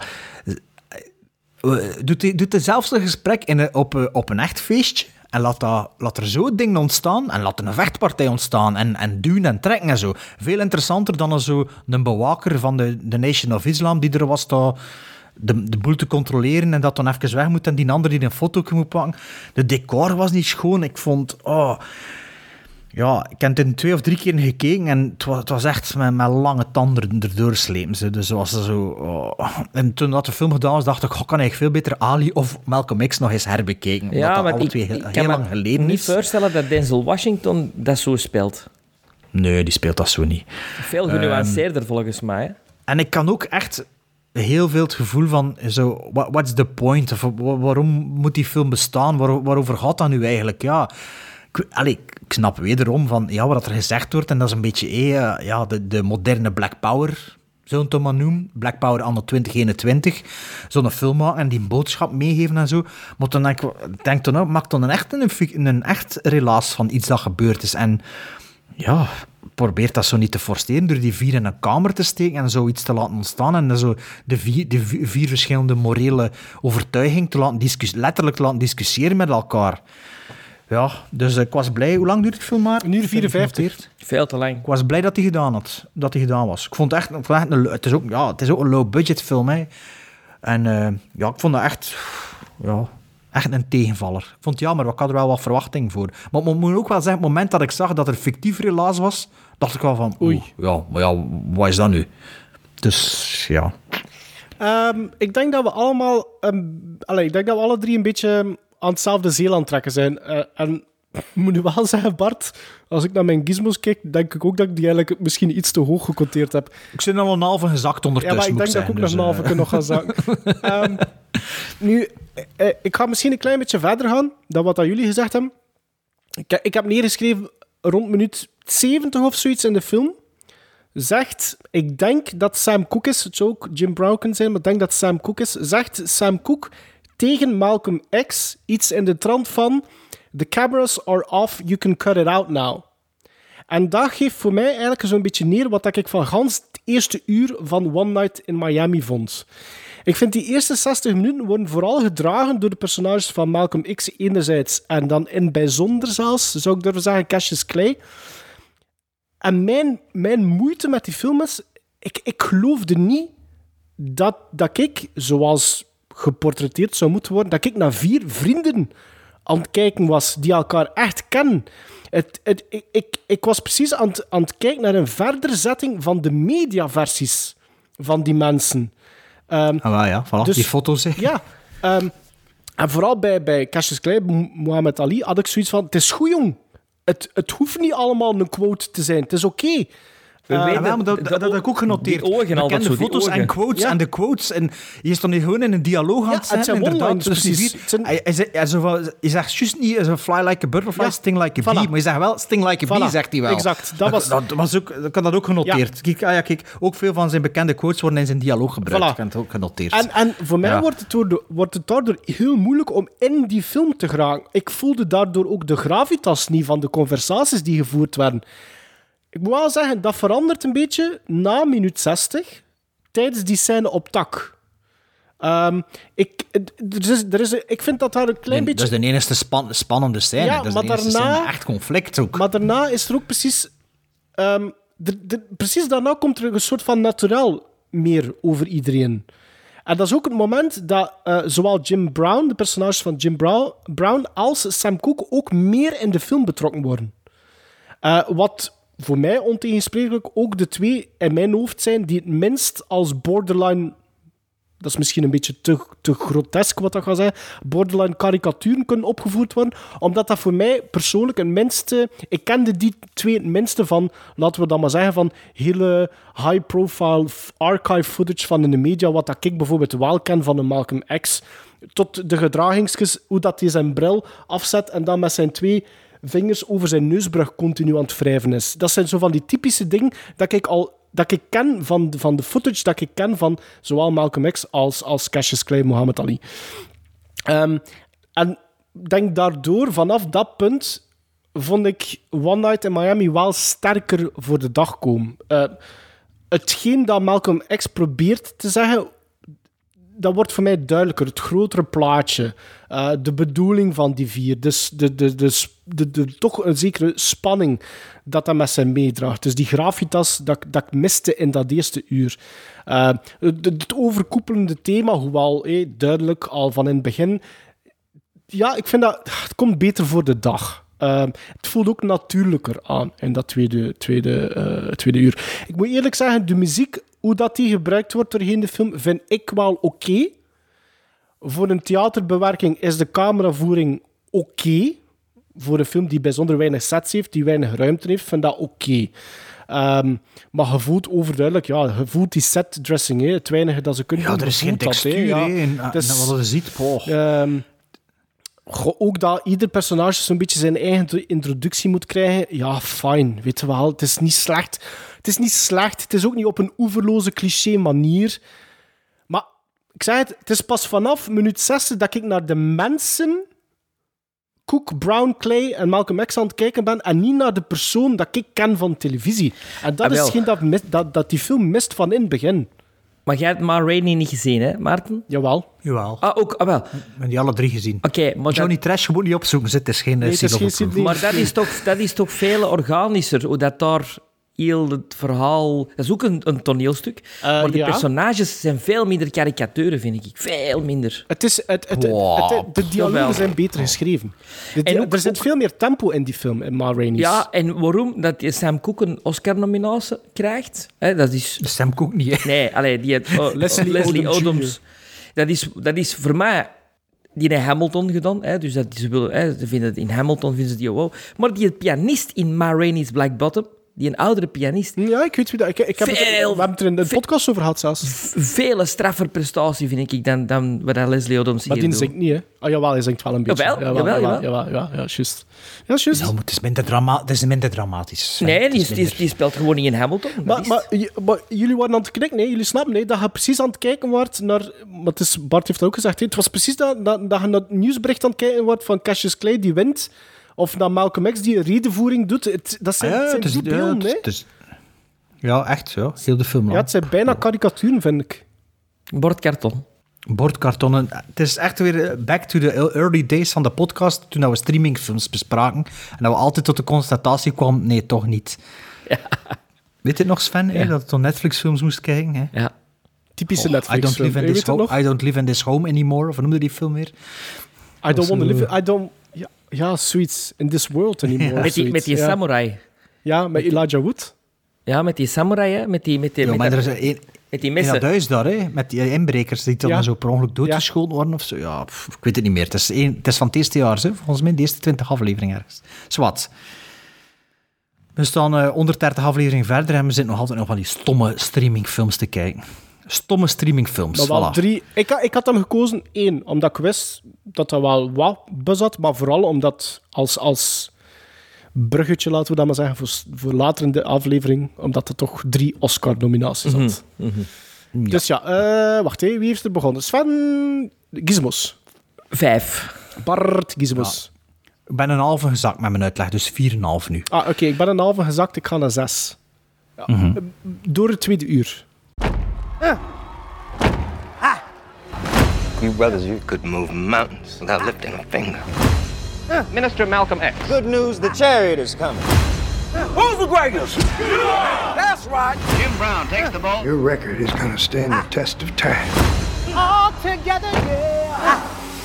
Doet hetzelfde gesprek op een echt feestje en laat er zo dingen ontstaan en laat een vechtpartij ontstaan en duwen en trekken en zo. Veel interessanter dan zo een bewaker van de Nation of Islam die er was de boel te controleren en dat dan even weg moet en die ander die een foto moet pakken. De decor was niet schoon. Ik vond... Ja, ik heb het 2 of 3 keer gekeken en het was echt met lange tanden erdoor slepen ze. Dus was zo... En toen dat de film gedaan was, dacht ik, kan ik veel beter Ali of Malcolm X nog eens herbekeken. Ja, maar ik heel lang geleden is. Ik kan me niet voorstellen dat Denzel Washington dat zo speelt. Nee, die speelt dat zo niet. Veel genuanceerder volgens mij. Hè? En ik kan ook echt heel veel het gevoel van, zo, what's the point? Of waarom moet die film bestaan? Waarover gaat dat nu eigenlijk? Ja... Ik snap wederom van wat er gezegd wordt, en dat is een beetje de moderne Black Power, zullen we het maar noemen. Black Power anno 2021. Zo'n film maken en die boodschap meegeven en zo. Maar dan denk ik, maak dan een echt relaas van iets dat gebeurd is. En ja, probeer dat zo niet te forceren door die 4 in een kamer te steken en zoiets te laten ontstaan en zo de 4 verschillende morele overtuigingen letterlijk te laten discussiëren met elkaar. Ja, dus ik was blij. Hoe lang duurt het film maar? 1 uur 54. Veel te lang. Ik was blij dat hij gedaan was. Ik vond het echt het is ook een low-budget film. Hè. En ik vond dat echt een tegenvaller. Ik vond het jammer, ik had er wel wat verwachting voor. Maar ik moet ook wel zeggen, op het moment dat ik zag dat er fictief relaas was, dacht ik wel van, wat is dat nu? Dus, ja. Ik denk dat we allemaal... ik denk dat we alle 3 een beetje... aan hetzelfde zeel aan het trekken zijn. En ik moet nu wel zeggen, Bart, als ik naar mijn gizmos kijk, denk ik ook dat ik die eigenlijk misschien iets te hoog gecoteerd heb. Ik zit al een halve gezakt ondertussen. Ja, maar ik denk dat ik ook nog een halve nog gaan zakken. Nu, ik ga misschien een klein beetje verder gaan dan wat dat jullie gezegd hebben. Ik heb neergeschreven rond minuut 70 of zoiets in de film. Ik denk dat Sam Cooke is, het zou ook Jim Brown kunnen zijn, maar ik denk dat Sam Cooke is, zegt Sam Cooke tegen Malcolm X iets in de trant van the cameras are off, you can cut it out now. En dat geeft voor mij eigenlijk zo'n beetje neer wat ik van gans het eerste uur van One Night in Miami vond. Ik vind die eerste 60 minuten worden vooral gedragen door de personages van Malcolm X enerzijds en dan in bijzonder zelfs, zou ik durven zeggen, Cassius Clay. En mijn moeite met die film is, ik geloofde niet dat ik, zoals geportretteerd zou moeten worden, dat ik naar 4 vrienden aan het kijken was die elkaar echt kennen. Ik was precies aan het kijken naar een verderzetting van de mediaversies van die mensen. Dus, die foto's. Ja, en vooral bij Cassius Clay, Muhammad Ali, had ik zoiets van, het is goed, jong. Het hoeft niet allemaal een quote te zijn. Het is oké. Dat heb ik ook genoteerd. De foto's en quotes en de quotes. En je is dan niet gewoon in een dialoog aan het zijn. Het zijn one-liners, precies. Je zegt juist niet fly like a butterfly, sting like a bee. Maar je zegt wel sting like a bee, zegt hij wel. Exact. Ik had dat ook genoteerd. Ja. Kijk, ook veel van zijn bekende quotes worden in zijn dialoog gebruikt. Ik heb het ook genoteerd. En voor mij wordt het daardoor heel moeilijk om in die film te geraken. Ik voelde daardoor ook de gravitas niet van de conversaties die gevoerd werden. Ik moet wel zeggen, dat verandert een beetje na minuut 60, tijdens die scène op tak. Ik vind dat daar een klein beetje... Dat is de enige spannende scène. Ja, dat is maar de enige scène echt conflict ook. Maar daarna is er ook precies... precies daarna komt er een soort van naturel meer over iedereen. En dat is ook het moment dat zowel Jim Brown, de personages van Jim Brown, als Sam Cooke ook meer in de film betrokken worden. Wat voor mij ontegensprekelijk ook de 2 in mijn hoofd zijn die het minst als borderline... Dat is misschien een beetje te grotesk wat ik ga zeggen. Borderline karikaturen kunnen opgevoerd worden. Omdat dat voor mij persoonlijk het minste... Ik kende die 2 het minste van, laten we dan maar zeggen, van hele high-profile archive footage van in de media, wat dat ik bijvoorbeeld wel ken van een Malcolm X, tot de gedragingsjes, hoe dat hij zijn bril afzet en dan met zijn 2 vingers over zijn neusbrug continu aan het wrijven is. Dat zijn zo van die typische dingen dat ik ken van de footage dat ik ken van zowel Malcolm X als Cassius Clay, Muhammad Ali. En ik denk daardoor, vanaf dat punt, vond ik One Night in Miami wel sterker voor de dag komen. Hetgeen dat Malcolm X probeert te zeggen, dat wordt voor mij duidelijker. Het grotere plaatje, de bedoeling van die 4, dus de toch een zekere spanning dat met zich meedraagt. Dus die gravitas dat ik miste in dat eerste uur. Het overkoepelende thema, hoewel duidelijk al van in het begin. Ja, ik vind dat het komt beter voor de dag. Het voelt ook natuurlijker aan in dat tweede uur. Ik moet eerlijk zeggen, de muziek, hoe dat die gebruikt wordt doorheen de film, vind ik wel oké. Voor een theaterbewerking is de cameravoering oké. Voor een film die bijzonder weinig sets heeft, die weinig ruimte heeft, vind dat oké. Maar je voelt overduidelijk, je voelt die setdressing, het weinige dat ze kunnen doen. Ja, er is geen textuur in wat je ziet. Ook dat ieder personage zo'n beetje zijn eigen introductie moet krijgen. Ja, fijn, weet je wel. Het is niet slecht. Het is ook niet op een oeverloze cliché manier. Maar ik zeg het is pas vanaf minuut 60 dat ik naar de mensen, Cook, Brown, Clay en Malcolm X aan het kijken ben en niet naar de persoon dat ik ken van televisie. En dat is hetgeen dat die film mist van in het begin. Maar jij hebt Ma Rainey niet gezien, hè, Maarten? Jawel. Ook, wel. We hebben die alle 3 gezien. Oké, maar Johnny Trash, je moet niet opzoeken. Het is geen Maar dat is toch veel organischer, hoe dat daar heel het verhaal... Dat is ook een toneelstuk. Maar de personages zijn veel minder karikaturen, vind ik. Veel minder. De dialogen zijn beter geschreven. Er zit veel meer tempo in die film, in Ma Rainey's. Ja, en waarom dat Sam Cooke een Oscar-nominatie krijgt? Dat is... Sam Cooke niet, hè? Nee, die Leslie Odoms. Dat is voor mij... Die in Hamilton gedaan, dus dat ze willen, ze vinden in Hamilton vinden ze die wow. Maar die pianist in Ma Rainey's Black Bottom, die een oudere pianist. Ja, ik weet wie dat. We hebben het er in de podcast over gehad zelfs. Vele straffer prestatie vind ik dan wat Leslie Odoms hier doet. Maar die zingt niet, hè? Ah, jawel, hij zingt wel een beetje. Jawel. Ja, juist. Ja, juist. Nou, het is minder dramatisch. Nee, die speelt gewoon niet in Hamilton. Maar jullie waren aan het knikken, hè? Jullie snappen, hè? Dat je precies aan het kijken wordt naar... Bart heeft dat ook gezegd, hè? Het was precies dat je naar het nieuwsbericht aan het kijken wordt van Cassius Clay, die wint... Of dat Malcolm X die een redenvoering doet. Dat zijn die beelden, hè? Ja, echt. Ja. Heel de film lang. Ja, het zijn bijna karikaturen, vind ik. Bordkartonnen. Het is echt weer back to the early days van de podcast, toen we streamingfilms bespraken. En dat we altijd tot de constatatie kwamen, nee, toch niet. Ja. Weet je nog, Sven, dat het op Netflix-films moest kijken? Hè? Ja. Typische Netflix-film. I don't live in this home anymore. Of hoe noemde die film weer? I don't want to live... Ja, zoiets. In this world anymore. Met die samurai. Ja, met Elijah Wood. Ja, met die samurai, hè. Met die messen. In dat huis daar, hè. Met die inbrekers die dan zo per ongeluk doodgeschoten worden of zo. Ja, ik weet het niet meer. Het is van het eerste jaar, hè. Volgens mij de eerste 20 afleveringen ergens. Zwat. We staan 130 afleveringen verder en we zitten nog altijd van die stomme streamingfilms te kijken. Stomme streamingfilms, voilà. 3. Ik had hem gekozen, 1, omdat ik wist dat wel wat buzz had, maar vooral omdat als bruggetje, laten we dat maar zeggen, voor later in de aflevering, omdat er toch 3 Oscar-nominaties had. Ja. Dus wacht, wie heeft er begonnen? Sven Gizmos. 5. Bart Gizmos. Ja. Ik ben een halve gezakt met mijn uitleg, dus 4,5 nu. Oké, ik ben een halve gezakt, ik ga naar 6. Ja. Door het tweede uur. You brothers, you could move mountains without lifting a finger. Minister Malcolm X. Good news, the chariot is coming. Who's the greatest? That's right. Jim Brown takes the ball. Your record is going to stand the test of time. All together, yeah.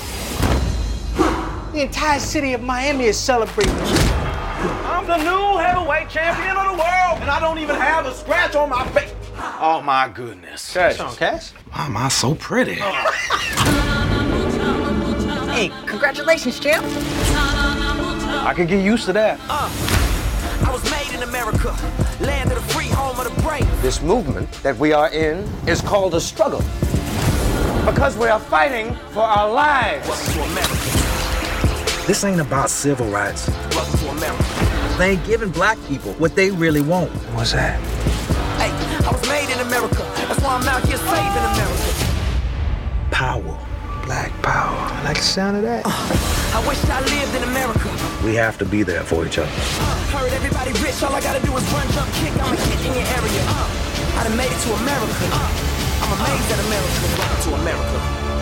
The entire city of Miami is celebrating. I'm the new heavyweight champion of the world, and I don't even have a scratch on my face. Oh my goodness. Cash. Why am I so pretty? Hey, congratulations, champ. I can get used to that. I was made in America, land of the free, home of the brave. This movement that we are in is called a struggle. Because we are fighting for our lives. Welcome to America. This ain't about civil rights. Welcome to America. They ain't giving black people what they really want. What's that? Hey, I was made in America. That's why I'm out here saving America. Power. Black power. I like the sound of that. I wish I lived in America. We have to be there for each other. Heard everybody rich, all I gotta do is run, jump, kick. I'm a kid in your area. I done made it to America. I'm amazed that America brought to America.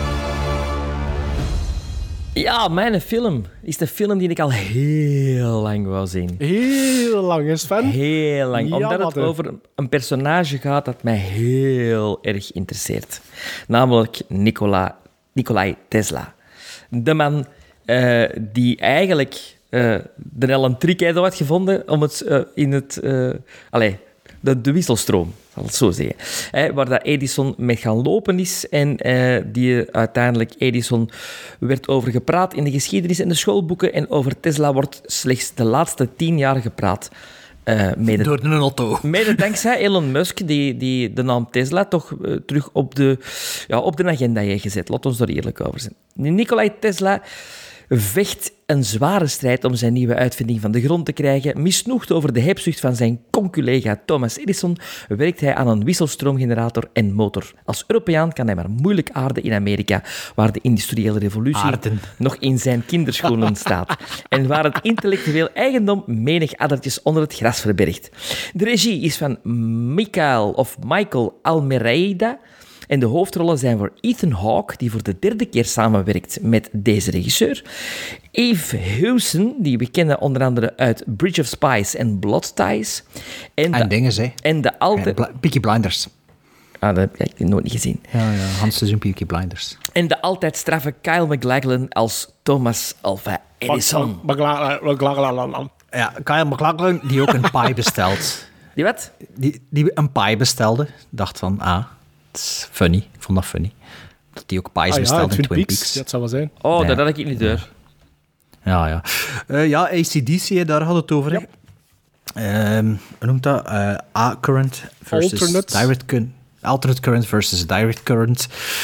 Ja, mijn film is de film die ik al heel lang wou zien. Heel lang, is Sven? Heel lang. Ja, Omdat het over een personage gaat dat mij heel erg interesseert. Namelijk Nikolai Tesla. De man die eigenlijk de elektriciteit had gevonden om het in het... de wisselstroom, zal ik het zo zeggen. Waar dat Edison mee gaan lopen is en die uiteindelijk Edison werd over gepraat in de geschiedenis en de schoolboeken en over Tesla wordt slechts de laatste 10 jaar gepraat. Door een auto. Mede dankzij Elon Musk, die de naam Tesla toch terug op de agenda heeft gezet. Laat ons daar eerlijk over zijn. Nikolai Tesla vecht een zware strijd om zijn nieuwe uitvinding van de grond te krijgen. Misnoegd over de hebzucht van zijn conculega Thomas Edison werkt hij aan een wisselstroomgenerator en motor. Als Europeaan kan hij maar moeilijk aarden in Amerika, waar de industriële revolutie nog in zijn kinderschoenen staat. En waar het intellectueel eigendom menig addertjes onder het gras verbergt. De regie is van Michael Almeida. En de hoofdrollen zijn voor Ethan Hawke, die voor de 3e keer samenwerkt met deze regisseur. Eve Hewson, die we kennen onder andere uit Bridge of Spies en Blood Ties. En dingen, hè. En de alte... Peaky Blinders. Ah, dat heb ik nooit niet gezien. Ja, Hans seizoen Peaky Blinders. En de altijd straffe Kyle MacLachlan als Thomas Alva Edison. Ja, Kyle MacLachlan, die ook een pie bestelt. Die wat? Die een pie bestelde. Dacht van, het is funny. Ik vond dat funny. Dat die ook pies bestelde in Twin Peaks. Dat zou wel zijn. Oh, dat had ik niet door. Ja. AC/DC, daar had het over. Ja. Hoe noemt dat? A-current versus direct current. Alternate current versus direct current.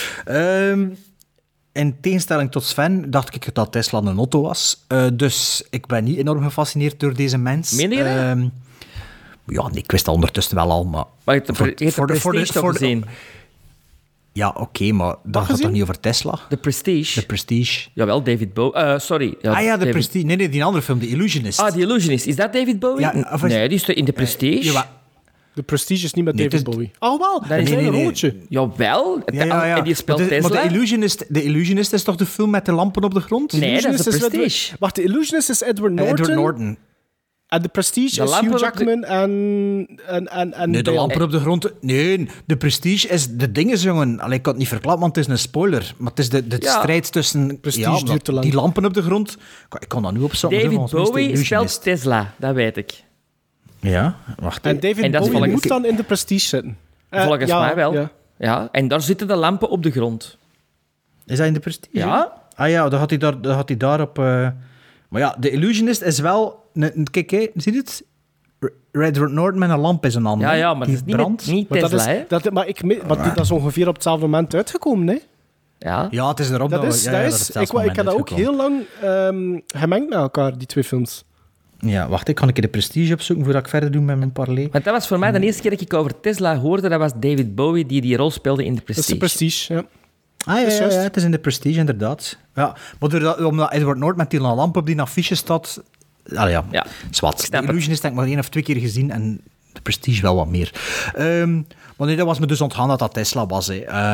In tegenstelling tot Sven dacht ik dat Tesla een auto was. Dus ik ben niet enorm gefascineerd door deze mens. Meen je dat? Ja, ik wist dat ondertussen wel al, maar... Maar je hebt de Prestige toch gezien? Ja, oké, maar dat gaat toch niet over Tesla? De Prestige? De Prestige. Jawel, David Bowie. Sorry. Ja, de Prestige. Nee, die andere film, The Illusionist. The Illusionist. Is dat David Bowie? Ja, nee, die is in de Prestige. De Prestige is niet met David Bowie. Oh, wel. Dat is een rolletje. Jawel. En die speelt Tesla. Maar The Illusionist is toch de film met de lampen op de grond? Nee, dat is de Prestige. Wacht, The Illusionist is Edward Norton. En de Prestige is Hugh Jackman en nee, de lampen op de grond... Nee, de Prestige is de dingen, jongen. Allee, ik kan het niet verklappen, want het is een spoiler. Maar het is de strijd tussen... Prestige duurt te lang. Die lampen op de grond... Ik kan dat nu opzoeken. David Bowie speelt Tesla, dat weet ik. Ja, wacht. En David Bowie moet dan in de Prestige zitten. Volgens mij wel. Ja, en daar zitten de lampen op de grond. Is dat in de Prestige? Ja. Ah ja, dan had hij daarop... Maar ja, de Illusionist is wel... Kijk, zie je het? Edward Norton met een lamp in zijn hand. Ja, maar dat is niet Tesla, hè? Dat is ongeveer op hetzelfde moment uitgekomen, hè? Ja, het is erop. Ik heb dat ook heel lang gemengd met elkaar, die twee films. Ja, wacht, ik kan de Prestige opzoeken voordat ik verder doe met mijn parley. Want dat was voor mij de eerste keer dat ik over Tesla hoorde, dat was David Bowie die rol speelde in de Prestige. Dat is de Prestige, ja. Ja, het is in de Prestige, inderdaad. Ja, maar omdat Edward Norton met die lamp op die affiche staat... zwart. De Illusionist heb ik maar 1 of 2 keer gezien en de Prestige wel wat meer. Maar nee, dat was me dus ontgaan dat Tesla was.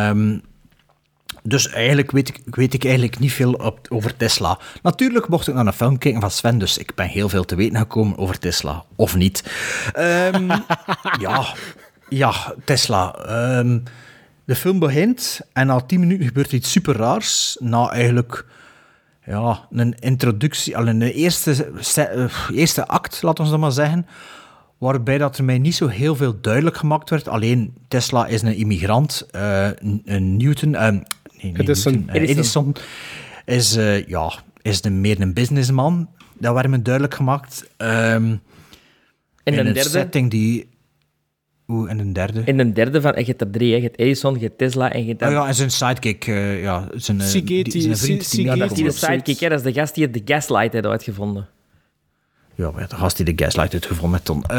Dus eigenlijk weet ik eigenlijk niet veel over Tesla. Natuurlijk mocht ik naar een film kijken van Sven, dus ik ben heel veel te weten gekomen over Tesla. Of niet. Tesla. De film begint en na 10 minuten gebeurt iets super raars. Na eigenlijk een introductie, al een eerste act, laten we dat maar zeggen, waarbij dat er mij niet zo heel veel duidelijk gemaakt werd. Alleen Tesla is een immigrant, Edison is meer een businessman. Dat werd me duidelijk gemaakt. En een derde? Setting die... En een derde? En een derde van... Je hebt er 3, je hebt Edison, je hebt Tesla en je hebt... en zijn sidekick. Zijn vriend. Die de sidekick, dat is de gast die de gaslight heeft uitgevonden. Ja, maar de gast die de gaslight uitgevonden met Ton.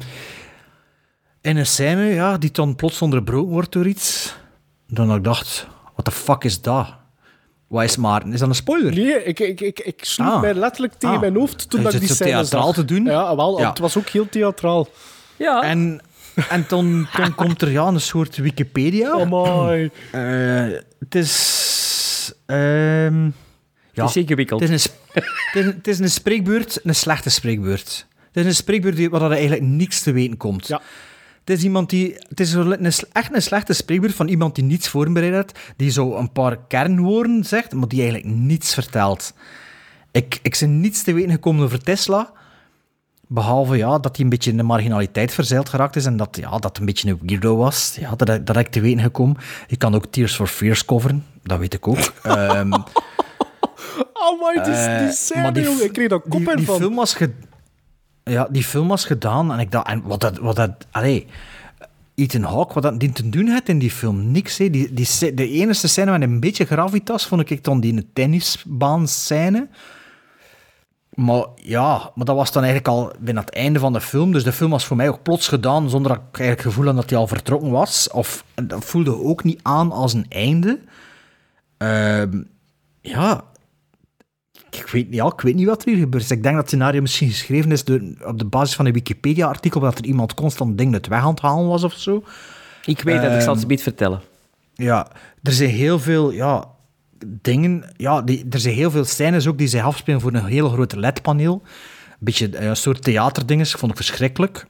In een scène, die dan plots onderbroken wordt door iets. Dan had ik dacht, what the fuck is dat? Wat is Maarten? Is dat een spoiler? Nee, ik sloeg mij letterlijk tegen mijn hoofd toen dat ik die scène zag. theatraal te doen? Ja, wel, het was ook heel theatraal. Ja. En toen komt er een soort Wikipedia. Oh mooi. Het is... het is ingewikkeld. Het is een spreekbeurt, een slechte spreekbeurt. Het is een spreekbeurt waar er eigenlijk niks te weten komt. Ja. Het is iemand die... Het is echt een slechte spreekbeurt van iemand die niets voorbereid heeft, die zo een paar kernwoorden zegt, maar die eigenlijk niets vertelt. Ik ben niets te weten gekomen over Tesla, behalve dat hij een beetje in de marginaliteit verzeild geraakt is en dat een beetje een weirdo was. Ja, dat heb ik te weten gekomen. Je kan ook Tears for Fears coveren, dat weet ik ook. Die scène, ik kreeg daar kop in van. Die film was gedaan en ik dacht... En Ethan Hawke, wat dat dient te doen had in die film, niks. Hè. De enige scène met een beetje gravitas vond ik dan die tennisbaan-scène. Maar dat was dan eigenlijk al bijna het einde van de film. Dus de film was voor mij ook plots gedaan, zonder dat ik eigenlijk het gevoel had dat hij al vertrokken was. Of dat voelde ook niet aan als een einde. Ik weet niet wat er hier gebeurt. Ik denk dat het scenario misschien geschreven is op de basis van een Wikipedia-artikel, dat er iemand constant dingen het weg aan het halen was of zo. Ik weet dat, ik zal het niet vertellen. Ja, er zijn heel veel dingen... er zijn heel veel scènes ook die zich afspelen voor een heel groot LED-paneel. Een beetje een soort theaterdinges. Ik vond het verschrikkelijk.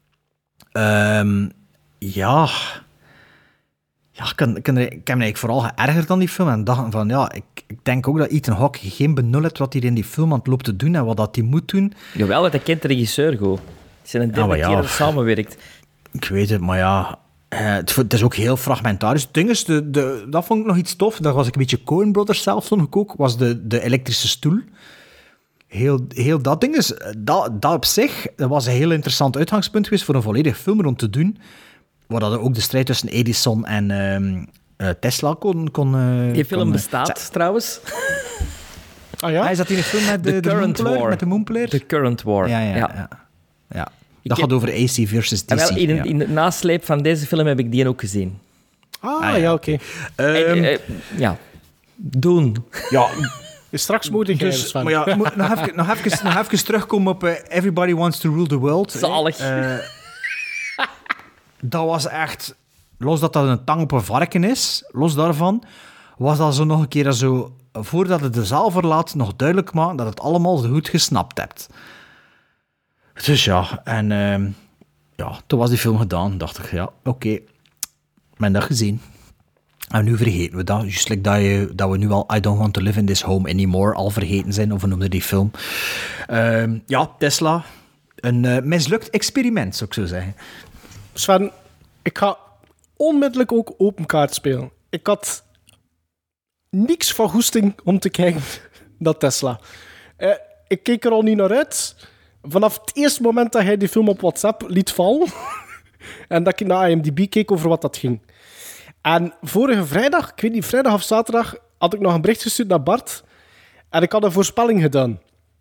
Ik heb me eigenlijk vooral geërgerd aan die film en dacht van, ik denk ook dat Ethan Hawke geen benul heeft wat hij in die film aan het loopt te doen en wat dat hij moet doen. Jawel, want hij kent de regisseur goed. Het is een derde keer dat samenwerkt. Ik weet het, maar het is ook heel fragmentarisch. Het ding is, dat vond ik nog iets tof, dat was ik een beetje Coen Brothers zelf, vond ik ook, was de elektrische stoel. Heel dat ding is, dat op zich, dat was een heel interessant uitgangspunt geweest voor een volledige film rond te doen. Waar dat ook de strijd tussen Edison en Tesla kon die film bestaat trouwens. Is dat in een film met de Moonplayer? The Current War. Ja. Dat gaat over AC versus DC. In de nasleep van deze film heb ik die ook gezien. Oké. Doen. Ja. Straks moet ik maar nog even terugkomen op Everybody Wants to Rule the World. Zalig. Dat was echt... Los dat een tang op een varken is, los daarvan, was dat zo nog een keer zo... Voordat het de zaal verlaat, nog duidelijk maken dat het allemaal zo goed gesnapt hebt. Dus toen was die film gedaan. Dacht ik, oké. Men dat gezien. En nu vergeten we dat. Just like dat we nu al I Don't Want to Live in This Home Anymore al vergeten zijn, of we noemden die film. Tesla. Een mislukt experiment, zou ik zo zeggen. Sven, ik ga onmiddellijk ook open kaart spelen. Ik had niks van goesting om te kijken naar Tesla. Ik keek er al niet naar uit. Vanaf het eerste moment dat hij die film op WhatsApp liet vallen en dat ik naar IMDb keek over wat dat ging. En vorige vrijdag, ik weet niet, vrijdag of zaterdag, had ik nog een bericht gestuurd naar Bart en ik had een voorspelling gedaan.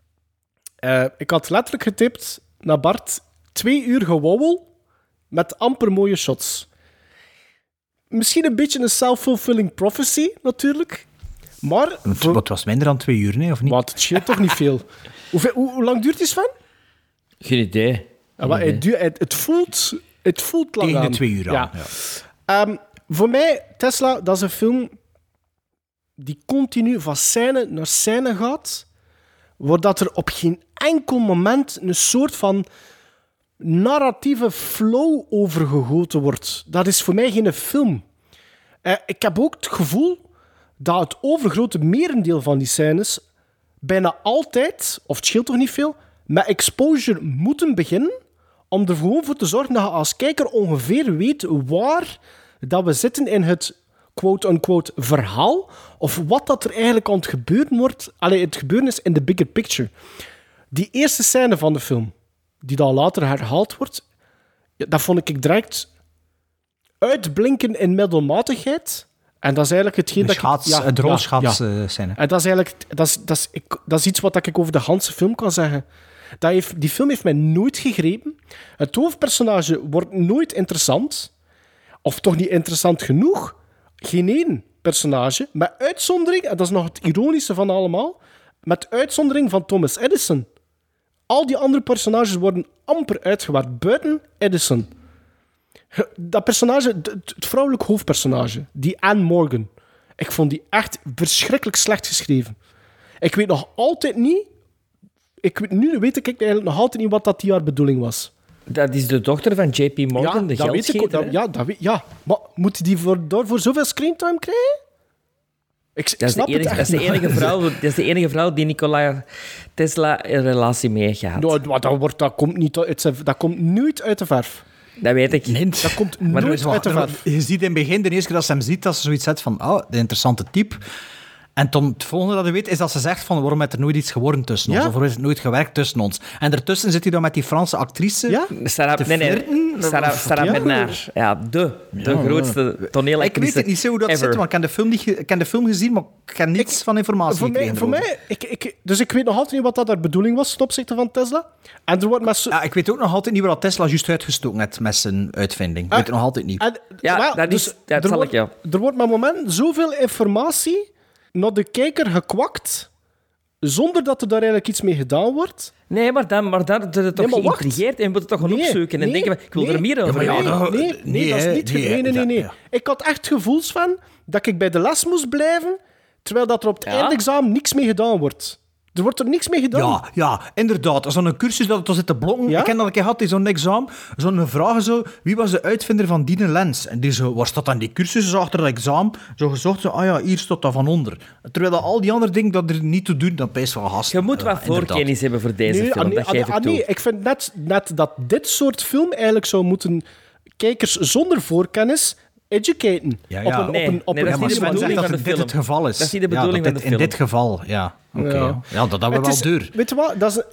Ik had letterlijk getipt naar Bart 2 uur gewauwel met amper mooie shots. Misschien een beetje een self-fulfilling prophecy, natuurlijk. Maar... Wat was minder dan 2 uur, nee, of niet? Wat, het scheelt toch niet veel. Hoe lang duurt die, Sven? Geen idee. Het voelt lang tegen aan. De 2 uur aan. Ja. Voor mij, Tesla, dat is een film die continu van scène naar scène gaat, waar dat er op geen enkel moment een soort van narratieve flow overgegoten wordt. Dat is voor mij geen film. Ik heb ook het gevoel dat het overgrote merendeel van die scènes bijna altijd, of het scheelt toch niet veel, met exposure moeten beginnen om er gewoon voor te zorgen dat je als kijker ongeveer weet waar dat we zitten in het quote-unquote verhaal, of wat dat er eigenlijk aan het gebeuren wordt. Het gebeuren is in de bigger picture. Die eerste scène van de film, die dan later herhaald wordt, dat vond ik direct uitblinken in middelmatigheid. En dat is eigenlijk hetgeen de rolschatsscène. En dat is eigenlijk... Dat is iets wat ik over de hele film kan zeggen. Die film heeft mij nooit gegrepen. Het hoofdpersonage wordt nooit interessant. Of toch niet interessant genoeg. Geen één. personage, met uitzondering, en dat is nog het ironische van allemaal, met uitzondering van Thomas Edison. Al die andere personages worden amper uitgewerkt, buiten Edison. Dat personage, het vrouwelijk hoofdpersonage, die Anne Morgan, ik vond die echt verschrikkelijk slecht geschreven. Ik weet nog altijd niet, nu weet ik eigenlijk nog altijd niet wat dat die haar bedoeling was. Dat is de dochter van JP Morgan, de geldscheter. Maar moet die voor zoveel screentime krijgen? Dat is de enige vrouw die Nikola Tesla een relatie mee heeft gehad. Dat komt nooit uit de verf. Dat weet ik. Nee, dat komt nooit uit de verf. Je ziet in het begin, de eerste keer dat ze hem ziet, dat ze zoiets zegt van, de interessante type. En dan het volgende dat je weet, is dat ze zegt van, waarom is er nooit iets geworden tussen ons? Of waarom is het nooit gewerkt tussen ons? En daartussen zit hij dan met die Franse actrice Sarah Bernard. Ja, de grootste toneelactrice. Ik weet het niet zo hoe dat zit, want ik heb de film gezien, maar ik heb niets van informatie gekregen. Voor mij, dus ik weet nog altijd niet wat dat haar bedoeling was ten opzichte van Tesla. En er wordt ik weet ook nog altijd niet waar Tesla juist uitgestoken heeft met zijn uitvinding. Ik weet het nog altijd niet. Er wordt met moment zoveel informatie naar de kijker gekwakt, zonder dat er daar eigenlijk iets mee gedaan wordt. Nee, maar dat het toch geïntrigeerd en je moet het toch gaan opzoeken en denken, ik wil er meer over weten. Nee, dat is niet... Nee. Ik had echt gevoels van dat ik bij de les moest blijven, terwijl dat er op het eindexamen niks mee gedaan wordt. Er wordt er niks mee gedaan. Ja, inderdaad. Zo'n cursus dat er zit te blokken. Ik ken dat ik had in zo'n examen. Zo'n vraag zo, wie was de uitvinder van die lens? En die zo, waar staat dan die cursus achter dat examen? Zo gezocht, hier staat dat van onder. Terwijl al die andere dingen dat er niet te doen, dan pees van gast. Je moet wat voorkennis hebben voor deze film, dat geef ik toe. Nee, ik vind net dat dit soort film eigenlijk zou moeten kijkers zonder voorkennis educaten. Dat is niet de bedoeling van de film. Het geval is. Dat is niet de bedoeling van de film. In dit geval, ja. Oké. Ja, dat hebben we wel duur. Weet je wat?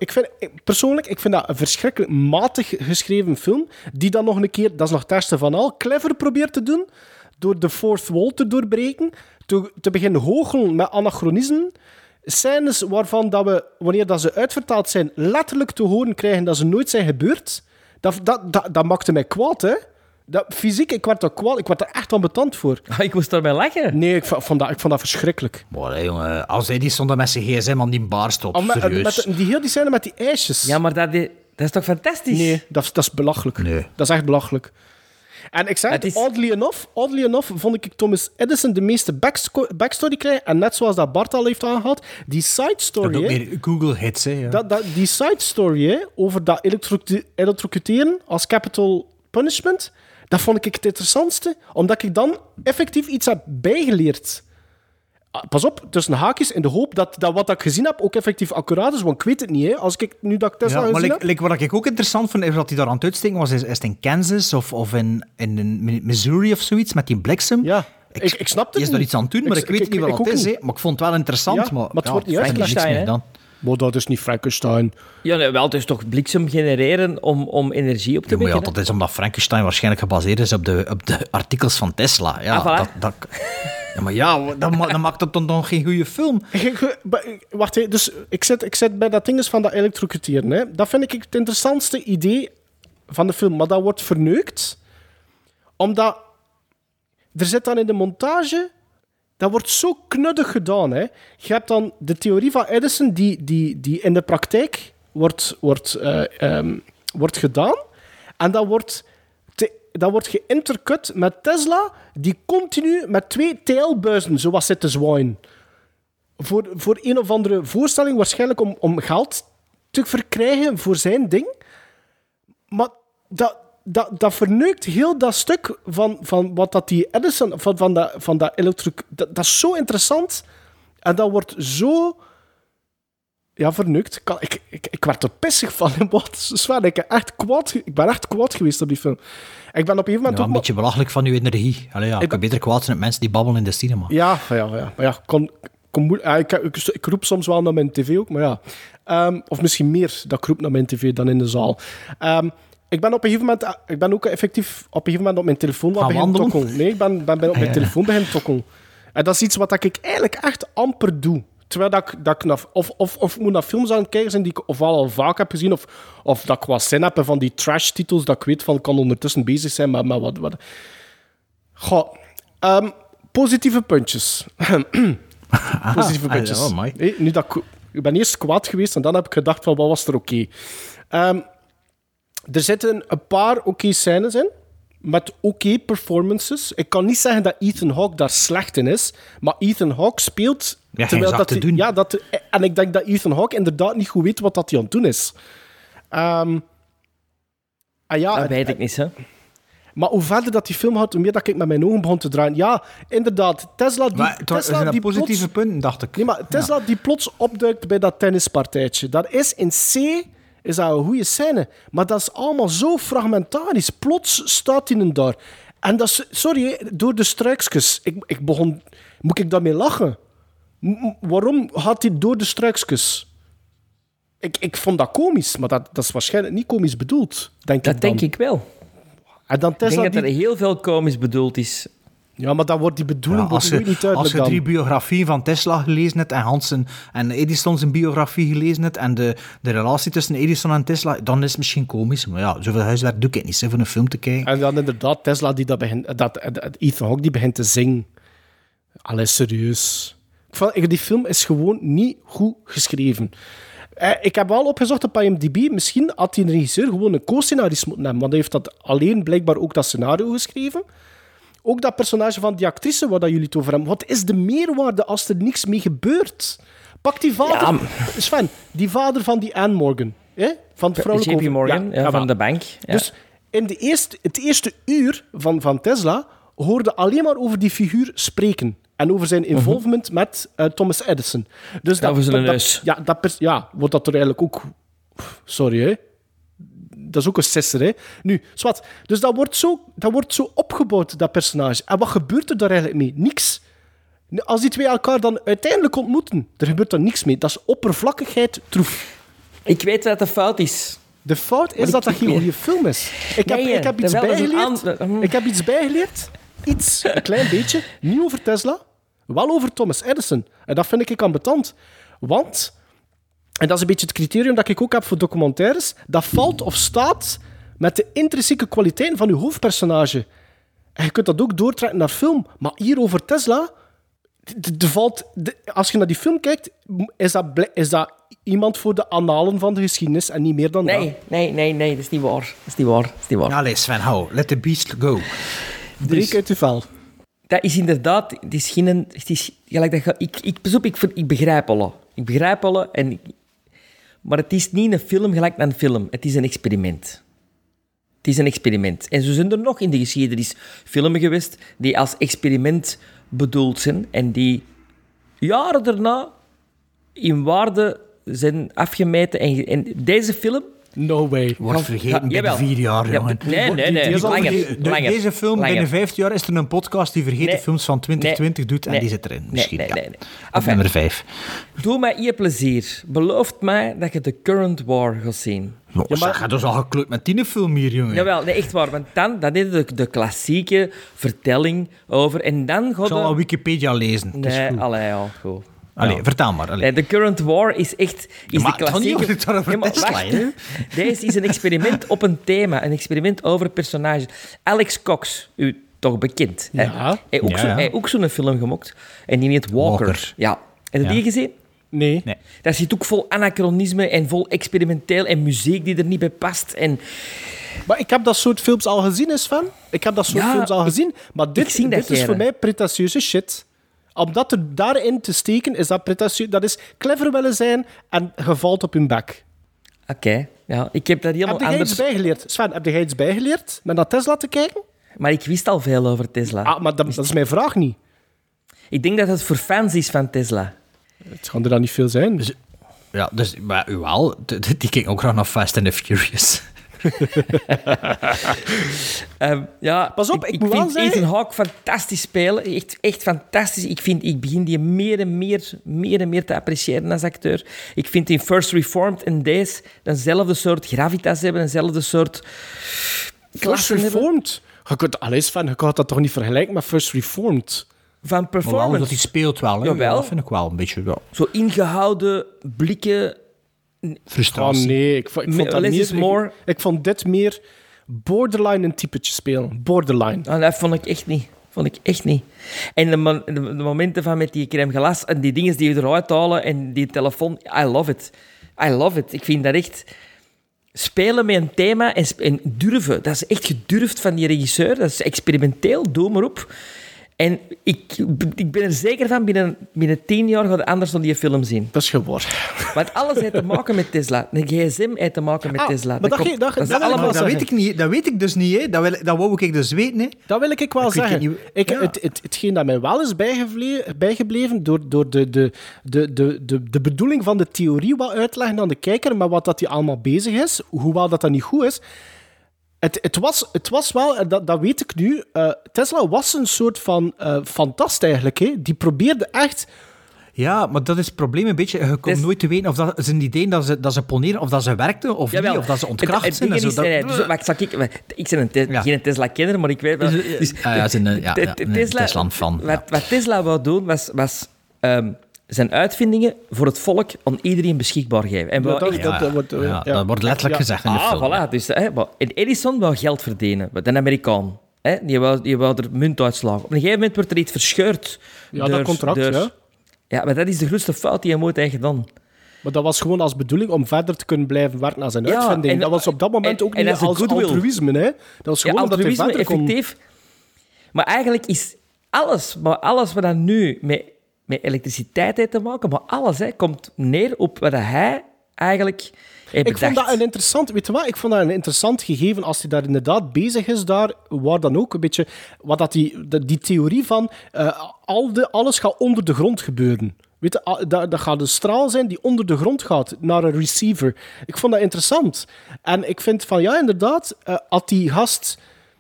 Ik vind dat een verschrikkelijk matig geschreven film, die dan nog een keer, dat is nog het ergste van al, clever probeert te doen, door de fourth wall te doorbreken, te beginnen goochelen met anachronismen, scènes waarvan dat we, wanneer dat ze uitvertaald zijn, letterlijk te horen krijgen dat ze nooit zijn gebeurd. Dat maakte mij kwaad, hè. Fysiek, ik werd er echt ambetant voor. Ik moest daarbij lachen. Nee, ik vond dat verschrikkelijk. Boah, jongen, als hij die stond met zijn gsm aan die bar stopt, serieus. Die scène met die ijsjes. Ja, maar dat is toch fantastisch? Nee, dat is belachelijk. Nee. Dat is echt belachelijk. En ik zeg het, oddly enough vond ik Thomas Edison de meeste backstory krijgen. En net zoals dat Bart al heeft aangehaald, die side story... Dat ook meer Google hits, hè. Ja. Die side story over dat elektrocuteren als capital punishment... Dat vond ik het interessantste, omdat ik dan effectief iets heb bijgeleerd. Pas op, tussen haakjes, in de hoop dat wat ik gezien heb ook effectief accuraat is, want ik weet het niet, hè, als ik nu dat ik Tesla gezien heb. Wat ik ook interessant vond, is dat hij daar aan het uitsteken was, is het in Kansas of in Missouri of zoiets, met die bliksem. Ja, ik snap het niet. Is er iets aan het doen, maar ik weet niet wat het is. Maar ik vond het wel interessant. Ja, maar het wordt niet uitgelegd. Maar dat is niet Frankenstein. Ja, wel, het is toch bliksem genereren om energie op te wekken? Ja, dat is omdat Frankenstein waarschijnlijk gebaseerd is op de artikels van Tesla. Ja, dat maakt het dan nog geen goede film. Wacht, dus ik zit bij dat ding van dat elektrocuteren. Hè. Dat vind ik het interessantste idee van de film. Maar dat wordt verneukt, omdat er zit dan in de montage... Dat wordt zo knuddig gedaan. Hè. Je hebt dan de theorie van Edison die in de praktijk wordt gedaan. En dat wordt geïntercut met Tesla, die continu met 2 teilbuizen zoals zit te zwaaien. Voor een of andere voorstelling, waarschijnlijk om geld te verkrijgen voor zijn ding. Maar dat verneukt heel dat stuk van wat dat die Edison... Van dat elektriek... Dat is zo interessant. En dat wordt zo... Ja, verneukt. Ik werd er pissig van. Zwaar, ik ben echt kwaad geweest op die film. Ik ben op een gegeven moment ook... een beetje belachelijk van uw energie. Ik kan beter kwaad zijn met mensen die babbelen in de cinema. Ja. Ik roep soms wel naar mijn tv ook, maar ja. Of misschien meer dat ik roep naar mijn tv dan in de zaal. Ik ben op een gegeven moment... Ik ben ook effectief op een gegeven moment op mijn telefoon beginnen tokkelen. Nee, ik ben op mijn telefoon beginnen tokkelen. En dat is iets wat ik eigenlijk echt amper doe. Terwijl dat ik of moet naar films aan het kijken zijn die ik ofwel al vaak heb gezien, of dat ik wat zin heb van die trash-titels, dat ik weet van, ik kan ondertussen bezig zijn met wat. Goh. positieve puntjes. Positieve puntjes. Oh, mooi. Hey, nu dat ik ben eerst kwaad geweest en dan heb ik gedacht van wat was er oké. Er zitten een paar oké scènes in, met oké performances. Ik kan niet zeggen dat Ethan Hawke daar slecht in is, maar Ethan Hawke speelt... Ja, terwijl dat te doen. Ja, en ik denk dat Ethan Hawke inderdaad niet goed weet wat dat hij aan het doen is. Dat weet ik niet, hè. Maar hoe verder dat die film gaat, hoe meer dat ik met mijn ogen begon te draaien. Ja, inderdaad. Tesla die positieve plots, punten, dacht ik. Nee, maar Tesla die plots opduikt bij dat tennispartijtje. Dat is in C... is dat een goede scène. Maar dat is allemaal zo fragmentarisch. Plots staat hij daar. En dat is... Sorry, door de struikjes. Ik begon... Moet ik daarmee lachen? Waarom gaat hij door de struikjes? Ik vond dat komisch, maar dat is waarschijnlijk niet komisch bedoeld. Dat denk ik wel. En dan Tesla ik denk dat er heel veel komisch bedoeld is. Ja, maar dan wordt die bedoeling niet duidelijk. Als je 3 biografieën van Tesla gelezen hebt en Hansen en Edison zijn biografie gelezen hebt en de relatie tussen Edison en Tesla, dan is het misschien komisch. Maar ja, zoveel huiswerk doe ik niet voor een film te kijken. En dan inderdaad Tesla die dat begint... Ethan Hawke die begint te zingen. Allee, serieus. Die film is gewoon niet goed geschreven. Ik heb wel opgezocht op IMDb. Misschien had die regisseur gewoon een co-scenarist moeten hebben. Want hij heeft dat alleen blijkbaar ook dat scenario geschreven. Ook dat personage van die actrice waar dat jullie het over hebben. Wat is de meerwaarde als er niks mee gebeurt? Pak die vader... Ja. Sven, die vader van die Anne Morgan. Van het vrouwelijke... JP Morgan, van de bank. Ja. Dus in het eerste uur van Tesla hoorde alleen maar over die figuur spreken. En over zijn involvement met Thomas Edison. Dus over zijn neus. wordt dat er eigenlijk ook... Sorry, hè. Dat is ook een sisser, hè. Nu, zwart. Dus dat wordt zo opgebouwd, dat personage. En wat gebeurt er daar eigenlijk mee? Niks. Als die twee elkaar dan uiteindelijk ontmoeten, er gebeurt er niks mee. Dat is oppervlakkigheid troef. Ik weet wat de fout is. De fout is dat geen goede film is. Ik heb iets bijgeleerd. Ik heb iets bijgeleerd. Een klein beetje. Niet over Tesla, wel over Thomas Edison. En dat vind ik ambetant. Want... En dat is een beetje het criterium dat ik ook heb voor documentaires. Dat valt of staat met de intrinsieke kwaliteiten van uw hoofdpersonage. En je kunt dat ook doortrekken naar film. Maar hier over Tesla... als je naar die film kijkt, is dat iemand voor de annalen van de geschiedenis en niet meer dan dat. Nee, dat is niet waar. Allee, Sven, hou. Let the beast go. Breek uit je vel. Dat is inderdaad... Het is geen... Het is, gelijk dat ik begrijp alle. Ik begrijp alle, maar het is niet een film gelijk naar een film. Het is een experiment. En zo zijn er nog in de geschiedenis filmen geweest die als experiment bedoeld zijn en die jaren daarna in waarde zijn afgemeten. En deze film... No way. Wordt vergeten binnen 4 jaar, jongen. Nee. Langer. Deze film, binnen 15 jaar is er een podcast die vergeten films van 2020 doet en die zit erin. Misschien, Nee. Op nummer 5. Doe mij je plezier. Beloof mij dat je The Current War gaat zien. Maar gaat dus al gekleurd met 10 film hier, jongen. Jawel, nee, echt waar. Want dan is de klassieke vertelling over... En dan gaat ik zal al Wikipedia lezen. Goed. Allee, vertel maar. Allee. The Current War is echt... Is de klassieke... Tesla, deze is een experiment op een thema. Een experiment over een personage. Alex Cox, u toch bekend. Ja. Hij ook zo'n film gemaakt. En die heet Walker. Ja. Heb je die gezien? Nee. Dat zit ook vol anachronisme en vol experimenteel en muziek die er niet bij past. Maar ik heb dat soort films al gezien, Sven. Maar dit is voor mij pretentieuze shit. Omdat er daarin te steken, is dat pretentieus. Dat is clever willen zijn en je valt op hun bek. Oké. Ja, ik heb dat helemaal anders... Heb jij iets bijgeleerd? Sven, heb jij iets bijgeleerd met naar Tesla te kijken? Maar ik wist al veel over Tesla. Maar dat is mijn vraag niet. Ik denk dat het voor fans is van Tesla. Het kan er dan niet veel zijn. Maar u wel. Die kijken ook graag naar Fast and the Furious. Pas op, ik vind Ethan Hawke fantastisch spelen. Echt fantastisch. Ik begin die meer en meer te appreciëren als acteur. Ik vind in First Reformed en deze eenzelfde soort gravitas hebben, eenzelfde soort... First Reformed? Je kan dat toch niet vergelijken met First Reformed? Van performance. Dat hij speelt wel, hè? Jawel. Dat vind ik wel een beetje... Ja. Zo ingehouden blikken... Frustratie. Nee, ik vond dit meer borderline een typetje spelen. Borderline. Dat vond ik echt niet. Vond ik echt niet. En de momenten van met die crème glace en die dingen die je eruit halen en die telefoon, I love it. I love it. Ik vind dat echt... Spelen met een thema en durven. Dat is echt gedurfd van die regisseur. Dat is experimenteel, doe maar op. En ik ben er zeker van, binnen 10 jaar gaat anders dan die film zien. Dat is gewoon. Want alles heeft te maken met Tesla. Een gsm heeft te maken met Tesla. Maar dat weet ik niet. Dat weet ik dus niet. Hè. Dat wou ik dus weten. Hè. Dat wil ik wel zeggen. Hetgeen dat mij wel is bijgebleven door de bedoeling van de theorie wat uitleggen aan de kijker, maar wat dat die allemaal bezig is, hoewel dat niet goed is. Het was wel, dat weet ik nu, Tesla was een soort van fantast eigenlijk. Hè. Die probeerde echt... Ja, maar dat is het probleem een beetje. Je komt nooit te weten of dat zijn ideeën dat ze poneren, of dat ze werkten, of niet, of dat ze ontkracht zijn. Ik ben geen Tesla-kenner, maar ik weet wel... Tesla-fan. Wat Tesla wou doen, was zijn uitvindingen voor het volk aan iedereen beschikbaar geven. En dat wordt letterlijk gezegd in de film. Voilà. Dus, en Edison wou geld verdienen, een Amerikaan. Die wou er munt uitslagen. Op een gegeven moment wordt er iets verscheurd. Dat contract, Ja, maar dat is de grootste fout die hij ooit heeft gedaan. Maar dat was gewoon als bedoeling om verder te kunnen blijven werken aan zijn uitvinding. En dat was op dat moment ook niet als altruïsme. Hè? Dat was gewoon omdat hij verder kon... effectief. Maar eigenlijk is alles wat dan nu met elektriciteit heeft te maken, maar alles komt neer op wat hij eigenlijk heeft bedacht. Ik vond dat een interessant... Weet je wat? Ik vond dat een interessant gegeven als hij daar inderdaad bezig is daar, waar dan ook een beetje... Wat dat die theorie van alles gaat onder de grond gebeuren. Weet je, dat gaat een straal zijn die onder de grond gaat, naar een receiver. Ik vond dat interessant. En ik vind van, ja, inderdaad, had die gast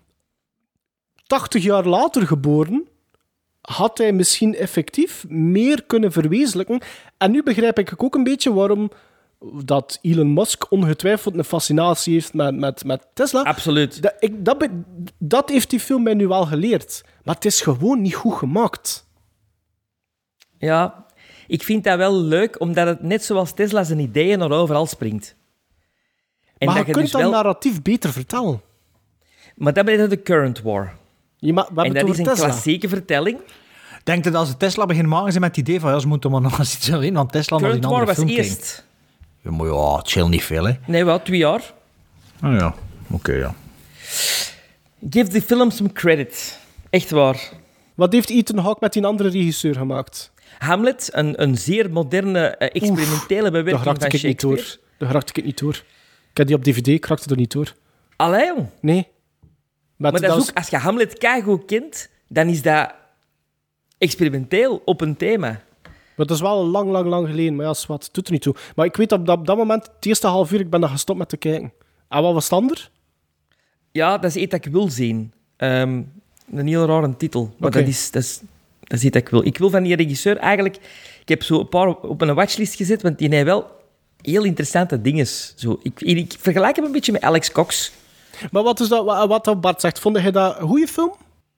80 jaar later geboren, had hij misschien effectief meer kunnen verwezenlijken. En nu begrijp ik ook een beetje waarom dat Elon Musk ongetwijfeld een fascinatie heeft met Tesla. Absoluut. Dat heeft die film mij nu wel geleerd. Maar het is gewoon niet goed gemaakt. Ja, ik vind dat wel leuk, omdat het net zoals Tesla zijn ideeën naar overal springt. En maar dat je kunt dus dat narratief beter vertellen. Maar dat betekent de Current War. En dat is een klassieke vertelling. Denk je dat als Tesla begint maken zijn met het idee van ze moeten maar nog eens iets doen, want Tesla nog een andere film was eerst. Ja, maar ja, het chill niet veel, hè. Nee, wel 2 jaar. Oh ja, oké, ja. Give the film some credit. Echt waar. Wat heeft Ethan Hawke met die andere regisseur gemaakt? Hamlet, een zeer moderne, experimentele bewerking van Shakespeare. Daar raakte ik niet door. Ik heb die op DVD, ik raakte er niet door. Allee, jong. Nee. Maar dat is ook, als je Hamlet keigoed kent, dan is dat experimenteel op een thema. Maar dat is wel lang geleden. Maar ja, wat doet er niet toe. Maar ik weet op dat moment, het eerste half uur, ik ben daar gestopt met te kijken. En wat was het ander? Ja, dat is iets dat ik wil zien. Een heel rare titel. Maar dat is iets dat ik wil. Ik wil van die regisseur eigenlijk... Ik heb zo een paar op een watchlist gezet, want die heeft wel heel interessante dingen. Zo, ik vergelijk hem een beetje met Alex Cox. Maar wat is dat, wat Bart zegt? Vond je dat een goede film?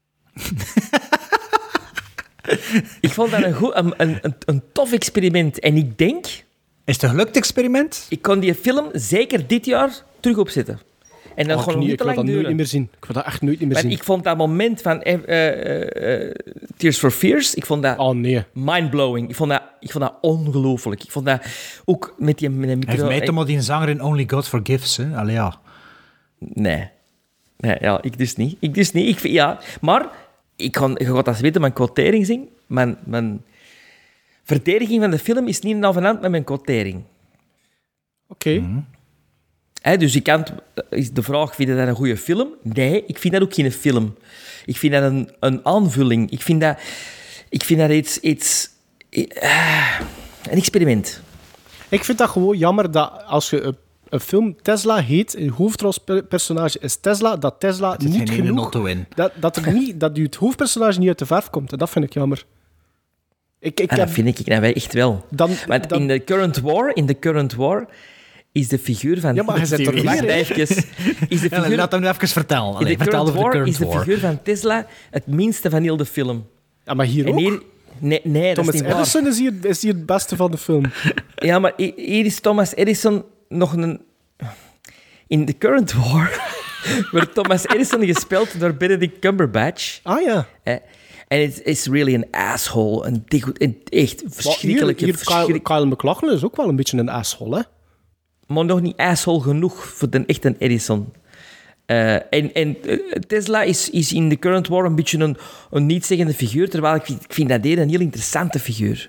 Ik vond dat een tof experiment. En ik denk... Is het een gelukt experiment? Ik kon die film zeker dit jaar terug opzetten. En dan gewoon niet te lang duren. Ik wil dat nooit meer zien. Ik wil dat echt nooit meer zien. Ik vond dat moment van Tears for Fears, ik vond dat mindblowing. Ik vond dat ongelooflijk. Ik vond dat ook met die micro... Hij heeft mij toch maar die zanger in Only God Forgives, hè? Allee, ja. Nee, ja, ik dus niet. Maar je gaat dat weten, mijn quotering zien. Mijn verdediging van de film is niet een halve hand met mijn quotering. Oké. Mm-hmm. Dus is de vraag, vind je dat een goede film? Nee, ik vind dat ook geen film. Ik vind dat een aanvulling. Ik vind dat iets een experiment. Ik vind dat gewoon jammer dat als je een film Tesla heet, een hoofdrolpersonage is Tesla, dat Tesla niet genoeg... Dat het hoofdpersonage niet uit de verf komt. En dat vind ik jammer. Dat vind ik nou echt wel. Want in The Current War is de figuur van... Ja, maar je zit er weer. Laat hem nu even vertellen. In The Current War is de figuur van Tesla het minste van heel de film. Ja, maar hier ook? Nee, Thomas dat is niet Edison waar. is hier het beste van de film. Ja, maar hier is Thomas Edison nog een... In The Current War wordt Thomas Edison gespeeld door Benedict Cumberbatch. Ah ja. En het is really een asshole. Een echt verschrikkelijke... Kyle MacLachlan is ook wel een beetje een asshole, hè? Maar nog niet asshole genoeg voor de echte Edison. En Tesla is in The Current War een beetje een niet-zeggende figuur, terwijl ik vind dat een heel interessante figuur.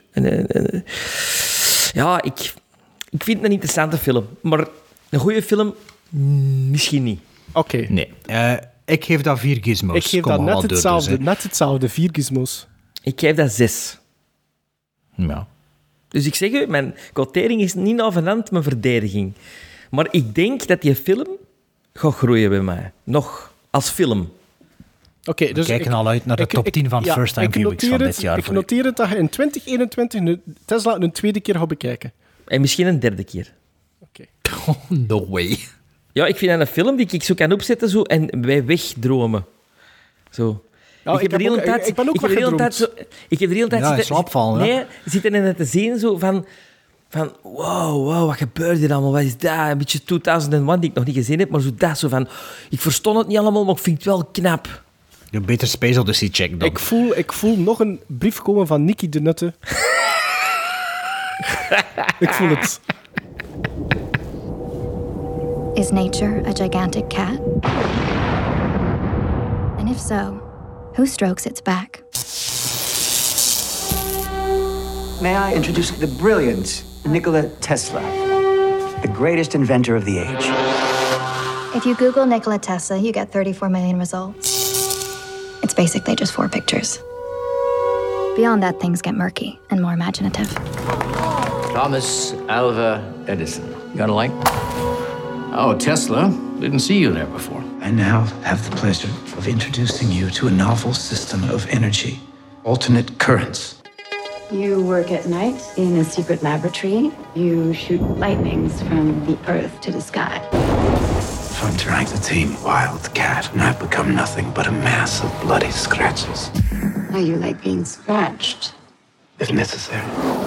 Ik vind het een interessante film, maar een goede film misschien niet. Oké. Nee. Ik geef dat 4 gizmos. Ik geef dat net hetzelfde, 4 gizmos. Ik geef dat 6. Ja. Dus ik zeg u, mijn quotering is niet navenant mijn verdediging. Maar ik denk dat die film gaat groeien bij mij. Nog, als film. Okay, dus we kijken al uit naar de top 10 van First Time Viewings van dit jaar. Ik noteer het dat je in 2021 Tesla een tweede keer gaat bekijken. En misschien een derde keer. Oké. No way. Ja, ik vind dat een film die ik zo kan opzetten zo, en wij wegdromen. Zo. Ja, ik ben ook weggedroomd. Ik heb de hele tijd in slaap vallen. Nee, zitten in het te zien zo van wow, wat gebeurt hier allemaal? Wat is dat? Een beetje 2001 die ik nog niet gezien heb, maar zo dat zo van... Ik verstond het niet allemaal, maar ik vind het wel knap. Je beter Space Odyssey check dan. Ik voel nog een brief komen van Nicky de Nutte. Ik voel het. Is nature a gigantic cat? And if so, who strokes its back? May I introduce the brilliant Nikola Tesla, the greatest inventor of the age. If you Google Nikola Tesla, you get 34 million results. It's basically just 4 pictures. Beyond that, things get murky and more imaginative. Thomas Alva Edison. You got a light? Oh, Tesla. Didn't see you there before. I now have the pleasure of introducing you to a novel system of energy, alternate currents. You work at night in a secret laboratory. You shoot lightnings from the earth to the sky. From trying to tame wild cat, and I've become nothing but a mass of bloody scratches. How you like being scratched? If necessary.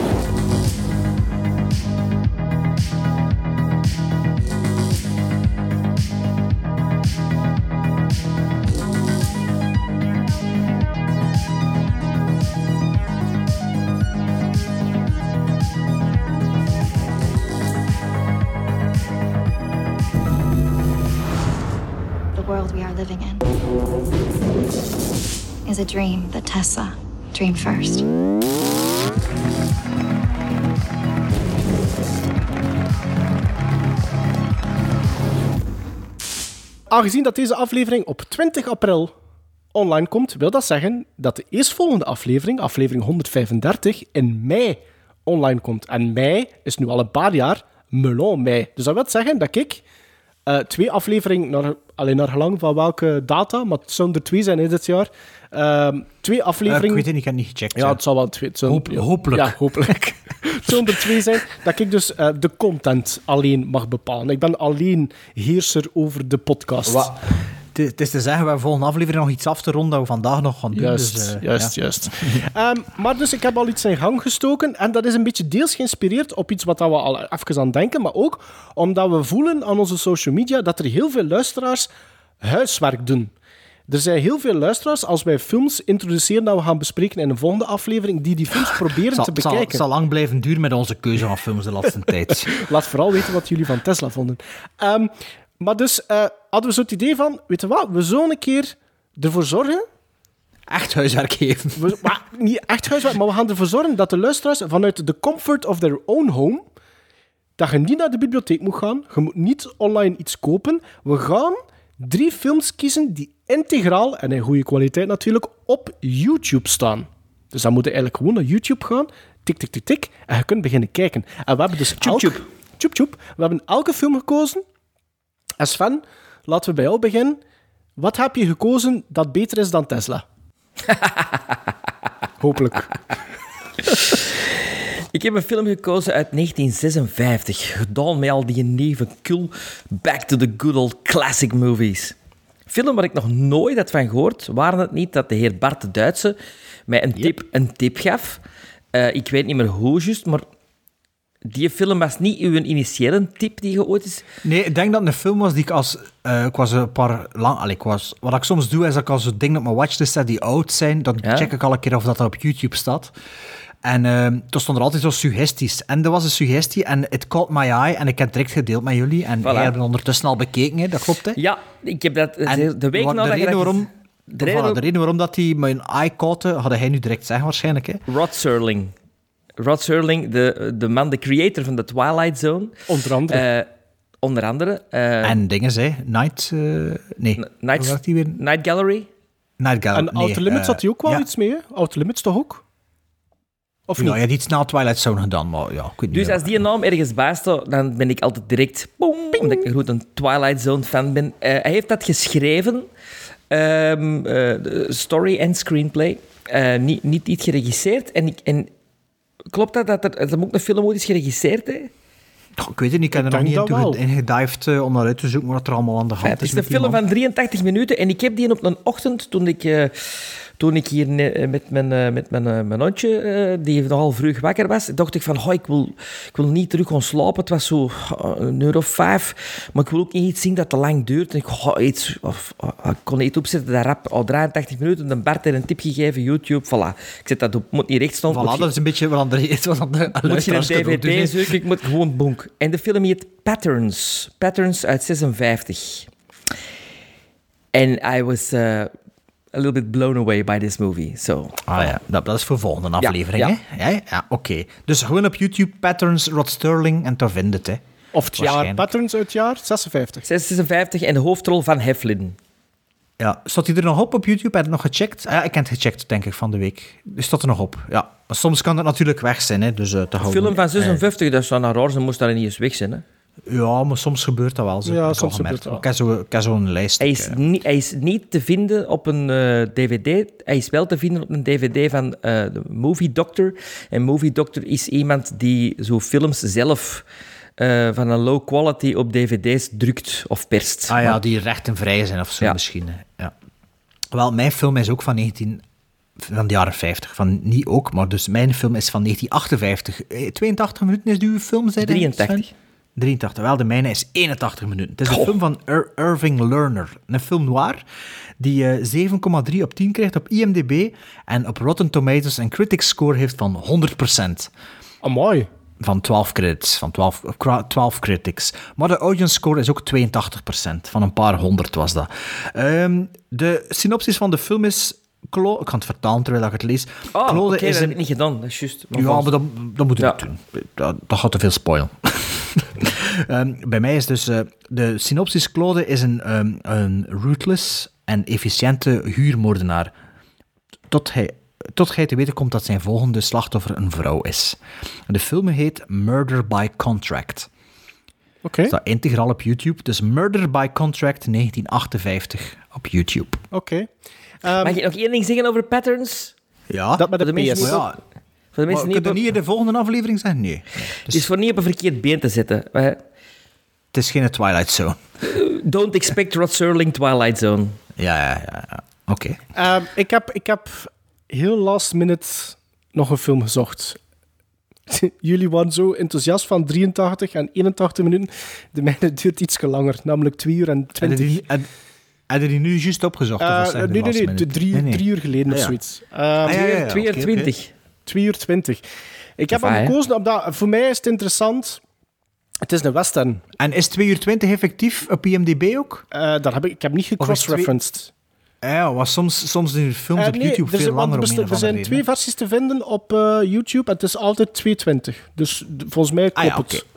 Living in is a dream that Tesla dreamed first. Aangezien dat deze aflevering op 20 april online komt, wil dat zeggen dat de eerstvolgende aflevering, aflevering 135, in mei online komt. En mei is nu al een paar jaar melon mei. Dus dat wil zeggen dat ik 2 afleveringen, naar gelang van welke data, maar het zullen er 2 zijn in dit jaar. 2 afleveringen... ik weet het niet, ik heb het niet gecheckt. Ja, het zal wel 2 zijn. Hopelijk. Ja, hopelijk. Het zullen er 2 zijn, dat ik dus de content alleen mag bepalen. Ik ben alleen heerser over de podcast. Het is te zeggen, we hebben volgende aflevering nog iets af te ronden dat we vandaag nog gaan doen. Juist. Maar dus ik heb al iets in gang gestoken en dat is een beetje deels geïnspireerd op iets wat we al even aan denken, maar ook omdat we voelen aan onze social media dat er heel veel luisteraars huiswerk doen. Er zijn heel veel luisteraars, als wij films introduceren dat we gaan bespreken in een volgende aflevering, die films proberen te bekijken. Het zal lang blijven duren met onze keuze van films de laatste tijd. Laat vooral weten wat jullie van Tesla vonden. Maar dus hadden we zo het idee van, weet je wat, we zullen een keer ervoor zorgen... Echt huiswerk geven. Niet echt huiswerk, maar we gaan ervoor zorgen dat de luisteraars vanuit de comfort of their own home, dat je niet naar de bibliotheek moet gaan, je moet niet online iets kopen. We gaan 3 films kiezen die integraal, en in goede kwaliteit natuurlijk, op YouTube staan. Dus dan moet je eigenlijk gewoon naar YouTube gaan, tik, en je kunt beginnen kijken. En we hebben dus we hebben elke film gekozen. En Sven, laten we bij jou beginnen. Wat heb je gekozen dat beter is dan Tesla? Hopelijk. Ik heb een film gekozen uit 1956. Gedaan met al die nevenkul. Back to the good old classic movies. Film waar ik nog nooit had van gehoord. Waren het niet dat de heer Bart de Duitse mij een tip gaf. Ik weet niet meer hoe juist, maar die film was niet uw initiële tip die je ooit is... Nee, ik denk dat het een film was die ik als... ik was een paar lang... wat ik soms doe, is dat ik als ik dingen op mijn watchlist zet die oud zijn, dan check ik al een keer of dat op YouTube staat. En toen stond er altijd zo suggesties. En er was een suggestie en it caught my eye. En ik heb het direct gedeeld met jullie. En jij hebt het ondertussen al bekeken, hè? Dat klopt, hè? Ja, ik heb dat de week nadat de reden waarom dat hij mijn eye caught, hadden hij nu direct zeggen waarschijnlijk, hè? Rod Serling, de man, de creator van The Twilight Zone. Onder andere. En dingen, hè? Night Gallery. En Outer Limits had hij ook wel iets mee, hè? Outer Limits toch ook? Of niet? Ja, je hebt iets na Twilight Zone gedaan, maar ja, ik weet niet. Dus als die naam ergens bij staat, dan ben ik altijd direct... Boom, omdat ik een grote Twilight Zone fan ben. Hij heeft dat geschreven. Story en screenplay. Niet geregisseerd. En klopt dat er ook een film ooit is geregisseerd, hè? Ik weet het niet, ik heb er nog niet in gedived om naar uit te zoeken wat er allemaal aan de hand is. Het is een film van 83 minuten en ik heb die op een ochtend, toen ik hier met mijn hondje, die nogal vroeg wakker was, dacht ik van, ik wil niet terug gaan slapen. Het was zo 1:05, maar ik wil ook niet iets zien dat te lang duurt. En ik kon iets opzetten, dat rap al 83 minuten. Dan Bart heeft een tip gegeven, YouTube, voilà. Ik zet dat op, moet niet recht staan. Voilà, dat is een beetje wat aan de moet je een DVD zoeken, ik moet gewoon bonk. En de film heet Patterns uit 56. En I was... a little bit blown away by this movie. So. Ja, dat is voor volgende aflevering, hè? Ja, oké. Dus gewoon op YouTube, Patterns, Rod Serling, en daar vind je het, hè? Of het jaar Patterns uit het jaar 56. 56 en de hoofdrol van Heflin. Ja, staat hij er nog op YouTube? Heb je het nog gecheckt? Ja, ik heb het gecheckt, denk ik, van de week. Dus staat er nog op, ja. Maar soms kan het natuurlijk weg zijn, hè. Dus, te een film van 56, dat is dan raar, ze moest daar niet eens weg zijn, hè. Ja, maar soms gebeurt dat wel. Zo. Ja, soms gebeurt dat wel. Ik heb zo'n lijst. Hij is niet te vinden op een DVD. Hij is wel te vinden op een DVD van de Movie Doctor. En Movie Doctor is iemand die zo films zelf van een low quality op DVD's drukt of perst. Ah ja, die rechten zijn of zo misschien. Ja. Wel, mijn film is ook van de jaren 50. Van niet ook, maar dus mijn film is van 1958. 82 minuten is uw film, zei 83. 83. Wel, de mijne is 81 minuten. Het is een film van Irving Lerner. Een film noir die 7,3 op 10 krijgt op IMDb en op Rotten Tomatoes een critics score heeft van 100%. Amai. Van 12 credits, van 12 critics. Maar de audience score is ook 82%. Van een paar honderd was dat. De synopsis van de film is... Ik kan het vertalen terwijl ik het lees. Dat heb ik niet gedaan, dat is juist. Ja, maar dat moet ik niet doen. Dat gaat te veel spoilen. Bij mij is dus... de synopsis: Claude is een ruthless en efficiënte huurmoordenaar. Tot hij te weten komt dat zijn volgende slachtoffer een vrouw is. De film heet Murder by Contract. Oké. Staat integraal op YouTube. Dus Murder by Contract 1958 op YouTube. Oké. Mag je nog één ding zeggen over Patterns? Ja, dat met de PS. Voor de mensen kun je niet in de volgende aflevering zijn? Nee. Het is voor niet op een verkeerd been te zetten. Het is geen Twilight Zone. Don't expect Rod Serling Twilight Zone. Ja. Oké. Ik heb heel last minute nog een film gezocht. Jullie waren zo enthousiast van 83 en 81 minuten. De mijne duurt iets langer, namelijk 2 uur en 20. Heb je die nu juist opgezocht? Nee, 3 uur geleden of zoiets. 2 uur 20. 2 uur 20. Ik heb hem gekozen omdat voor mij is het interessant. Het is een western. En is 2 uur 20 effectief op IMDb ook? Ik heb niet gecross-referenced. Ja, was soms in films op YouTube veel langer. Er zijn 2 versies te vinden op YouTube en het is altijd 2.20. Dus volgens mij klopt het.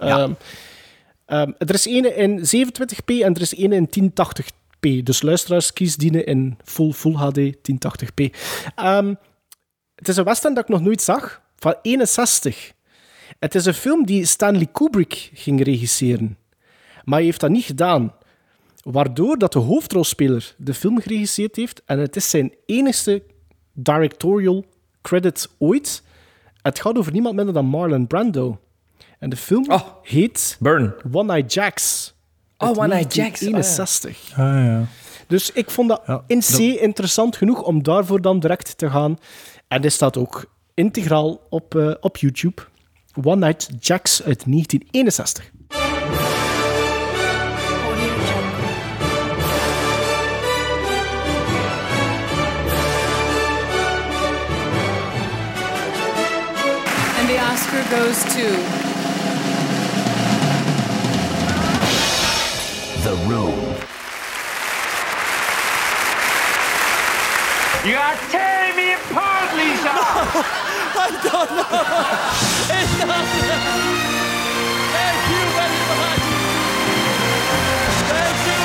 Er is ene in 27p en er is ene in 1080p. Dus luisteraars, kies die in full HD 1080p. Het is een western dat ik nog nooit zag, van 61. Het is een film die Stanley Kubrick ging regisseren. Maar hij heeft dat niet gedaan. Waardoor dat de hoofdrolspeler de film geregisseerd heeft en het is zijn enigste directorial credit ooit. Het gaat over niemand minder dan Marlon Brando. En de film heet Burn. One-Eyed Jacks. One-Eyed Jacks. 61. Ja. Dus ik vond dat in C interessant genoeg om daarvoor dan direct te gaan. En dit staat ook integraal op YouTube. One Night Jacks uit 1961. And the Oscar goes to... The Room. You are tearing me apart, Lisa! I don't know. It's not. Thank you very much. Thank you.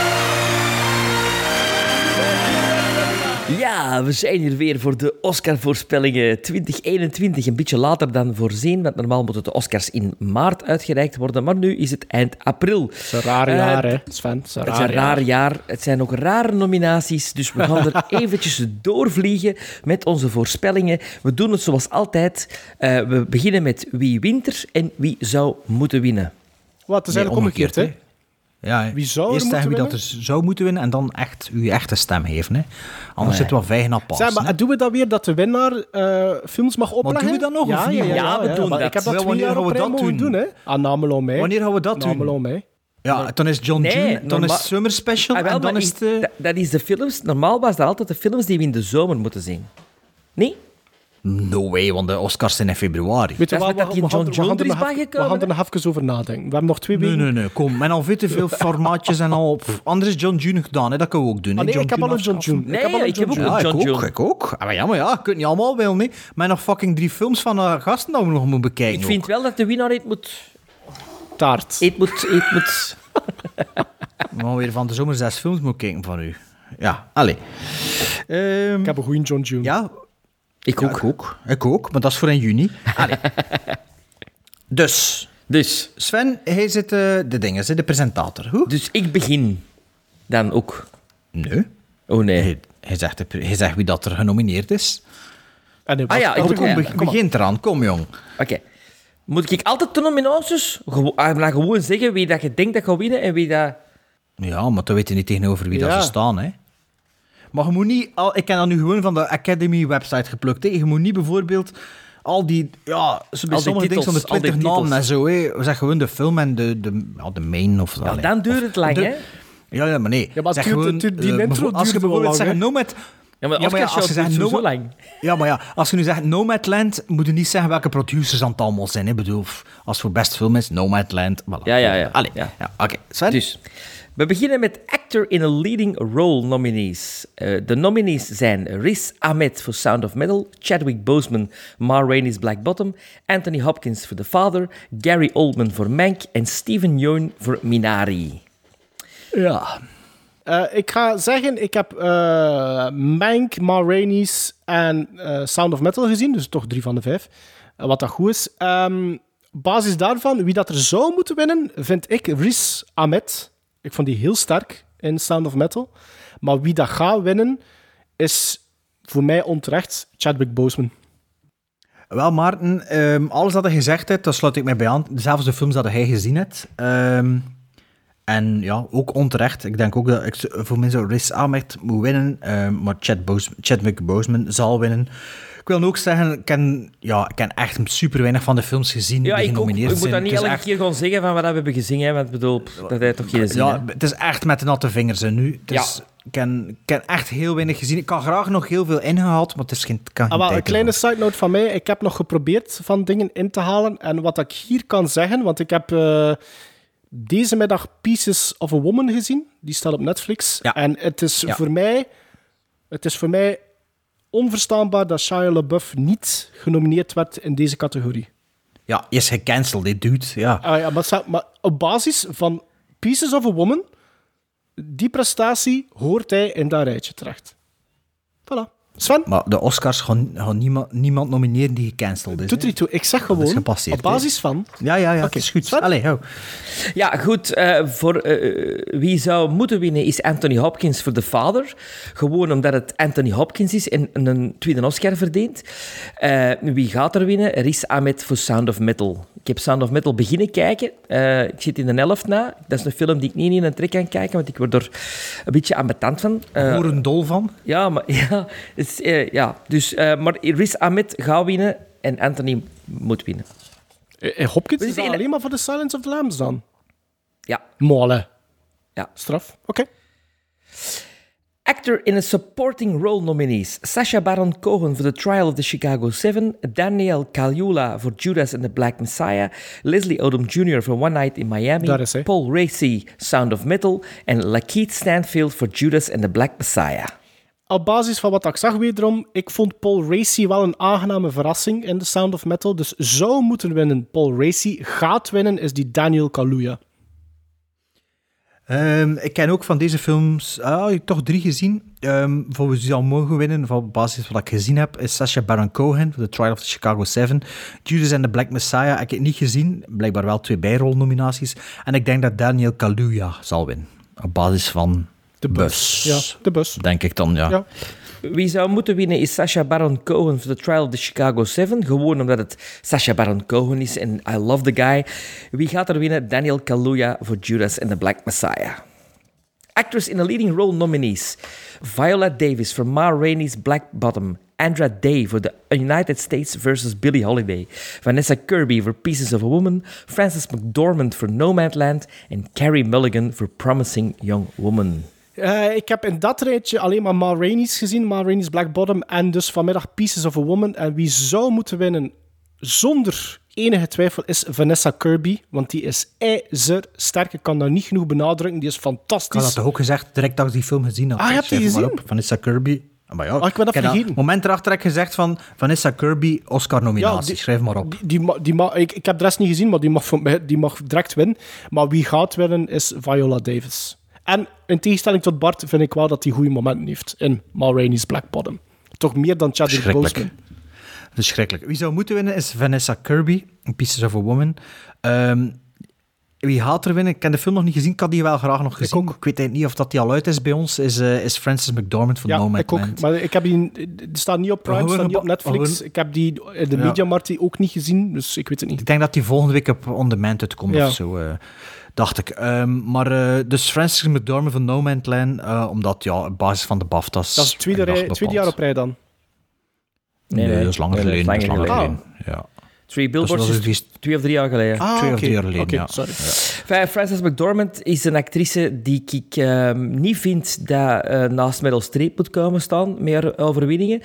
Ja, we zijn hier weer voor de Oscar-voorspellingen 2021. Een beetje later dan voorzien, want normaal moeten de Oscars in maart uitgereikt worden, maar nu is het eind april. Het is een raar jaar, hè, Sven? Het is een raar jaar. Het zijn ook rare nominaties, dus we gaan er eventjes doorvliegen met onze voorspellingen. We doen het zoals altijd. We beginnen met wie wint er en wie zou moeten winnen. Wat, het is eigenlijk omgekeerd, hè? Ja, wie zou eerst zeggen wie dat er zou moeten winnen en dan echt uw echte stem geven. Hè. Anders zitten we vijgen op pas. Zeg, maar doen we dat weer, dat de winnaar films mag opleggen? Maar doen we dat nog of niet? Ja, we doen dat. Ik heb dat 2 jaar op rij mogen doen, hè? Namelo mij. Wanneer gaan we dat doen? Namelo mij. Ja, dan is John June, dan is Summer Special en dan is het... Dat is de films... Normaal was dat altijd de films die we in de zomer moeten zien. Nee? No way, want de Oscars zijn in februari. Weet je wat, we gaan er nog even over nadenken. We hebben nog 2 weken. Nee, kom. Men al veel te veel formaatjes en al. Anders is John June gedaan, hè. Dat kunnen we ook doen. Nee, ik heb al een John June. Ik heb ook een John June. Ik ook. Maar ja, je kunt niet allemaal wel, nee. Maar nog fucking 3 films van gasten dat we nog moeten bekijken. Ik vind wel dat de winnaar het moet... Taart. Het moet... We gaan weer van de zomer 6 films moeten kijken van u. Ja, allee. Ik heb een goede John June. Ja, Ik ook, maar dat is voor in juni. Allee. Dus, Sven, hij zit de dingen, de presentator. Hoe? Dus ik begin dan ook. Nee. Oh nee. Hij zegt wie dat er genomineerd is. En begint eraan, kom jong. Oké. Moet ik altijd de nominaties gewoon zeggen wie dat je denkt dat gaat winnen en wie dat... Ja, maar dan weet je niet tegenover wie dat ze staan, hè. Maar je moet niet... Ik heb dat nu gewoon van de Academy-website geplukt. Hè. Je moet niet bijvoorbeeld al die... Ja, sommige dingen van de 20 namen en zo. Hè. Zeg gewoon de film en de main of... Ja, dan duurt het lang, hè? Ja, maar nee. Ja, maar zeg gewoon, die intro als je bijvoorbeeld zegt Nomad... Ja, maar als je zegt zo lang. Ja, maar ja, als je nu zegt Nomadland, moet je niet zeggen welke producers aan het allemaal zijn. Hè. Ik bedoel, als het voor best film is, Nomadland. Voilà. Ja. Allee, oké. Sven? Dus... We beginnen met Actor in a Leading Role nominees. De nominees zijn Riz Ahmed voor Sound of Metal, Chadwick Boseman, Ma Rainey's Black Bottom, Anthony Hopkins voor The Father, Gary Oldman voor Mank en Steven Yeun voor Minari. Ja. Ik ga zeggen, ik heb Mank, Ma Rainey's en Sound of Metal gezien, dus toch 3 van de 5. Wat dat goed is. Basis daarvan, wie dat er zou moeten winnen, vind ik Riz Ahmed. Ik vond die heel sterk in Sound of Metal. Maar wie dat gaat winnen, is voor mij onterecht Chadwick Boseman. Wel, Maarten, alles dat hij gezegd heeft, daar sluit ik mij bij aan. Zelfs de films dat hij gezien heeft. En ja, ook onterecht. Ik denk ook dat voor mij zo Riz Ahmed moet winnen, maar Chadwick Boseman zal winnen. Ik wil ook zeggen, ik ken echt super weinig van de films gezien die genomineerd zijn. Ik moet dat niet elke keer gewoon zeggen van wat we hebben gezien, hè, want ik bedoel, dat hij toch geen zin. Ja, het is echt met de natte vingers nu. Dus ik ken echt heel weinig gezien. Ik had graag nog heel veel ingehaald, maar het is geen tijd. Een kleine side note van mij. Ik heb nog geprobeerd van dingen in te halen. En wat ik hier kan zeggen, want ik heb deze middag Pieces of a Woman gezien. Die staat op Netflix. Ja. En het is voor mij onverstaanbaar dat Shia LaBeouf niet genomineerd werd in deze categorie. Ja, is gecanceld, dit dude. Ja. Maar op basis van Pieces of a Woman, die prestatie hoort hij in dat rijtje terecht. Voilà. Sven? Maar de Oscars gaan niemand nomineren die gecanceld is. Doet er niet toe. Ik zeg gewoon, op basis van... Ja, het is goed. Sven? Allee, hou. Ja, goed. Voor wie zou moeten winnen is Anthony Hopkins voor The Father. Gewoon omdat het Anthony Hopkins is en een tweede Oscar verdient. Wie gaat er winnen? Riz Ahmed voor Sound of Metal. Ik heb Sound of Metal beginnen kijken. Ik zit in de 11 na. Dat is een film die ik niet in een trek kan kijken, want ik word er een beetje ambetant van. Hoor een dol van? Ja, maar... Ja, maar Riz Ahmed gaat winnen en Anthony moet winnen. Hopkins is dat alleen maar voor The Silence of the Lambs dan? Ja. Molle. Ja. Straf. Oké. Actor in a Supporting Role nominees. Sacha Baron Cohen for The Trial of the Chicago 7. Daniel Kaluuya for Judas and the Black Messiah. Leslie Odom Jr. for One Night in Miami. Daar is hij. Paul Raci, Sound of Metal. En Lakeith Stanfield for Judas and the Black Messiah. Op basis van wat ik zag wederom, ik vond Paul Raci wel een aangename verrassing in The Sound of Metal. Dus zou moeten winnen. Paul Raci gaat winnen, is die Daniel Kaluuya. Ik ken ook van deze films toch 3 gezien. Voor wie zou mogen winnen, op basis van wat ik gezien heb, is Sacha Baron Cohen voor The Trial of the Chicago 7. Judas and the Black Messiah heb ik niet gezien. Blijkbaar wel 2 bijrolnominaties. En ik denk dat Daniel Kaluuya zal winnen. Op basis van de bus. Ja, de bus. Denk ik dan, ja. Wie zou moeten winnen is Sacha Baron Cohen voor The Trial of the Chicago 7. Gewoon omdat het Sacha Baron Cohen is en I love the guy. Wie gaat er winnen? Daniel Kaluuya voor Judas and the Black Messiah. Actress in a leading role nominees. Viola Davis for Ma Rainey's Black Bottom. Andra Day for The United States vs. Billie Holiday. Vanessa Kirby for Pieces of a Woman. Frances McDormand for Nomadland. En Carey Mulligan for Promising Young Woman. Ik heb in dat rijtje alleen maar Ma Rainey's gezien. Ma Rainey's Black Bottom en dus vanmiddag Pieces of a Woman. En wie zou moeten winnen, zonder enige twijfel, is Vanessa Kirby. Want die is ijzersterk. Ik kan dat niet genoeg benadrukken. Die is fantastisch. Ik had dat toch ook gezegd, direct dat ik die film gezien had. Ah, je hebt die gezien? Vanessa Kirby. Maar ja, ik ben dat vergeten. Moment erachter heb ik gezegd van Vanessa Kirby, Oscar-nominatie. Schrijf maar op. Ik heb de rest niet gezien, maar die mag direct winnen. Maar wie gaat winnen is Viola Davis. En in tegenstelling tot Bart vind ik wel dat hij goede momenten heeft in Ma Rainey's Black Bottom. Toch meer dan Chadwick Boseman. Verschrikkelijk. Wie zou moeten winnen is Vanessa Kirby, in Pieces of a Woman. Wie gaat er winnen? Ik ken de film nog niet gezien, ik had die wel graag nog gezien. Ik weet niet of dat die al uit is bij ons. Is Frances McDormand van Nomadland. Ja, ik ook. Maar ik heb die staat niet op Prime, staat niet op Netflix. Ik heb die in de Mediamarkt ook niet gezien, dus ik weet het niet. Ik denk dat die volgende week op On Demand uitkomt of zo. Dacht ik. Dus Frances McDormand van Nomadland, omdat op basis van de BAFTA's... Dat is tweede jaar op rij dan? Nee, dat is langer geleden. Ja. 3 Billboards is 2 of 3 jaar geleden. 2 of 3 jaar geleden, ja. Sorry. Ja. Frances McDormand is een actrice die ik niet vind dat naast Meryl Streep moet komen staan, meer overwinningen.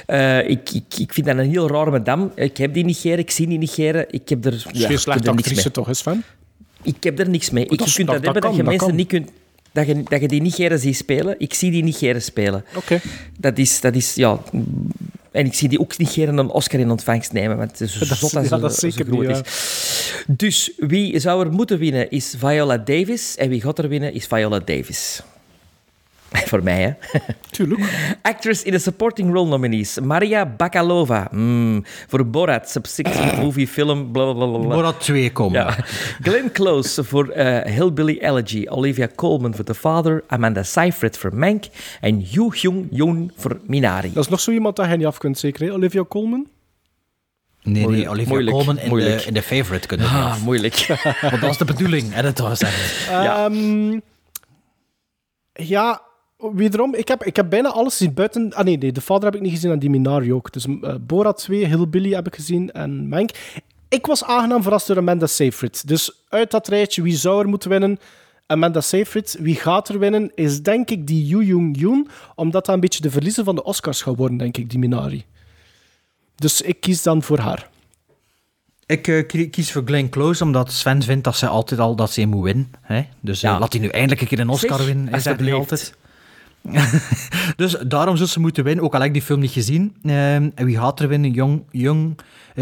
Ik vind dat een heel rare madame. Ik heb die negeren, ik zie die negeren. Ik heb er geen slechte actrice toch, is van? Ik heb er niks mee. Je kunt dat hebben dat je mensen niet kunt... Dat je die Nigeren ziet spelen. Ik zie die Nigeren spelen. Oké. Dat is, ja... En ik zie die ook Nigeren een Oscar in ontvangst nemen. Want het is zo zot en zo zeker groot niet, is. Dus wie zou er moeten winnen is Viola Davis. En wie gaat er winnen is Viola Davis. Voor mij, hè? Tuurlijk. Actress in a Supporting Role nominees. Maria Bakalova. Voor Borat, subsequent movie, film, blablabla. Borat 2 komen. Ja. Glenn Close voor Hillbilly Elegy. Olivia Colman voor The Father. Amanda Seyfried voor Mank. En Yoo Hyung-joon voor Minari. Dat is nog zo iemand dat hij niet af kunt, zeker, hè? Olivia Colman? Nee, Olivia Colman in The Favourite kunnen we af. Moeilijk. Want dat is de bedoeling, hè, dat was zeggen. Ja... Wederom, ik heb bijna alles gezien buiten... nee, de Vader heb ik niet gezien en die Minari ook. Dus Borat 2, Hillbilly heb ik gezien en Mank. Ik was aangenaam verrast door Amanda Seyfried. Dus uit dat rijtje, wie zou er moeten winnen? Amanda Seyfried. Wie gaat er winnen? Is denk ik die Yoo Hyung-joon, omdat dat een beetje de verliezer van de Oscars gaat worden, denk ik, die Minari. Dus ik kies dan voor haar. Ik kies voor Glenn Close, omdat Sven vindt dat ze altijd al dat ze moet winnen. Hè? Dus laat hij nu eindelijk een keer een Oscar winnen. Is dat niet altijd? Dus daarom zou ze moeten winnen, ook al heb ik die film niet gezien. En wie gaat er winnen? Yoo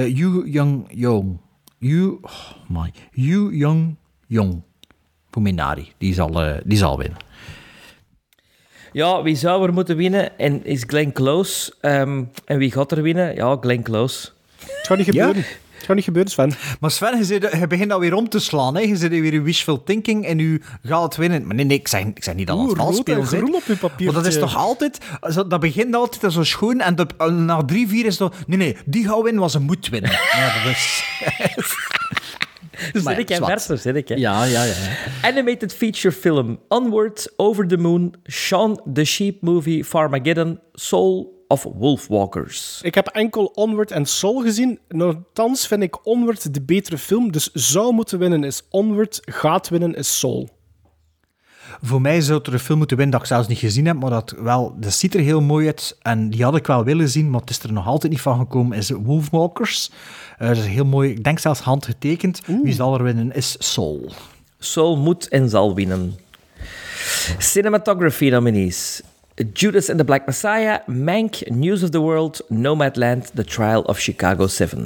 Hyung-joon voor Minari. Die zal winnen. Ja, wie zou er moeten winnen? En is Glenn Close. En wie gaat er winnen? Ja, Glenn Close. Het gaat niet gebeuren. Ja. Het gaat niet gebeuren, Sven. Maar Sven, je begint alweer om te slaan. Hè? Je zit weer in wishful thinking en u gaat het winnen. Maar nee, ik zeg niet dat het vals spelen zit. Op uw papier. Want dat is toch altijd... Dat begint altijd zo schoon en na 3-4 is het... Nee, die gaat winnen, was ze moet winnen. Ja, dat is... Dus zit ik en verder, zit ik. Hè? Ja. Animated feature film Onward, Over the Moon, Shaun the Sheep movie, Farmageddon, Soul, of Wolfwalkers. Ik heb enkel Onward en Soul gezien. Nochtans vind ik Onward de betere film. Dus zou moeten winnen is Onward, gaat winnen is Soul. Voor mij zou er een film moeten winnen dat ik zelfs niet gezien heb, maar dat ziet er heel mooi uit. En die had ik wel willen zien, maar het is er nog altijd niet van gekomen, is Wolfwalkers. Dat is heel mooi, ik denk zelfs handgetekend. Wie zal er winnen is Soul. Soul moet en zal winnen. Cinematography nominees. Judas and the Black Messiah, Mank, News of the World, Nomadland, The Trial of Chicago 7.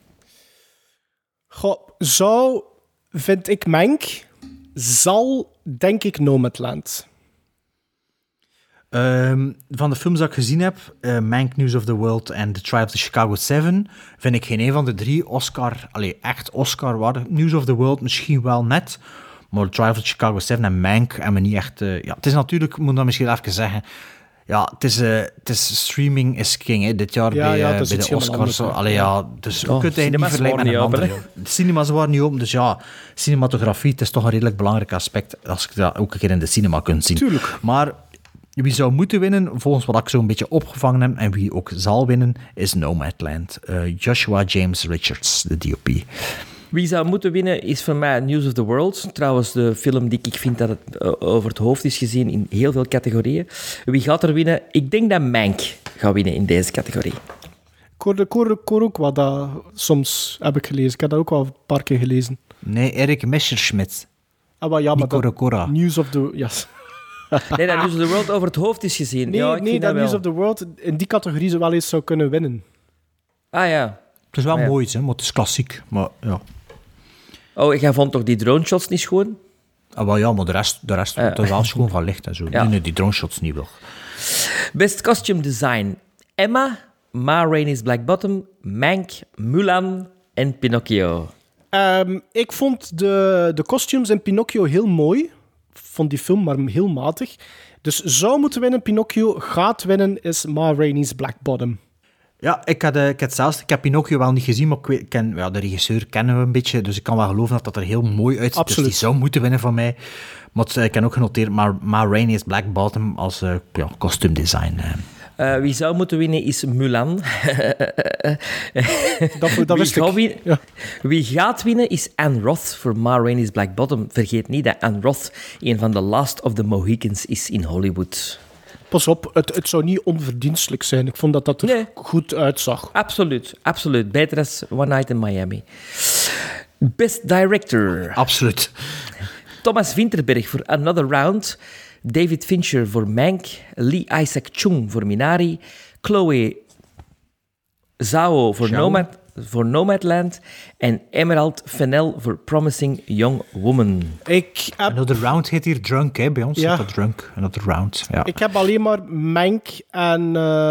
Goh, zo vind ik Mank, zal denk ik Nomadland. Van de films dat ik gezien heb, Mank, News of the World en The Trial of the Chicago 7, vind ik geen een van de drie echt Oscar waardig. News of the World misschien wel net, maar The Trial of the Chicago 7 en Mank hebben me niet echt... het is natuurlijk, moet ik dan misschien even zeggen, het is streaming is king, hè, dit jaar bij de Oscars. Dus je kunt het niet vergelijken met een andere. De cinemas waren niet open, dus cinematografie, het is toch een redelijk belangrijk aspect als je dat ook een keer in de cinema kunt zien. Tuurlijk. Maar wie zou moeten winnen, volgens wat ik zo'n beetje opgevangen heb, en wie ook zal winnen, is Nomadland. Joshua James Richards, de DOP. Wie zou moeten winnen is voor mij News of the World. Trouwens, de film die ik vind dat het over het hoofd is gezien in heel veel categorieën. Wie gaat er winnen? Ik denk dat Mank gaat winnen in deze categorie. Ik hoor ook wat dat soms heb ik gelezen. Ik heb dat ook al een paar keer gelezen. Nee, Erik Messerschmidt. Maar News of the... Yes. Nee, dat News of the World over het hoofd is gezien. Nee, dat News of the World in die categorie zo wel eens zou kunnen winnen. Ah ja. Het is wel mooi, hè, maar het is klassiek. Maar, ja. Oh, jij vond toch die drone shots niet schoon? Maar de rest het is wel schoon van licht en zo. Ja. Nee, die drone shots niet wel. Best costume design. Emma, Ma Rainey's Black Bottom, Mank, Mulan en Pinocchio. Ik vond de costumes in Pinocchio heel mooi. Vond die film maar heel matig. Dus zou moeten winnen Pinocchio, gaat winnen is Ma Rainey's Black Bottom. Ja, ik heb Pinocchio wel niet gezien, maar de regisseur kennen we een beetje, dus ik kan wel geloven dat er heel mooi uitziet. Absoluut. Dus die zou moeten winnen van mij. Maar ik heb ook genoteerd, Ma Rainey's Black Bottom als kostuumdesign. Wie zou moeten winnen is Mulan. dat wist ik. Wie gaat winnen is Anne Roth voor Ma Rainey's Black Bottom. Vergeet niet dat Anne Roth een van de last of the Mohicans is in Hollywood. Pas op, het zou niet onverdienstelijk zijn. Ik vond dat er goed uitzag. Absoluut. Beter dan One Night in Miami. Best Director. Absoluut. Thomas Vinterberg voor Another Round. David Fincher voor Mank. Lee Isaac Chung voor Minari. Chloe Zhao voor Nomadland. En Emerald Fennell voor Promising Young Woman. Another Round heet hier Drunk, hè? Bij ons heet dat Drunk. Another Round, ja. Ik heb alleen maar Mank en...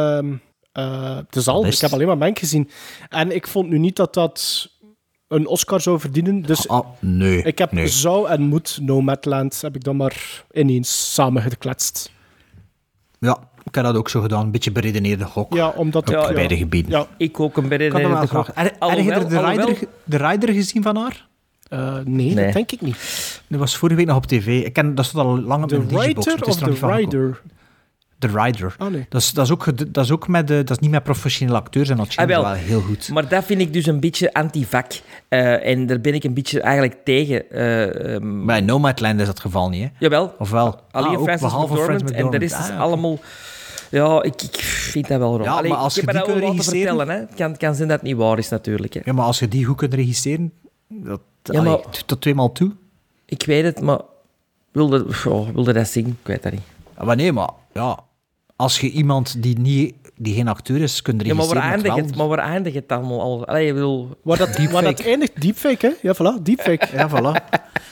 ik heb alleen maar Mank gezien. En ik vond nu niet dat een Oscar zou verdienen. Dus nee. Ik heb zou en moet Nomadland heb ik dan maar ineens samengekletst. Ja, ik heb dat ook zo gedaan. Een beetje beredeneerde gok. Ja, omdat... Op beide gebieden. Ja. Ik ook een beredeneerde gok. Heb je de Rider gezien van haar? Nee, dat denk ik niet. Dat was vorige week nog op tv. Dat stond al lang op de Digibox. The Rider? The Rider. Oh, nee. Dat is ook met dat is niet met professionele acteurs en dat is wel heel goed. Maar dat vind ik dus een beetje anti-vak. En daar ben ik een beetje eigenlijk tegen. Bij Nomadland is dat geval niet, hè? Jawel. Of wel? Alleen Francis McDormand en de rest is allemaal... Ja, ik vind dat wel rond. Ja, maar als je die kunt regisseren... Het kan zijn dat het niet waar is, natuurlijk. Hè. Ja, maar als je die goed kunt regisseren... tot 2 maal toe. Ik weet het, maar... Wilde dat zien? Ik weet dat niet. Maar nee, maar... Ja, als je iemand die geen acteur is, kunt regisseren... Maar waar eindigt het allemaal al? Allee, ik bedoel... Waar dat eindigt, deepfake, hè? Ja, voilà, deepfake. Ja, voilà.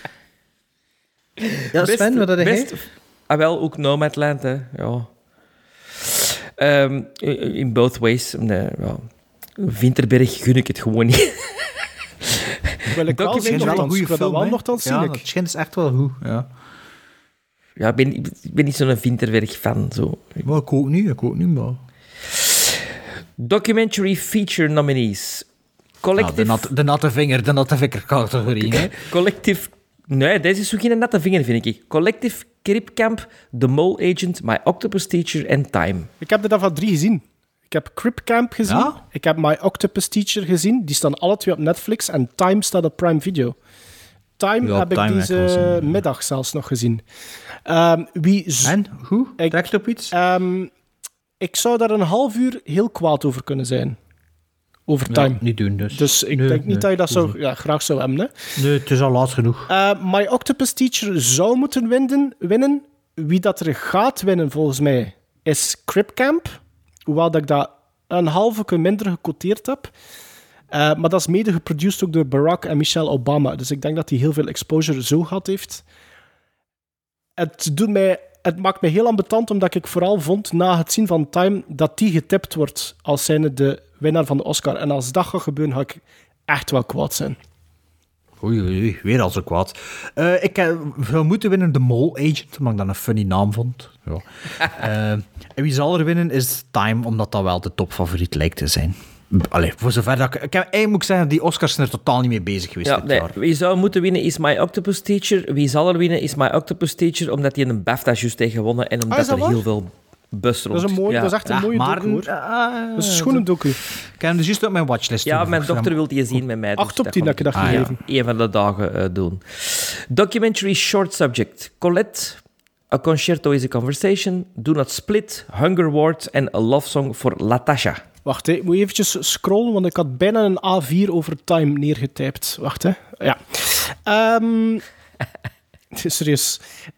Ja, Sven, wat dat heet? Wel, ook Nomadland, hè. Ja. In both ways. Nee, ja. Vinterberg gun ik het gewoon niet. Ik wel een goede film, nogthans zien. Ja, het schijnt echt wel goed, ja. Ja, ik ben niet zo'n Vinterberg-fan. Zo. Maar ik ook niet, maar... Documentary Feature Nominees. De natte vinger categorie. Hè? Collective... Nee, deze is zo geen natte vinger, vind ik. Collective Crip Camp, The Mole Agent, My Octopus Teacher en Time. Ik heb er dan van 3 gezien. Ik heb Crip Camp gezien. Ja? Ik heb My Octopus Teacher gezien. Die staan alle twee op Netflix. En Time staat op Prime Video. Time heb ik deze middag zelfs nog gezien. En? Hoe? Trekt op iets? Ik zou daar een half uur heel kwaad over kunnen zijn. Over Time. Ja, niet doen dus. Dus ik denk niet dat je dat graag zou hebben. Hè? Nee, het is al laat genoeg. My Octopus Teacher zou moeten winnen. Wie dat er gaat winnen, volgens mij, is Crip Camp. Hoewel dat ik dat een halve keer minder gequoteerd heb. Maar dat is mede geproduceerd ook door Barack en Michelle Obama. Dus ik denk dat hij heel veel exposure zo gehad heeft. Het maakt mij heel ambetant, omdat ik vooral vond, na het zien van Time, dat die getipt wordt als zijnde de winnaar van de Oscar. En als dat gaat gebeuren, ga ik echt wel kwaad zijn. Oei, weer al zo kwaad. We moeten winnen de Mole Agent, omdat ik dat een funny naam vond. Ja. En wie zal er winnen is Time, omdat dat wel de topfavoriet lijkt te zijn. Allee, voor zover dat ik moet ik zeggen, die Oscars zijn er totaal niet mee bezig geweest dit jaar. Wie zou moeten winnen is My Octopus Teacher. Wie zal er winnen is My Octopus Teacher, omdat hij een BAFTA juist heeft gewonnen en omdat er heel veel bus rond. Dat is echt een mooie docu, hoor. Dat is een schone docu. Ik heb hem dus juist op mijn watchlist. Ja, mijn dochter wil die zien met mij. 8 op 10 dat je dat gegeven. Een van de dagen doen. Documentary short subject. Colette, A Concerto is a Conversation, Do Not Split, Hunger Ward en A Love Song for Latasha. Wacht, ik moet eventjes scrollen, want ik had bijna een A4 over Time neergetypt. Wacht, hè. Ja. Serieus.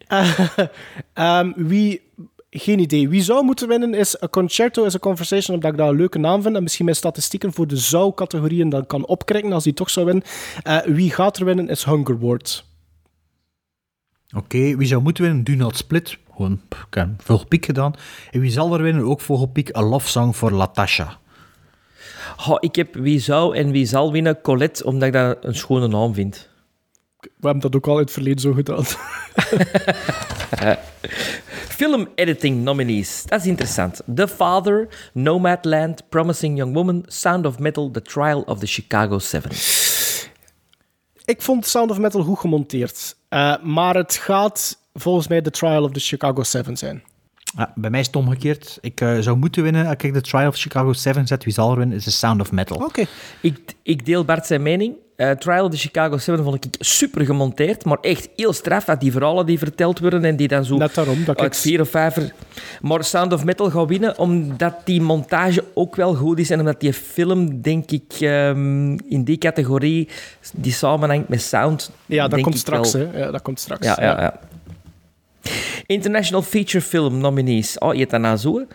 Geen idee. Wie zou moeten winnen is A Concerto is a Conversation, omdat ik dat een leuke naam vind en misschien mijn statistieken voor de zou-categorieën dan kan opkrijgen als die toch zou winnen. Wie gaat er winnen is Hunger Ward. Oké, wie zou moeten winnen? Do Not Split. Gewoon, ik heb Vogelpiek gedaan. En wie zal er winnen? Ook Vogelpiek. A Love Song for Latasha. Ik heb wie zou en wie zal winnen. Colette, omdat ik dat een schone naam vind. We hebben dat ook al in het verleden zo gedaan. Film editing nominees. Dat is interessant. The Father, Nomadland, Promising Young Woman, Sound of Metal, The Trial of the Chicago 7. Ik vond Sound of Metal goed gemonteerd. Maar het gaat volgens mij The Trial of the Chicago 7 zijn. Ja, bij mij is het omgekeerd. Ik zou moeten winnen. Als ik The Trial of Chicago 7 zet, wie zal er winnen? Is The Sound of Metal. Oké. Ik deel Bart zijn mening. Trial of the Chicago 7 vond ik super gemonteerd, maar echt heel straf. Dat die verhalen die verteld worden en die dan zo net daarom, dat uit 4 of 5... Maar Sound of Metal gaat winnen, omdat die montage ook wel goed is en omdat die film, denk ik, in die categorie, die samenhangt met sound... Ja, dat komt straks, wel... hè. Ja, dat komt straks. Ja. International Feature Film nominees. Je hebt dat nou zo.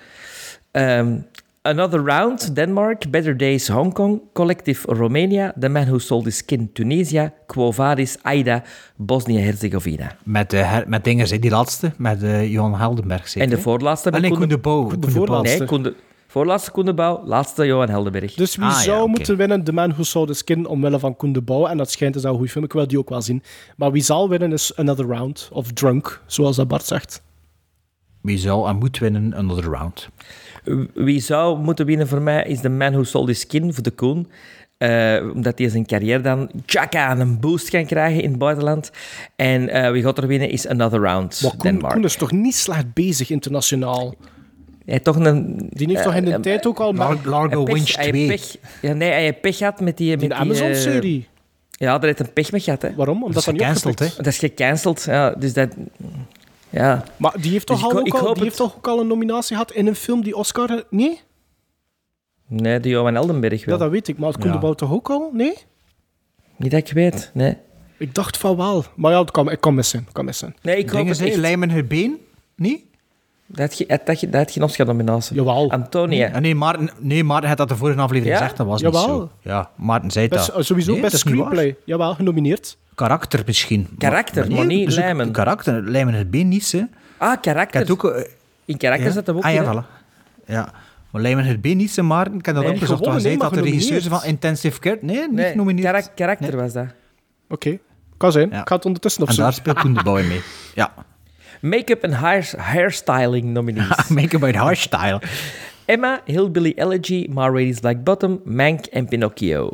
Another Round, Denmark. Better Days, Hong Kong. Collective, Romania. The Man Who Sold His Skin, Tunisia. Quo Vadis, Aida, Bosnië-Herzegovina. Met dingen, die laatste, met Johan Heldenberg. Zeker, en de voorlaatste... Koen de Bouw. De voorlaatste. Nee, voorlaatste Koen de Bouw, laatste Johan Heldenberg. Dus wie zou moeten winnen? The Man Who Sold His Skin, omwille van Koen de Bouw. En dat schijnt dus een goede film. Ik wil die ook wel zien. Maar wie zal winnen is Another Round. Of Drunk, zoals dat Bart zegt. Wie zou en moet winnen Another Round? Wie zou moeten winnen voor mij is The Man Who Sold His Skin voor de Koen. Omdat hij zijn carrière dan een boost kan krijgen in het buitenland. En wie gaat er winnen is Another Round, Denmark. Koen is toch niet slecht bezig internationaal? Hij toch die heeft toch in de tijd ook al... Largo Winch 2. Hij heeft pech gehad met die Amazon-serie. Ja, daar heeft een pech mee gehad. Hè. Waarom? Omdat dat niet gecanceld, hè? Dat is gecanceld, ja. Dus dat... Ja. Maar die heeft toch ook al een nominatie gehad in een film die Oscar... Nee? Nee, die Johan Eldenberg wel. Ja, dat weet ik. Maar het Koen de Bouw toch ook al? Nee? Niet dat ik weet, nee. Ik dacht van wel. Maar ja, het kan missen. Nee, ik hoop het echt. Lijmen het been? Nee? Dat had geen Oscar-nominatie. Jawel. Antonia. Nee, Maarten had dat de vorige aflevering gezegd. Dat was niet zo. Ja, Maarten zei dat. Sowieso best screenplay. Jawel, genomineerd. Karakter misschien. Maar niet lijmen. Karakter, lijmen het been niet, hè. Karakter. In karakter zat dat ook in. Ja. Maar lijmen het been niet, Maarten. Ik heb dat ook gezocht. Hij zei dat de regisseur van Intensive Care... Nee, niet genomineerd. Karakter was dat. Oké. Kan zijn. Ik ga het ondertussen opzoeken. En daar speelt Koen de Bouw mee. Ja. Make-up en hairstyling nominees. Make-up en hairstyle. Emma, Hillbilly Elegy, Ma Rainey's Black Bottom, Mank en Pinocchio.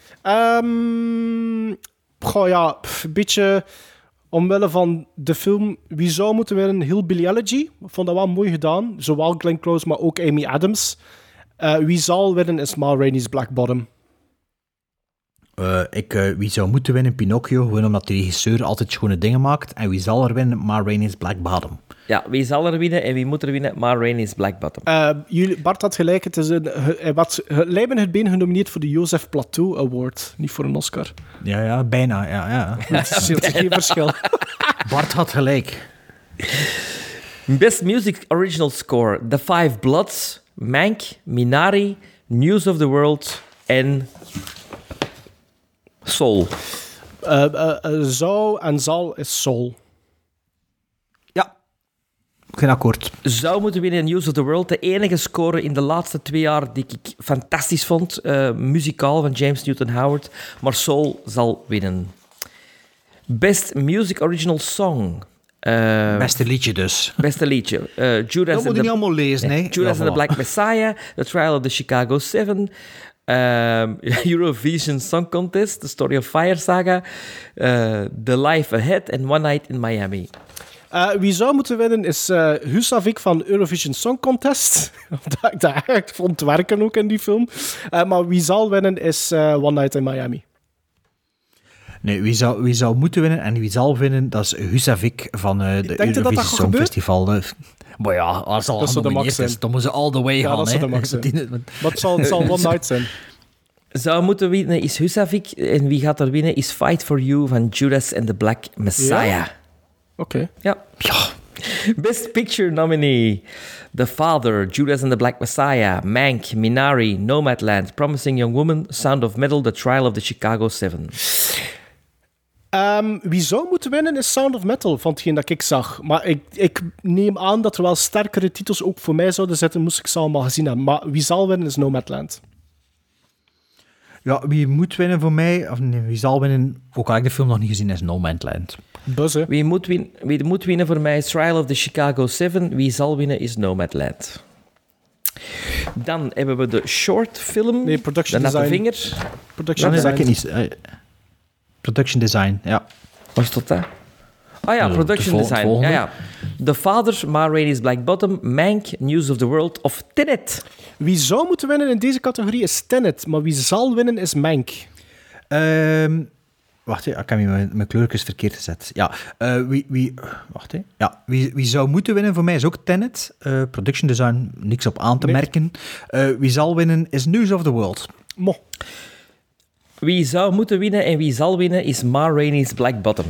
Een beetje omwille van de film. Wie zou moeten winnen? Hillbilly Elegy. Ik vond dat wel mooi gedaan. Zowel Glenn Close, maar ook Amy Adams. Wie zal winnen is Ma Rainey's Black Bottom. Wie zou moeten winnen? Pinocchio, gewoon omdat de regisseur altijd schone dingen maakt. En wie zal er winnen? Ma Rainey's Black Bottom. Ja, wie zal er winnen en wie moet er winnen? Ma Rainey's Black Bottom. Bart had gelijk. Het is Lijmen het been genomineerd voor de Joseph Plateau Award. Niet voor een Oscar. Ja, bijna. Ja. Het is geen verschil. Bart had gelijk. Best Music Original Score. The Five Bloods, Mank, Minari, News of the World en Soul. Zou en zal is Soul. Ja, geen akkoord. Zou moeten winnen News of the World. De enige score in de laatste 2 jaar die ik fantastisch vond. Muzikaal van James Newton Howard. Maar Soul zal winnen. Best Music Original Song. Beste liedje dus. Beste liedje. Judas dat moet je niet allemaal lezen, hè? Judas and the Black Messiah, The Trial of the Chicago 7, Eurovision Song Contest, The Story of Fire Saga, The Life Ahead en One Night in Miami. Wie zou moeten winnen is Husavik van Eurovision Song Contest. Omdat ik dat echt vond werken ook in die film. Maar wie zal winnen is One Night in Miami. Nee, wie zou moeten winnen en wie zal winnen, dat is Husavik van de Eurovision Songfestival. Maar ja, als al genomineerd is, dan moeten ze all the way gaan. Dat zou de max zijn. Wat zal One Night zijn? Zou moeten winnen is Husavik en wie gaat er winnen is Fight for You van Judas and the Black Messiah. Ja? Oké. Ja. Best Picture nominee. The Father, Judas and the Black Messiah, Mank, Minari, Nomadland, Promising Young Woman, Sound of Metal, The Trial of the Chicago 7. Wie zou moeten winnen is Sound of Metal, van hetgeen dat ik zag. Maar ik neem aan dat er wel sterkere titels ook voor mij zouden zitten, moest ik ze allemaal gezien hebben. Maar wie zal winnen is Nomadland. Ja, wie moet winnen voor mij, of nee, wie zal winnen, ook al heb ik de film nog niet gezien, is Nomadland. Buzz, wie moet winnen voor mij is Trial of the Chicago 7. Wie zal winnen is Nomadland. Dan hebben we de short film. Nee, Production Design. De natte vinger. Production Design. Production Design, ja. Wat is dat? Ah ja, Production Design. Ja. The Father, Ma Rainey's Black Bottom, Mank, News of the World of Tenet. Wie zou moeten winnen in deze categorie is Tenet, maar wie zal winnen is Mank. Wacht, ik heb hier mijn kleurtjes verkeerd gezet. Ja, wie zou moeten winnen voor mij is ook Tenet. Production Design, niks op aan te merken. Wie zal winnen is News of the World. Mo. Wie zou moeten winnen en wie zal winnen is Ma Rainey's Black Bottom.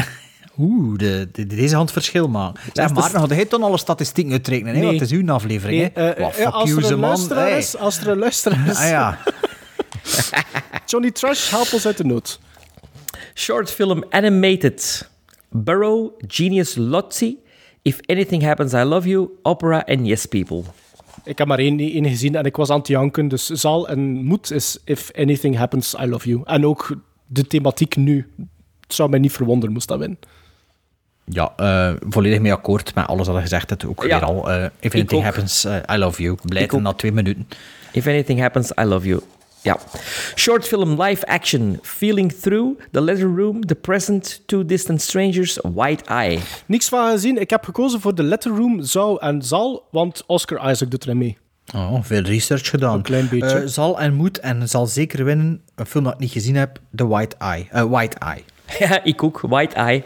Deze hand verschil maken. Zeg maar, had hij dan alle statistieken uitrekenen? Nee. Wat is uw aflevering? Als er een luisteraar is... Ah ja. Johnny Trash, help ons uit de nood. Short film Animated. Burrow, Genius Lotzi, If Anything Happens I Love You, Opera en Yes People. Ik heb maar één gezien en ik was aan het janken, dus zal en moet is If Anything Happens I Love You. En ook de thematiek nu. Het zou mij niet verwonderen, moest dat winnen. Ja, volledig mee akkoord met alles wat je gezegd hebt. Ook weer al. If Anything Happens I Love You. Blijven na 2 minuten. If Anything Happens I Love You. Ja. Short film live action. Feeling Through, The Letter Room, The Present, Two Distant Strangers, White Eye. Niks van gezien. Ik heb gekozen voor The Letter Room, zou en zal, want Oscar Isaac doet erin mee. Oh, veel research gedaan. Een klein beetje. Zal en moet en zal zeker winnen. Een film dat ik niet gezien heb, The White Eye. White Eye. Ja, ik ook. White Eye.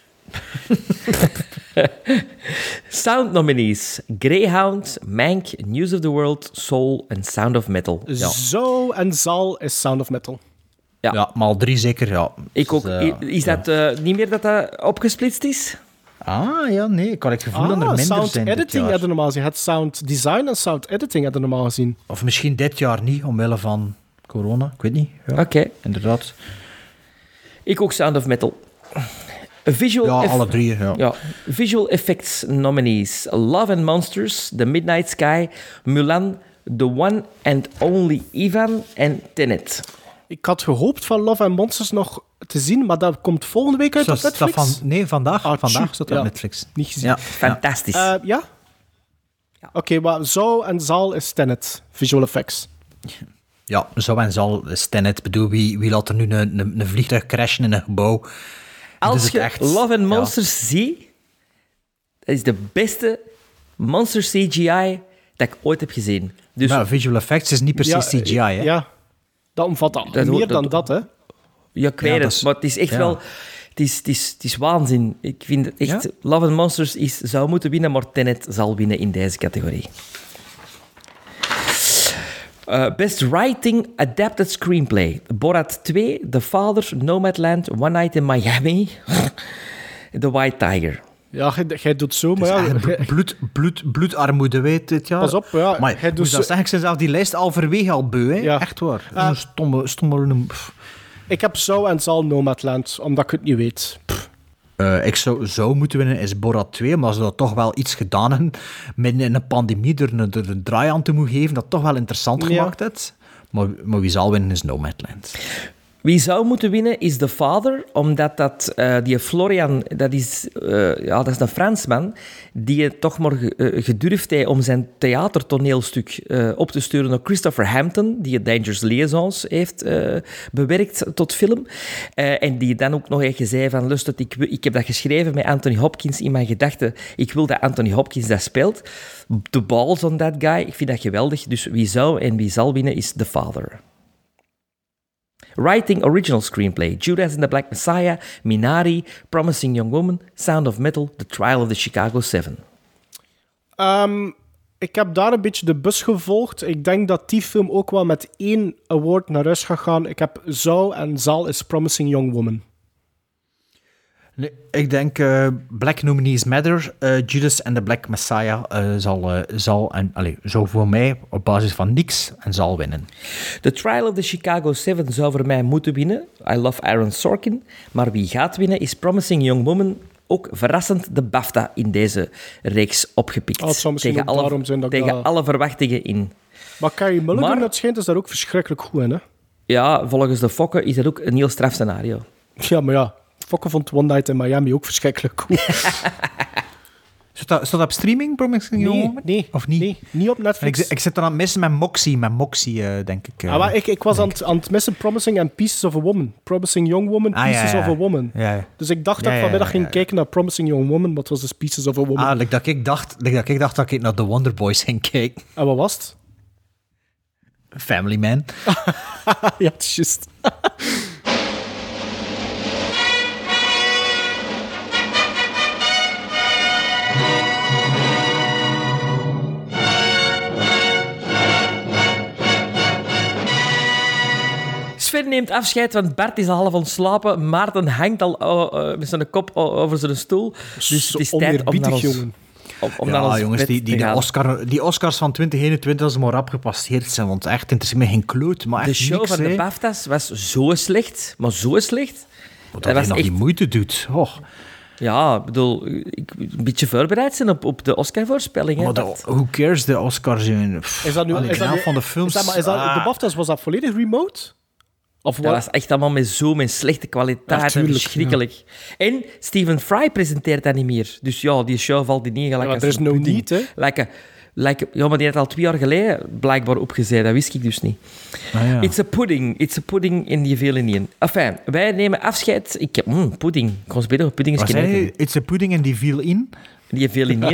Sound nominees. Greyhound, Mank, News of the World, Soul en Sound of Metal. Ja. Zo en zal is Sound of Metal. Ja, maar 3 zeker, ja. Ik ook. Is dat niet meer dat dat opgesplitst is? Ah, ja, nee. Ik had het gevoel dat er minder sound zijn editing dit jaar. hadden normaal gezien. Het sound design en sound editing hadden normaal gezien. Of misschien dit jaar niet, omwille van corona. Ik weet niet. Ja, Oké. Inderdaad. Ik ook Sound of Metal. Alle 3, ja. Visual Effects nominees. Love and Monsters, The Midnight Sky, Mulan, The One and Only Ivan en Tenet. Ik had gehoopt van Love and Monsters nog te zien, maar dat komt volgende week uit op Netflix. Vandaag staat op Netflix. Niet gezien. Ja. Fantastisch. Ja? Oké, maar zo en zal is Tenet. Visual Effects. Ja, zo en zal is Tenet. Ik bedoel, wie laat er nu een vliegtuig crashen in een gebouw? Als je Love and Monsters ziet, dat is de beste monster CGI dat ik ooit heb gezien. Dus, maar visual effects is niet precies CGI, hè? Ja, dat omvat meer dan dat, hè? Ja, ik weet het, maar het is echt wel... Het is waanzin. Ik vind het echt... Love and Monsters zou moeten winnen, maar Tenet zal winnen in deze categorie. Best Writing Adapted Screenplay. Borat 2, The Father, Nomadland, One Night in Miami, The White Tiger. Ja, jij doet zo, maar bloedarmoede, weet dit jaar. Pas op, ja. Maar jij doet dat zeggen, ik ben zelf die lijst alverwege al beu, hè? Ja. Echt waar. Een stomme... Ik heb zou en zal Nomadland, omdat ik het niet weet. Ik zou moeten winnen is Borat 2, omdat ze dat toch wel iets gedaan hebben midden in een pandemie er een draai aan te moeten geven, dat toch wel interessant gemaakt heeft. Maar wie zal winnen is Nomadland. Wie zou moeten winnen is The Father, omdat die Florian, dat is een Fransman, die het toch maar gedurfd heeft om zijn theatertoneelstuk op te sturen naar Christopher Hampton, die het Dangerous Liaisons heeft bewerkt tot film. En die dan ook nog even zei van, lust, ik heb dat geschreven met Anthony Hopkins in mijn gedachten. Ik wil dat Anthony Hopkins dat speelt. The balls on that guy, ik vind dat geweldig. Dus wie zou en wie zal winnen is The Father. Writing Original Screenplay. Judas and the Black Messiah, Minari, Promising Young Woman, Sound of Metal, The Trial of the Chicago 7. Ik heb daar een beetje de bus gevolgd. Ik denk dat die film ook wel met 1 award naar huis gaat gaan. Ik heb zou en zal is Promising Young Woman. Nee, ik denk Black Nominees Matter, Judas and the Black Messiah zou voor mij op basis van niks en zal winnen. The Trial of the Chicago 7 zou voor mij moeten winnen. I love Aaron Sorkin. Maar wie gaat winnen is Promising Young Woman. Ook verrassend de BAFTA in deze reeks opgepikt. Het zou misschien tegen ook daarom zijn dat tegen alle verwachtingen in. Maar Carey Mulligan, dat schijnt, is daar ook verschrikkelijk goed in, hè? Ja, volgens de Fokke is dat ook een heel straf scenario. Ja, maar ja. Fokke vond One Night in Miami ook verschrikkelijk goed. Is dat op streaming, Promising Young Woman? Nee. Of niet? Nee, niet op Netflix. Ik zit dan aan het missen met Moxie, denk ik. Maar ik was aan het missen Promising and Pieces of a Woman. Promising Young Woman, Pieces of a Woman. Ja. Dus ik dacht dat ik vanmiddag ging kijken naar Promising Young Woman, maar het was dus Pieces of a Woman. Like dat ik dacht dat ik naar The Wonder Boys ging kijken. En wat was het? Family Man. Ja, het is juist. Sven neemt afscheid, want Bart is al half ontslapen. Maarten hangt al met zijn kop over zijn stoel. Dus het is tijd om naar ons... jongen. Jongens, die Oscars van 2021 is maar rap gepasseerd zijn, want echt interesseert me geen kloot. Maar de show niks, van de BAFTA's was zo slecht, maar zo slecht. Dat hij nog die moeite doet. Oh. Ja, ik bedoel, een beetje voorbereid zijn op de Oscar-voorspelling. Maar who cares, de Oscars zijn... Is dat nu van de films... de BAFTA's, was dat volledig remote? Dat was echt allemaal met Zoom en slechte kwaliteit. Ja, verschrikkelijk. Ja. En Stephen Fry presenteert dat niet meer. Dus ja, die show valt in niet gelijk. Er is no need, hè? Ja, maar die had al 2 jaar geleden blijkbaar opgezet. Dat wist ik dus niet. Ja. It's a pudding in die veel in. Enfin, wij nemen afscheid. Ik heb pudding. Ik was beter op pudding. Wat zei je? It's a pudding in die viel in? Die veel in.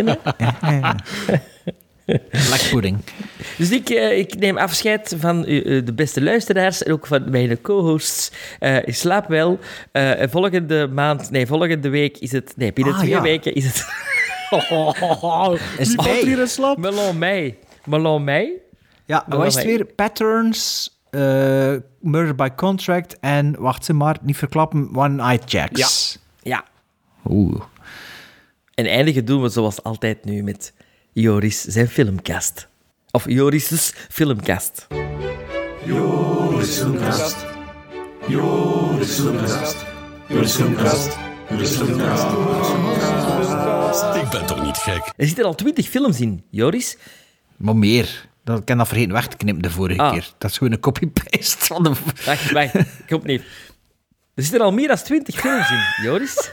Black pudding. Dus ik neem afscheid van de beste luisteraars en ook van mijn co-hosts. Ik slaap wel. Volgende week is het... Nee, binnen 2 weken is het... Wie valt hier in slaap? Melon May. Ja, wat is het weer? Patterns, Murder by Contract en, wacht ze maar, niet verklappen, One-Eyed Jacks. Ja. Oeh. En eindigen doen we zoals altijd nu met Joris zijn filmkast. Of Joris' filmkast. Joris' filmkast. Joris' filmkast. Joris' filmkast. Joris' filmkast. Ik ben toch niet gek? Er zitten al 20 films in, Joris. Maar meer. Ik heb dat vergeten weg te knippen de vorige keer. Dat is gewoon een copy-paste van de... Wacht, ik hoop niet. Er zitten al meer dan 20 films in, Joris.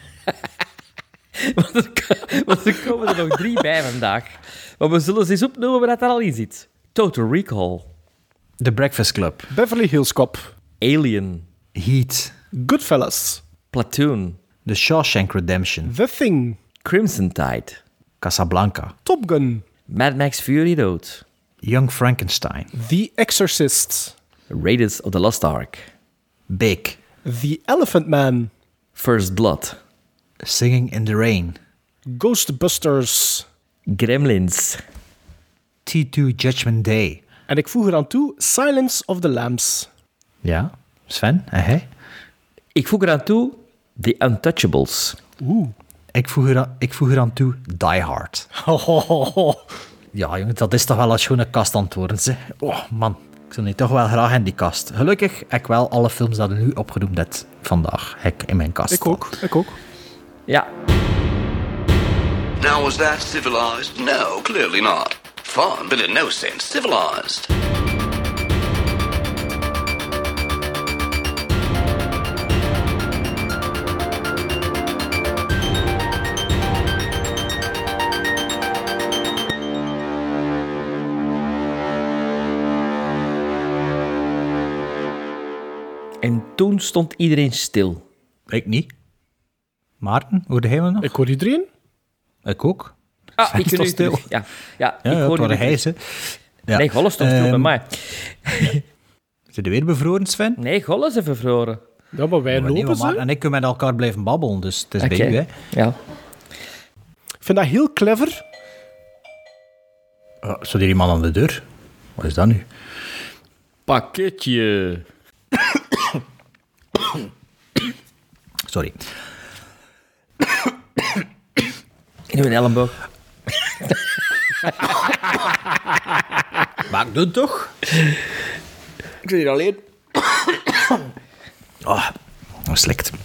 Want er komen er nog 3 bij vandaag. Maar we zullen ze eens opnoemen waar dat er al in zit. Total Recall. The Breakfast Club. Beverly Hills Cop. Alien. Heat. Goodfellas. Platoon. The Shawshank Redemption. The Thing. Crimson Tide. Casablanca. Top Gun. Mad Max Fury Road. Young Frankenstein. The Exorcist. Raiders of the Lost Ark. Big. The Elephant Man. First Blood. Singing in the Rain. Ghostbusters. Gremlins. T2 Judgment Day. En ik voeg eraan toe Silence of the Lambs. Ja, Sven, en hij? Ik voeg eraan toe The Untouchables. Ik voeg eraan toe Die Hard. Ja, jongen, dat is toch wel een schone kastantwoorden, zeg. Oh, man. Ik zou niet toch wel graag in die kast. Gelukkig heb ik wel alle films dat ik nu opgenoemd heb vandaag in mijn kast. Ik ook. Ja. Now, was that civilized? No, clearly not. Fun, but in no sense civilized. En toen stond iedereen stil. Ik niet. Maarten, hoorde jij me nog? Ik hoor iedereen. Ik ook. Ah, ik hoor stil. Ja, ik Ja, hoor het waren u. hij, ze. Ja. Nee, Golle stond stil bij mij. Zit je weer bevroren, Sven? Nee, Golle is even bevroren. Ja, maar wij lopen ze. En ik kunnen met elkaar blijven babbelen, dus het is bij u, hè. Ja. Ik vind dat heel clever. Staat hier iemand aan de deur? Wat is dat nu? Pakketje. Sorry. Ik doe een elleboog. Maar ik doe het toch? Ik zit hier alleen. Oh, dat slikt.